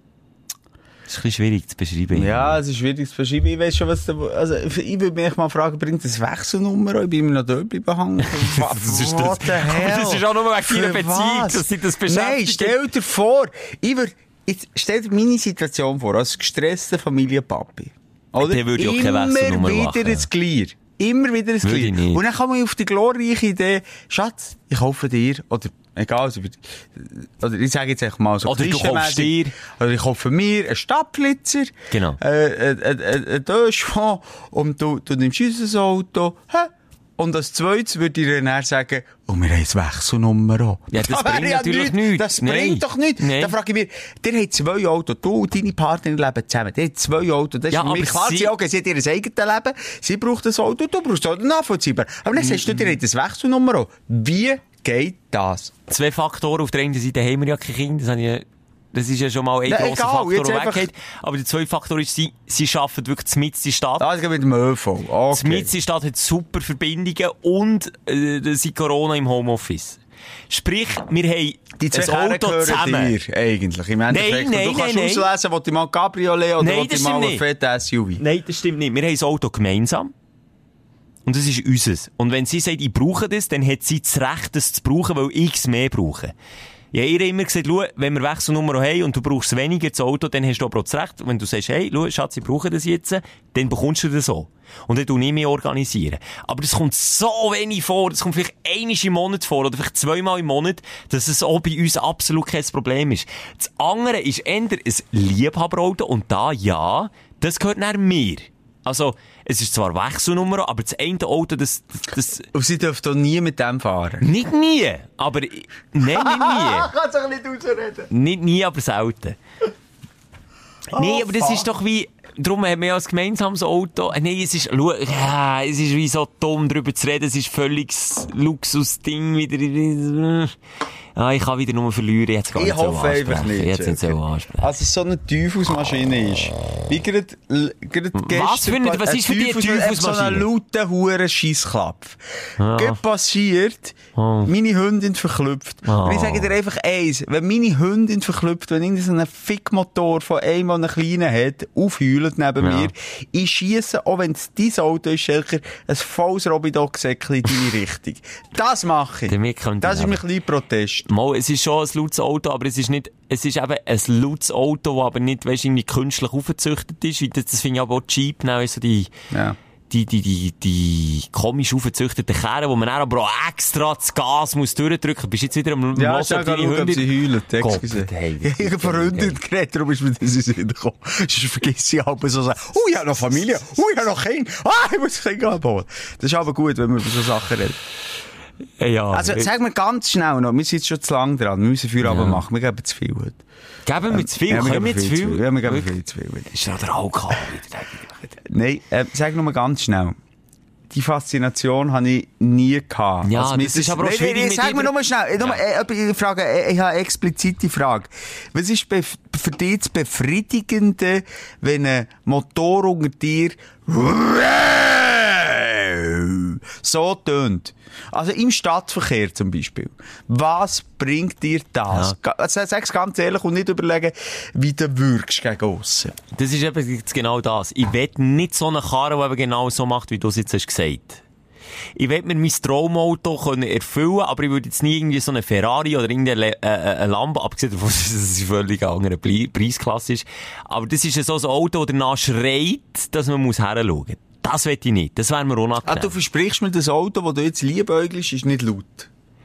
[SPEAKER 1] Das ist ein bisschen schwierig zu beschreiben.
[SPEAKER 5] Ja, es ist schwierig zu beschreiben. Ich weiss schon, was da, also, ich würde mich mal fragen, bringt das Wechselnummer? Ich bin immer noch dort bleiben hängen.
[SPEAKER 1] Das ist das. Das ist auch nur wegen deiner Beziehung, dass sie das beschäftigt.
[SPEAKER 5] Nein, stell dir vor, ich würde, jetzt stell dir meine Situation vor, als gestresster Familienpapi. Oder?
[SPEAKER 1] Der würde ja keine Wechselnummer
[SPEAKER 5] machen. Immer wieder ein Glier. Immer wieder ein Glier. Und dann kommt man auf die glorreiche Idee, Schatz, ich kaufe dir, oder, egal, also, oder ich sage jetzt einfach mal so,
[SPEAKER 1] oder du kaufst dir,
[SPEAKER 5] oder ich kaufe mir einen Stadtblitzer,
[SPEAKER 1] genau,
[SPEAKER 5] äh, äh, äh, ein Döschfond, und du, du nimmst unser Auto, hä? Und als zweites würde ich dann sagen, oh, wir haben eine Wechselnummer auch.
[SPEAKER 1] Ja, das bringt ja natürlich nichts.
[SPEAKER 5] Das Nein. bringt doch nichts. Nein. Dann frage ich mich, der hat zwei Autos, du und deine Partnerin leben zusammen. Der hat zwei Autos. Das
[SPEAKER 1] ja,
[SPEAKER 5] ist für mich klar, sie, sie, okay, sie hat ihr eigenes Leben, sie braucht ein Auto, du brauchst ein Auto, nachvollziehbar. Aber dann sagst du, der hat eine Wechselnummer auch. Wie geht das?
[SPEAKER 1] Zwei Faktoren. Auf der einen Seite haben wir ja kein Kind, das habe ich Das ist ja schon mal ein
[SPEAKER 5] Na,
[SPEAKER 1] grosser
[SPEAKER 5] egal,
[SPEAKER 1] Faktor, der
[SPEAKER 5] einfach...
[SPEAKER 1] weggeht. Aber der zweite Faktor ist, sie, sie arbeiten wirklich mitten in der Stadt.
[SPEAKER 5] Ah, das geht mit dem ÖV. Okay.
[SPEAKER 1] Mitten in der Stadt hat super Verbindungen und äh, sie Corona im Homeoffice. Sprich, wir haben
[SPEAKER 5] die zwei
[SPEAKER 1] ein Auto zusammen.
[SPEAKER 5] Dir eigentlich, im Endeffekt.
[SPEAKER 1] Nein, nein,
[SPEAKER 5] du kannst
[SPEAKER 1] nein,
[SPEAKER 5] auslesen, ob du mal Cabriolet oder
[SPEAKER 1] nein,
[SPEAKER 5] ob du mal ein fettes S U V.
[SPEAKER 1] Nein, das stimmt nicht. Wir haben das Auto gemeinsam. Und das ist unseres. Und wenn sie sagt, ich brauche das, dann hat sie das Recht, das zu brauchen, weil ich es mehr brauche. Ich habe ihr immer gesagt, schau, wenn wir Wechselnummer haben und du brauchst weniger das Auto, dann hast du aber auch das Recht. Wenn du sagst, hey, schau, Schatz, ich brauche das jetzt, dann bekommst du das so. Und dann tue ich mich organisieren. Aber das kommt so wenig vor, das kommt vielleicht einmal im Monat vor, oder vielleicht zweimal im Monat, dass es auch bei uns absolut kein Problem ist. Das andere ist eher ein Liebhaberauto, und da, ja, das gehört nach mir. Also, es ist zwar Wechselnummer, aber das eine Auto, das, das...
[SPEAKER 5] Und sie dürfen doch nie mit dem fahren?
[SPEAKER 1] Nicht nie, aber... Nein, nicht nie.
[SPEAKER 5] Kannst du nicht ausreden.
[SPEAKER 1] Nicht nie, aber selten. Oh, nein, aber das fuck. Ist doch wie... Darum haben wir ja ein gemeinsames Auto. Nein, es ist... Schau, ja, es ist wie so dumm, darüber zu reden. Es ist völlig Luxusding wieder... Ah, ich kann wieder nur verlieren. Jetzt
[SPEAKER 5] ich hoffe einfach nicht.
[SPEAKER 1] Jetzt nicht so ansprechen.
[SPEAKER 5] Also, es so eine Teufelsmaschine ist. Wie gerade, gerade
[SPEAKER 1] was für eine, was ist für dich eine Teufelsmaschine?
[SPEAKER 5] So einen lauten, huren Scheissklapf. Ja. Gerade passiert, oh. meine Hündin verklüpft. Oh. Und ich sage dir einfach eins, wenn meine Hündin verklüpft, wenn irgendein so ein Fickmotor von einem, der einen kleinen hat, aufheult neben ja. mir, ich schiesse, auch wenn es dein Auto ist, Schelker, ein volles Robidog-Säckchen in deine Richtung. Das mache ich. Das ist mein kleiner Protest.
[SPEAKER 1] Mal, es ist schon ein lautes Auto, aber es ist nicht, es ist eben ein lautes Auto, das aber nicht, weisst, irgendwie künstlich aufgezüchtet ist. Das, das finde ich aber auch cheap, also die,
[SPEAKER 5] ja.
[SPEAKER 1] die, die, die, die komisch aufgezüchteten Kerren, wo man dann aber auch extra das Gas muss durchdrücken. Bist du jetzt wieder am
[SPEAKER 5] Ja,
[SPEAKER 1] Hören,
[SPEAKER 5] ich sag
[SPEAKER 1] deine
[SPEAKER 5] auch, ob
[SPEAKER 1] Hündin-
[SPEAKER 5] sie heulen.
[SPEAKER 1] Gott,
[SPEAKER 5] Excuse.
[SPEAKER 1] hey,
[SPEAKER 5] Ich habe verhündert geredet, darum ist mir das in den Sinn gekommen. Sonst vergiss ich aber so sagen, oh, ich habe noch Familie, oh, ich habe noch Kinder, ah, ich muss Kinder abholen. Das ist aber gut, wenn man über so Sachen redet.
[SPEAKER 1] Ja,
[SPEAKER 5] Also, sag mir ganz schnell noch, wir sind jetzt schon zu lang dran, wir müssen Feierabend
[SPEAKER 1] Ja.
[SPEAKER 5] machen, wir geben zu viel heute.
[SPEAKER 1] geben wir zu viel?
[SPEAKER 5] Ja,
[SPEAKER 1] Können wir zu viel?
[SPEAKER 5] Ja, wir geben viel zu viel.
[SPEAKER 1] Ist ja der Alkohol wieder.
[SPEAKER 5] Nein, äh, sag noch mal ganz schnell. Die Faszination habe ich nie gehabt.
[SPEAKER 1] Ja,
[SPEAKER 5] Also, mir
[SPEAKER 1] das ist aber auch
[SPEAKER 5] nein,
[SPEAKER 1] schwierig
[SPEAKER 5] nein, nein,
[SPEAKER 1] mit
[SPEAKER 5] sag mir
[SPEAKER 1] über-
[SPEAKER 5] nur mal schnell. Nur,
[SPEAKER 1] Ja.
[SPEAKER 5] äh, ich frage, äh, ich habe eine explizite Frage. Was ist bef- für dich das Befriedigende, wenn ein Motor unter dir so tönt? Also im Stadtverkehr zum Beispiel. Was bringt dir das? Ja. Also, sag's ganz ehrlich und nicht überlegen, wie du wirkst gegen aussen.
[SPEAKER 1] Das ist eben jetzt genau das. Ich will nicht so einen Karren, der eben genau so macht, wie du es jetzt hast gesagt. Ich will mir mein Traumauto können erfüllen, aber ich würde jetzt nie irgendwie so eine Ferrari oder irgendeine äh, eine Lambo, abgesehen davon, dass es eine völlig andere Preisklasse ist. Aber das ist so ein Auto, das danach schreit, dass man muss hinschauen muss. Das will ich nicht. Das wäre mir unangenehm.
[SPEAKER 5] Ah, du versprichst mir, das Auto, das du jetzt liebäugelst, ist nicht laut.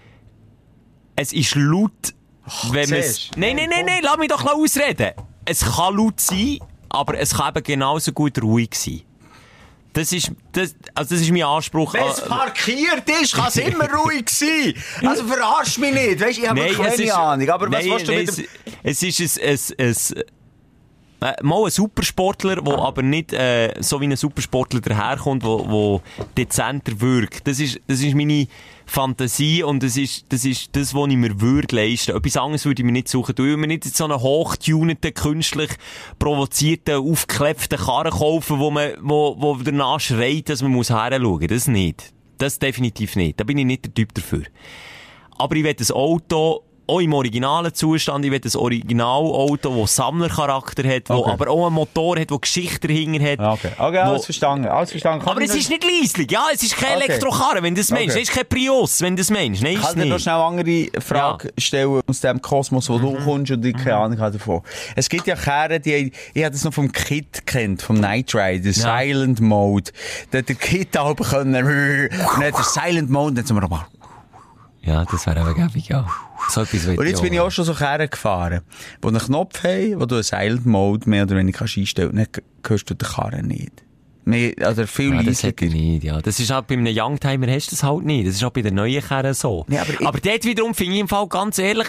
[SPEAKER 1] Es ist laut, wenn man es...
[SPEAKER 5] siehst.
[SPEAKER 1] Nein, nein, nein, nein, lass mich doch ausreden. Es kann laut sein, aber es kann eben genauso gut ruhig sein. Das ist, das, also das ist mein Anspruch.
[SPEAKER 5] Wenn es parkiert ist, kann es immer ruhig sein. Also verarsch mich nicht. Weißt, ich habe
[SPEAKER 1] Nein,
[SPEAKER 5] keine
[SPEAKER 1] es ist-
[SPEAKER 5] Ahnung. Aber was
[SPEAKER 1] nein,
[SPEAKER 5] willst du
[SPEAKER 1] nein,
[SPEAKER 5] mit
[SPEAKER 1] es,
[SPEAKER 5] dem...
[SPEAKER 1] es ist ein, ein, ein, äh, mal ein Supersportler, der aber nicht äh, so wie ein Supersportler daherkommt, wo, wo dezenter wirkt. Das ist, das ist meine Fantasie und das ist, das ist das, was ich mir würde leisten. Etwas anderes würde ich mir nicht suchen. Du will mir nicht so einen hochtuneten, künstlich provozierten, aufgeklepften Karren kaufen, wo man, wo, wo danach schreit, dass man muss heranschauen. Das nicht. Das definitiv nicht. Da bin ich nicht der Typ dafür. Aber ich will ein Auto, auch im originalen Zustand, ich will ein Originalauto, das Sammlercharakter hat,
[SPEAKER 5] Okay.
[SPEAKER 1] das aber auch einen Motor hat, der Geschichte dahinter hat.
[SPEAKER 5] Okay, okay, alles
[SPEAKER 1] wo-
[SPEAKER 5] verstanden. Alles verstanden. Kann
[SPEAKER 1] Aber
[SPEAKER 5] ich
[SPEAKER 1] es
[SPEAKER 5] noch-
[SPEAKER 1] ist nicht leislich. Ja, es ist kein
[SPEAKER 5] Okay.
[SPEAKER 1] Elektrokarren, wenn du das meinst.
[SPEAKER 5] Okay.
[SPEAKER 1] Es ist kein Prius, wenn du das meinst. Nein, ist
[SPEAKER 5] Kann ich dir noch
[SPEAKER 1] nicht.
[SPEAKER 5] schnell eine andere Frage stellen aus dem Kosmos, wo du kommst und ich keine Ahnung habe davon. Es gibt ja Kerren, die, ich habe das noch vom Kid kennt, vom Night Rider, Silent Mode. Da hat der Kid auch können, und dann hat der Silent Mode, dann sind wir nochmal.
[SPEAKER 1] Ja, das wäre aber gäbig, ja. So etwas will
[SPEAKER 5] Und jetzt bin ich auch schon so Kerren gefahren, die einen Knopf haben, wo du einen Silent Mode mehr oder weniger kannst einstellen kannst, dann hörst du den Karren nicht. Mehr, oder viel
[SPEAKER 1] Ja, das
[SPEAKER 5] leisiger.
[SPEAKER 1] hätte ich nicht, ja. Das ist halt bei einem Youngtimer hast du das halt nicht. Das ist auch bei den neuen Kerren so.
[SPEAKER 5] Nee, aber ich-
[SPEAKER 1] aber dort wiederum finde ich im Fall ganz ehrlich,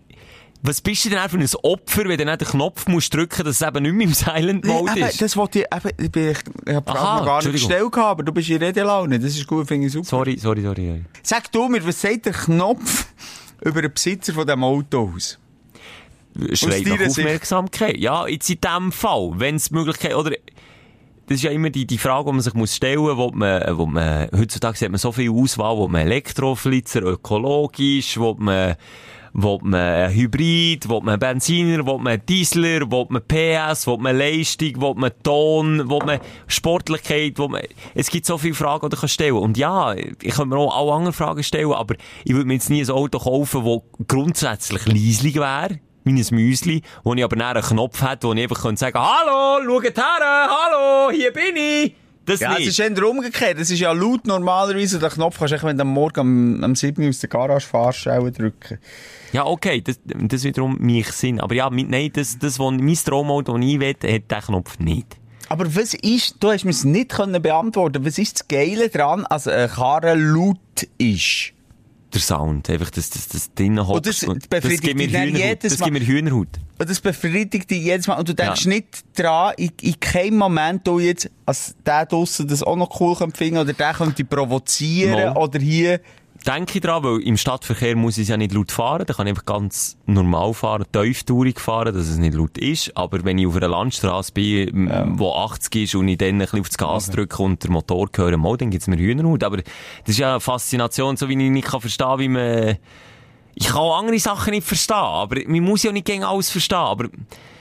[SPEAKER 1] was bist du denn auch für ein Opfer, wenn du nicht den Knopf musst drücken, dass es eben nicht mehr im Silent Mode
[SPEAKER 5] Nee, eben,
[SPEAKER 1] ist?
[SPEAKER 5] das wollte ich, eben, ich, bin, ich, ich habe die Frage
[SPEAKER 1] Aha,
[SPEAKER 5] noch gar nicht
[SPEAKER 1] Entschuldigung.
[SPEAKER 5] gestellt, gehabt, aber du bist in Redelaune. Das ist gut, finde ich super.
[SPEAKER 1] Sorry, sorry, sorry.
[SPEAKER 5] Sag du mir, was sagt der Knopf über den Besitzer von diesem Auto aus?
[SPEAKER 1] Schreit nach
[SPEAKER 5] deiner Sicht?
[SPEAKER 1] Aufmerksamkeit. Ja, jetzt in diesem Fall, wenn es Möglichkeit, oder, das ist ja immer die, die Frage, die man sich muss stellen muss, wo man, wo man, heutzutage hat man so viel Auswahl, wo man Elektroflitzer, ökologisch, wo man, wo man ein Hybrid, wo man Benziner, wo man Dieseler, wo man P S, wo man Leistung, wo man Ton, wo man Sportlichkeit, wo man, es gibt so viele Fragen, die du kannst stellen. Und ja, ich könnte mir auch alle anderen Fragen stellen, aber ich würde mir jetzt nie ein Auto kaufen, das grundsätzlich leislich wäre. Wie ein Müsli, wo ich aber dann einen Knopf hätte, wo ich einfach könnte sagen, hallo, schaut her, hallo, hier bin ich. Das
[SPEAKER 5] Ja, es
[SPEAKER 1] nicht.
[SPEAKER 5] ist eher umgekehrt. Es ist ja laut normalerweise. Den Knopf kannst du, echt, wenn du am Morgen am, am sieben aus der Garage fährst, auch drücken.
[SPEAKER 1] Ja, okay, das, das wiederum mich Sinn. Aber ja, mit, nein, das, das, wo, mein Stromauto, das ich will, hat den Knopf nicht.
[SPEAKER 5] Aber was ist, du hast mir es nicht können beantworten, was ist das Geile daran, als eine Karre laut ist?
[SPEAKER 1] Der Sound, einfach, dass das, das drinnen
[SPEAKER 5] Und das
[SPEAKER 1] hockt.
[SPEAKER 5] befriedigt
[SPEAKER 1] gibt mir
[SPEAKER 5] dich dann
[SPEAKER 1] Hühnerhaut.
[SPEAKER 5] jedes
[SPEAKER 1] Das gibt mir Hühnerhaut.
[SPEAKER 5] Und das befriedigt dich jedes Mal. Und du denkst
[SPEAKER 1] Ja.
[SPEAKER 5] nicht dran, in, in keinem Moment, du jetzt, als der draussen das auch noch cool könnte finden, oder der könnte provozieren,
[SPEAKER 1] Mal.
[SPEAKER 5] oder hier.
[SPEAKER 1] Denke ich dran, weil im Stadtverkehr muss ich es ja nicht laut fahren. Da kann ich einfach ganz normal fahren, tieftourig fahren, dass es nicht laut ist. Aber wenn ich auf einer Landstrasse bin, m- wo achtzig ist und ich dann ein bisschen auf das Gas drücke und den Motor höre, mal, dann gibt's mir Hühnerhaut. Aber das ist ja eine Faszination, so wie ich nicht kann verstehen, wie man... Ich kann auch andere Sachen nicht verstehen, aber man muss ja nicht gegen alles verstehen. Aber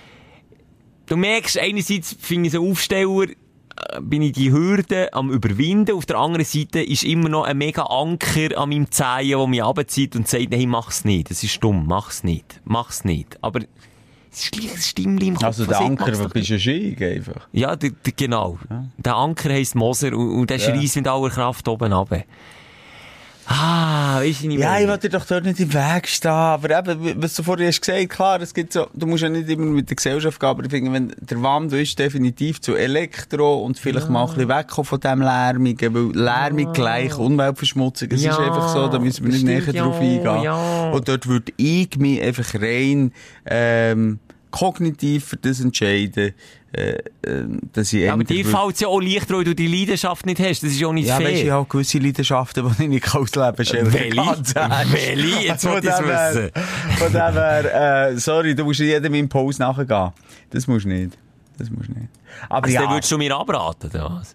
[SPEAKER 1] du merkst, einerseits finde ich so Aufsteller, bin ich die Hürde am Überwinden. Auf der anderen Seite ist immer noch ein mega Anker an meinem Zehen, der mich runterzieht und sagt, nein, mach's nicht. Das ist dumm, mach's nicht. Mach's nicht. Aber das ist gleich ein Stimmchen im Kopf.
[SPEAKER 5] Also der Anker, du bist ja schräg einfach.
[SPEAKER 1] Ja, d- d- genau. Ja. Der Anker heisst Moser und, und der
[SPEAKER 5] Ja.
[SPEAKER 1] schreist mit aller Kraft oben runter. Ah, weisst du nicht
[SPEAKER 5] Ja,
[SPEAKER 1] mehr?
[SPEAKER 5] ich wollte dir doch dort nicht im Weg stehen. Aber eben, was du vorhin hast gesagt, klar, es gibt so, du musst ja nicht immer mit der Gesellschaft gehen, aber ich finde, wenn der Wandel ist definitiv zu Elektro und vielleicht ja. mal ein bisschen wegkommen von dem Lärmigen, weil Lärmung ja. gleich Umweltverschmutzung, es ja. ist einfach so, da müssen wir nicht näher ja. drauf eingehen. Ja. Und dort würde ich mich einfach rein, ähm, kognitiv für das entscheiden, äh, äh, dass ich...
[SPEAKER 1] Ja, aber dir fällt es ja auch leichter, weil du die Leidenschaft nicht hast. Das ist ja auch nicht
[SPEAKER 5] ja,
[SPEAKER 1] fair.
[SPEAKER 5] Ja, weißt du, ich habe gewisse Leidenschaften, die ich nicht ausleben kann.
[SPEAKER 1] Welche? Welche? Jetzt
[SPEAKER 5] von
[SPEAKER 1] wollte ich es wissen.
[SPEAKER 5] Von dem her, äh, sorry, du musst jedem Impuls nachgehen. Das musst du nicht. Das musst du nicht. Aber
[SPEAKER 1] also
[SPEAKER 5] ja.
[SPEAKER 1] dann würdest du mir abraten, oder was?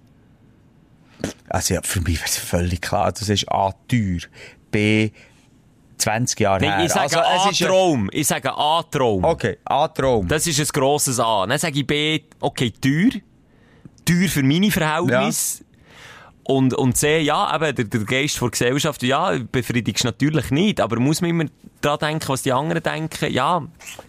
[SPEAKER 5] Also ja, für mich wäre es völlig klar. Das ist A, teuer. B, zwanzig Jahre
[SPEAKER 1] Nein,
[SPEAKER 5] her.
[SPEAKER 1] ich sage
[SPEAKER 5] also,
[SPEAKER 1] A-Traum. Ich sage A-Traum.
[SPEAKER 5] Okay, A-Traum.
[SPEAKER 1] Das ist ein grosses A. Dann sage ich B, okay, teuer. Teuer für meine Verhältnisse. Ja. Und, und C, ja, eben, der, der Geist der Gesellschaft, ja, befriedigst natürlich nicht. Aber muss man immer daran denken, was die anderen denken? Ja.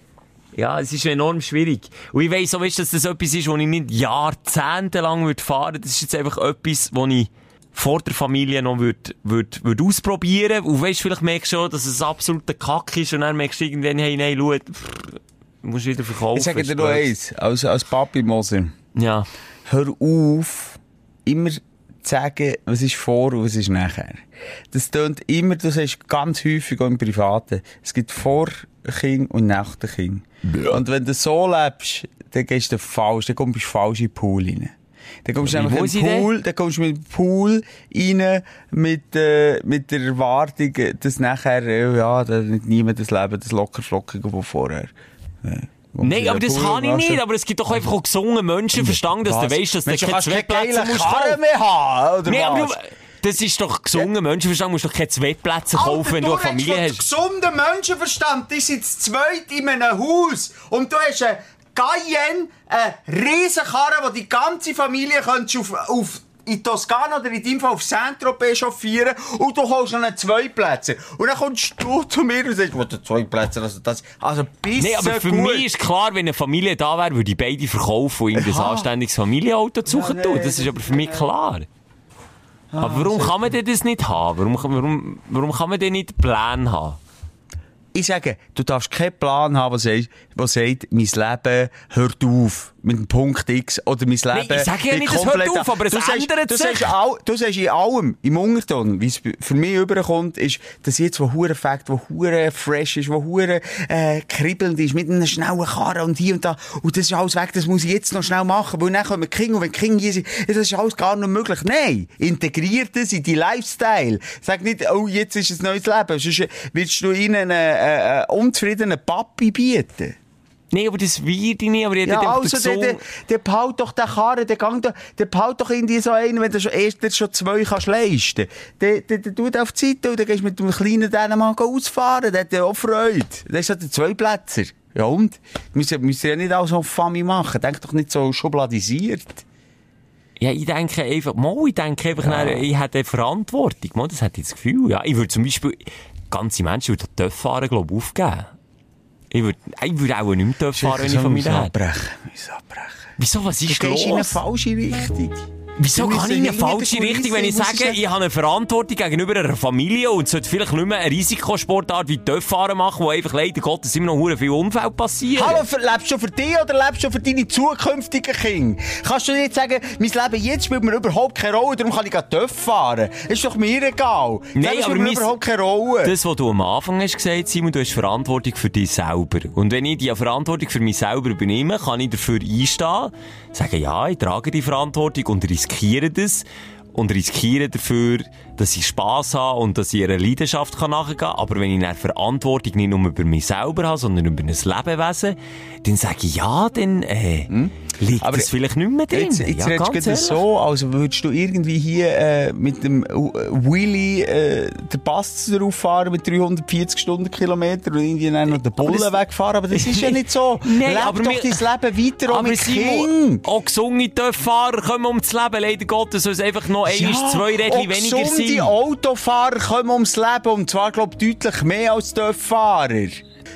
[SPEAKER 1] Ja, es ist enorm schwierig. Und ich weiss auch, weißt, dass das etwas ist, was ich nicht jahrzehntelang fahren würde. Das ist jetzt einfach etwas, was ich vor der Familie noch würd, würd, würd ausprobieren. Und weisst, vielleicht merkst du schon, dass es absoluter Kack ist und dann merkst du irgendwann, hey, nein, schau, pff, musst wieder verkaufen.
[SPEAKER 5] Ich sage dir noch eins, als, als Papi Moser.
[SPEAKER 1] Ja.
[SPEAKER 5] Hör auf, immer zu sagen, was ist vor und was ist nachher. Das tönt immer, du sagst ganz häufig auch im Privaten, es gibt vor Kind und nach dem Kind. Ja. Und wenn du so lebst, dann gehst du falsch, dann kommst du falsch in den Pool rein. Dann kommst du
[SPEAKER 1] ja,
[SPEAKER 5] nämlich in den Pool, dann kommst du mit dem Pool rein, mit, äh, mit der Erwartung, dass nachher, äh, ja, da nicht niemand das Leben, das lockerflockige von vorher. Äh,
[SPEAKER 1] Nein, aber das kann ich nicht, aber es gibt doch einfach auch gesungen Menschenverstand, dass was? Du weißt, dass du keine Zweitplätze musst
[SPEAKER 5] kaufen. Mehr haben, oder
[SPEAKER 1] nee,
[SPEAKER 5] was?
[SPEAKER 1] Aber das ist doch gesungen ja. Menschenverstand, du musst doch keine Zweitplätze kaufen, Alter, wenn du eine Familie hast.
[SPEAKER 5] Gesunder Menschenverstand, die sind zu zweit in einem Haus und du hast eine Cayenne, eine Riesenkarre, die die ganze Familie auf, auf in Toskana oder in deinem Fall auf Saint-Tropez chauffieren und du holst noch zwei Plätze. Und dann kommst du zu mir und sagst, wo du zwei Plätze, also das, also bis
[SPEAKER 1] nee, aber für
[SPEAKER 5] gut.
[SPEAKER 1] mich ist klar, wenn eine Familie da wäre, würde ich beide verkaufen und irgendein ja. anständiges Familienauto suchen ja, nee, tun. Das ist aber für mich klar. Ah, aber warum kann man denn das nicht haben? Warum, warum, warum kann man denn nicht Pläne haben?
[SPEAKER 5] Ich sage, du darfst keinen Plan haben, der sagt, mein Leben hört auf. Mit dem Punkt X oder mein Leben...
[SPEAKER 1] Nee, ich sage ja nicht, es hört auf, aber es ändert
[SPEAKER 5] du
[SPEAKER 1] sich.
[SPEAKER 5] Sagst, all, du sagst in allem, im Unterton, wie es für mich überkommt, ist, dass jetzt, wo hure Fakt, wo hure fresh ist, wo hure äh, kribbelnd ist, mit einer schnellen Karre und hier und da, und das ist alles weg, das muss ich jetzt noch schnell machen, weil dann kommen Kinder, und wenn Kinder hier sind, das ist alles gar nicht möglich. Nein, integriert das in die Lifestyle. Sag nicht, oh, jetzt ist ein neues Leben, sonst willst du ihnen einen äh, äh, unzufriedenen Papi bieten.
[SPEAKER 1] Nee, aber das wird ich nicht, aber ich
[SPEAKER 5] ja,
[SPEAKER 1] hätte
[SPEAKER 5] also, der, der, der behaut doch den Karren, der gang da, der behaut doch irgendwie so einen, wenn du schon, erst schon zwei kannst leisten. Der, der, der tut auf die Seite und dann gehst du mit dem kleinen Dänemark ausfahren, der hat ja auch Freude. Das ist halt der Zweiplätzer. Ja und? Wir müssen ja nicht alles auf Famille machen. Denk doch nicht so schubladisiert.
[SPEAKER 1] Ja, ich denke einfach, mal, ich denke einfach, ja. Dann, ich hätte Verantwortung. Mal, das hätte ich das Gefühl, ja. Ich würde zum Beispiel, ganze Menschen würden Töpfe fahren, glaube ich, aufgeben. Ich würde, ich würde auch nicht mehr Töpfe fahren, wenn ich Familie hätte.
[SPEAKER 5] Abbrechen, abbrechen.
[SPEAKER 1] Wieso, was ist
[SPEAKER 5] du
[SPEAKER 1] los?
[SPEAKER 5] Du gehst in eine falsche Richtung.
[SPEAKER 1] Wieso kann ich in eine falsche Richtung, wenn ich sage, ich habe eine Verantwortung gegenüber einer Familie und sollte vielleicht nicht mehr eine Risikosportart wie Töpffahren machen, wo einfach leider Gottes immer noch hure viele Unfälle passieren?
[SPEAKER 5] Hallo, lebst du für dich oder lebst du für deine zukünftigen Kinder? Kannst du nicht sagen, mein Leben jetzt spielt mir überhaupt keine Rolle, darum kann ich Töpfe fahren? Ist doch mir egal.
[SPEAKER 1] Nein,
[SPEAKER 5] das
[SPEAKER 1] aber
[SPEAKER 5] mir überhaupt keine Rolle.
[SPEAKER 1] Das, was du am Anfang hast gesagt, Simon, du hast Verantwortung für dich selber. Und wenn ich die Verantwortung für mich selber übernehme, kann ich dafür einstehen, sagen, ja, ich trage die Verantwortung und riskiere das. Und riskiere dafür, dass ich Spass habe und dass ich ihrer Leidenschaft nachgehen kann. Aber wenn ich eine Verantwortung nicht nur über mich selber habe, sondern über ein Lebewesen, dann sage ich, ja, dann äh, hm? liegt aber das vielleicht nicht mehr drin.
[SPEAKER 5] Jetzt, jetzt
[SPEAKER 1] ja,
[SPEAKER 5] redest du das so, als würdest du irgendwie hier äh, mit dem Wheelie äh, den Pass drauf fahren mit dreihundertvierzig Stundenkilometer und irgendwie dann noch den Bullen das, wegfahren. Aber das ist ja nicht so.
[SPEAKER 1] Nein,
[SPEAKER 5] Leb
[SPEAKER 1] aber
[SPEAKER 5] doch
[SPEAKER 1] wir,
[SPEAKER 5] dein Leben weiter, auch mit Kindern.
[SPEAKER 1] Auch gesunde Töpffahrer kommen ums Leben. Leider Gottes soll es einfach noch ein, ja, zwei Rädchen weniger sein.
[SPEAKER 5] Die Autofahrer kommen ums Leben und zwar, glaube ich, deutlich mehr als Töpffahrer.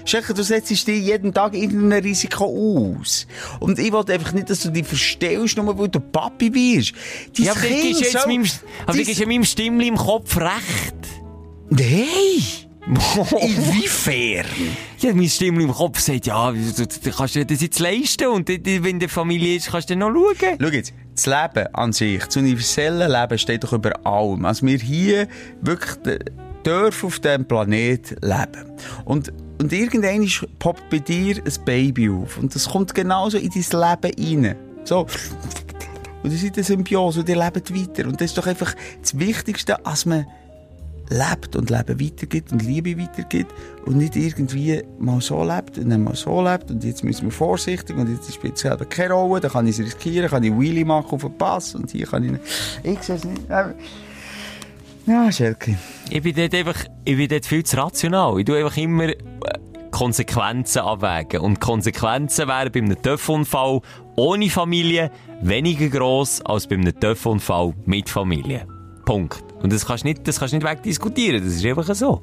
[SPEAKER 5] Schelke, du setzt dich jeden Tag irgendein Risiko aus. Und ich wollte einfach nicht, dass du dich verstellst, nur weil du Papi bist. Dein
[SPEAKER 1] Ja, aber du
[SPEAKER 5] Kind
[SPEAKER 1] gibst
[SPEAKER 5] soll-
[SPEAKER 1] meinem, aber du
[SPEAKER 5] dein-
[SPEAKER 1] gibst ja meinem Stimmli im Kopf recht.
[SPEAKER 5] Nein! Inwiefern?
[SPEAKER 1] Ja, mein Stimmli im Kopf sagt, ja, du, du, du kannst dir das jetzt leisten und du, du, wenn du Familie ist, kannst du dann noch schauen.
[SPEAKER 5] Schau jetzt, das Leben an sich, das universelle Leben steht doch über allem. Also wir hier wirklich d- dürfen auf diesem Planet leben. Und, und irgendwann poppt bei dir ein Baby auf. Und das kommt genauso in dein Leben rein. So. Und ihr seid eine Symbiose und ihr lebt weiter. Und das ist doch einfach das Wichtigste, dass man lebt und Leben weitergibt und Liebe weitergibt und nicht irgendwie mal so lebt und dann mal so lebt und jetzt müssen wir vorsichtig und jetzt spielt es selber keine Rolle, dann kann ich es riskieren, kann ich Wheelie machen auf den Pass und hier kann ich nicht. Ich sehe es nicht. Ja, Schelke.
[SPEAKER 1] Ich bin dort einfach, ich bin dort viel zu rational. Ich tue einfach immer äh, Konsequenzen abwägen. Und Konsequenzen wären bei einem Töpfunfall ohne Familie weniger gross als bei einem Töpfunfall mit Familie. Punkt. Und das kannst du nicht, das kannst du nicht wegdiskutieren. Das ist einfach so.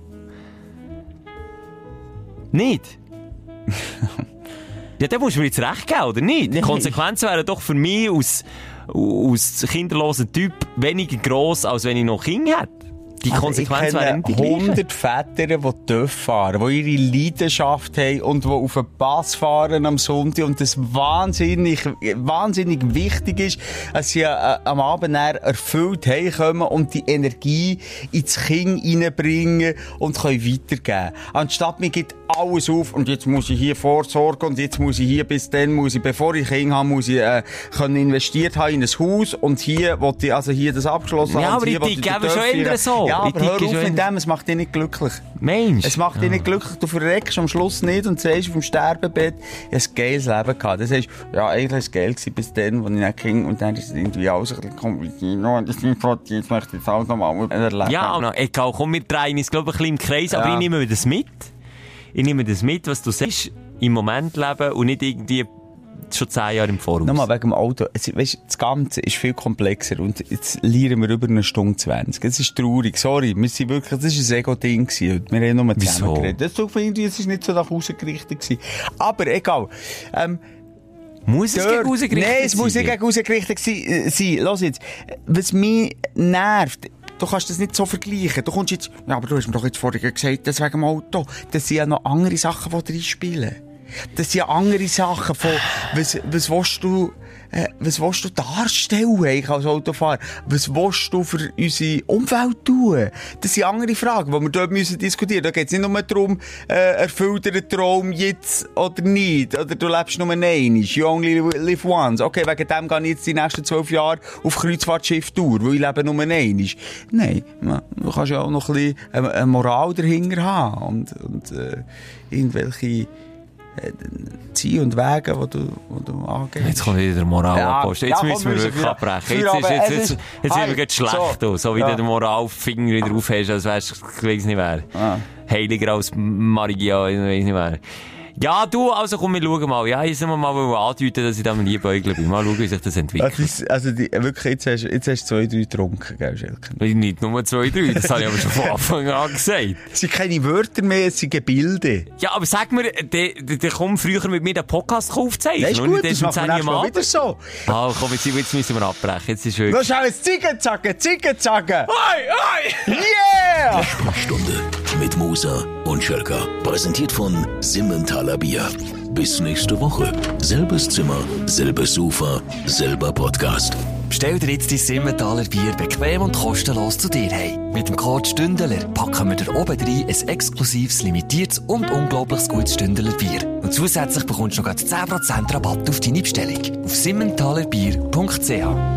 [SPEAKER 1] Nicht? Ja, dann musst du mir jetzt recht geben, oder nicht? Die Konsequenzen wären doch für mich als, als kinderloser Typ weniger gross, als wenn ich noch Kinder hätte. Die
[SPEAKER 5] Also
[SPEAKER 1] Konsequenz
[SPEAKER 5] ich
[SPEAKER 1] wäre
[SPEAKER 5] kenne
[SPEAKER 1] nicht die gleiche.
[SPEAKER 5] hundert Väter, die Töff fahren, die ihre Leidenschaft haben und die auf den Pass fahren am Sonntag und das wahnsinnig, wahnsinnig wichtig ist, dass sie äh, am Abend dann erfüllt heimkommen und die Energie ins Kind reinbringen und können weitergeben. Anstatt mir gibt alles auf und jetzt muss ich hier vorsorgen und jetzt muss ich hier bis dann, muss ich, bevor ich Kinder habe, muss ich äh, können investiert haben in ein Haus und hier wollte ich also hier das abgeschlossen
[SPEAKER 1] Ja,
[SPEAKER 5] haben.
[SPEAKER 1] aber
[SPEAKER 5] Hier
[SPEAKER 1] ich
[SPEAKER 5] wollte
[SPEAKER 1] denke
[SPEAKER 5] den
[SPEAKER 1] eben schon
[SPEAKER 5] Töff
[SPEAKER 1] eher so.
[SPEAKER 5] Ja,
[SPEAKER 1] Ich
[SPEAKER 5] aber hör
[SPEAKER 1] denke
[SPEAKER 5] auf
[SPEAKER 1] schon
[SPEAKER 5] mit
[SPEAKER 1] eher-
[SPEAKER 5] dem, es macht dich nicht glücklich.
[SPEAKER 1] Mensch.
[SPEAKER 5] Es macht dich nicht glücklich, du verreckst am Schluss nicht und sagst auf dem Sterbebett, ich hatte ein geiles Leben gehabt. Das heißt, ja, eigentlich war es geil gewesen bis dann, als ich nicht ging und dann ist es irgendwie alles ein bisschen kompliziert. Und das ist mein Vater, jetzt möchte ich jetzt auch noch mal erleben.
[SPEAKER 1] Ja, no, egal, komm, wir drehen uns, glaube ich, ein bisschen im Kreis,
[SPEAKER 5] Ja.
[SPEAKER 1] aber ich nehme das mit. Ich nehme das mit, was du sagst, im Moment leben und nicht irgendwie schon zehn Jahre im Voraus.
[SPEAKER 5] Nochmal wegen dem Auto. Es, weißt, das Ganze ist viel komplexer und jetzt lernen wir über eine Stunde zwanzig. Es ist traurig, sorry. Wir sind wirklich, das war ein Ego-Ding gewesen. Wir haben nur zusammen
[SPEAKER 1] Wieso?
[SPEAKER 5] geredet. Das ist doch irgendwie, es ist nicht so nach außen gerichtet gewesen. Aber egal. Ähm,
[SPEAKER 1] Muss es
[SPEAKER 5] Dort-
[SPEAKER 1] gegen rausgerichtet
[SPEAKER 5] Nein, es muss nicht gegen rausgerichtet sein. sein. Lass jetzt. Was mich nervt, du kannst das nicht so vergleichen. Du kommst jetzt, ja, aber du hast mir doch jetzt vorher gesagt, das wegen dem Auto. Das sind ja noch andere Sachen, die drin spielen. Das sind ja andere Sachen von, was, was willst du, äh, was willst du darstellen eigentlich als Autofahrer? Was willst du für unsere Umwelt tun? Das sind andere Fragen, die wir dort müssen diskutieren. Da geht es nicht nur darum, äh, erfüllt dir den Traum jetzt oder nicht? Oder du lebst nur einmal. You only live once. Okay, wegen dem gehe ich jetzt die nächsten zwölf Jahre auf Kreuzfahrtschiff-Tour, weil ich lebe nur einmal. Nein, man, du kannst ja auch noch ein bisschen eine, eine Moral dahinter haben und, und äh, irgendwelche Ziele und Wege, die du, die du angehst.
[SPEAKER 1] Jetzt kommt wieder der Moralapostel.
[SPEAKER 5] Ja,
[SPEAKER 1] Jetzt
[SPEAKER 5] ja,
[SPEAKER 1] müssen wir
[SPEAKER 5] komm,
[SPEAKER 1] wirklich
[SPEAKER 5] wir
[SPEAKER 1] abbrechen.
[SPEAKER 5] müssen
[SPEAKER 1] Jetzt, ist,
[SPEAKER 5] für-
[SPEAKER 1] jetzt,
[SPEAKER 5] es
[SPEAKER 1] jetzt,
[SPEAKER 5] ist-
[SPEAKER 1] jetzt sind wir
[SPEAKER 5] Hey,
[SPEAKER 1] gerade schlecht.
[SPEAKER 5] so.
[SPEAKER 1] So, so wie
[SPEAKER 5] Ja.
[SPEAKER 1] du den Moralfinger wieder drauf hast, als wärst du, ich weiss nicht wer.
[SPEAKER 5] Ah.
[SPEAKER 1] Heiliger als Maria, ich weiss nicht wer. Ja, du, also komm, wir schauen mal. Ja, ich soll mir mal andeuten, dass ich da mal Liebäugler bin. Mal schauen, wie sich das entwickelt.
[SPEAKER 5] Also, das- also die, wirklich, jetzt hast, jetzt hast du zwei, drei getrunken, gell, Schelke?
[SPEAKER 1] Nicht nur zwei, drei, das habe ich aber schon von Anfang an gesagt.
[SPEAKER 5] Es sind keine Wörter mehr, es sind Gebilde.
[SPEAKER 1] Ja, aber sag mir, der, der, der kommt früher mit mir den Podcast aufzeichnen.
[SPEAKER 5] Das ist
[SPEAKER 1] und
[SPEAKER 5] gut,
[SPEAKER 1] nicht
[SPEAKER 5] das
[SPEAKER 1] erst um
[SPEAKER 5] machen wir
[SPEAKER 1] zehn Uhr
[SPEAKER 5] nächstes
[SPEAKER 1] am
[SPEAKER 5] Mal
[SPEAKER 1] Abend.
[SPEAKER 5] wieder so.
[SPEAKER 1] Ah, komm, jetzt, jetzt müssen wir abbrechen. Jetzt ist wirklich...
[SPEAKER 5] Los, schau, jetzt Ziegenzacke, Ziegenzacke!
[SPEAKER 1] Oi, oi!
[SPEAKER 5] Yeah!
[SPEAKER 3] Sprechstunde mit Musa und Schelka. Präsentiert von Simmentaler Bier. Bis nächste Woche. Selbes Zimmer, selbes Sofa, selber Podcast.
[SPEAKER 4] Bestell dir jetzt dein Simmentaler Bier bequem und kostenlos zu dir heim. Mit dem Code Stündler packen wir dir oben rein ein exklusives, limitiertes und unglaublich gutes Stündler Bier. Und zusätzlich bekommst du noch zehn Prozent Rabatt auf deine Bestellung. Auf simmentalerbier punkt c h.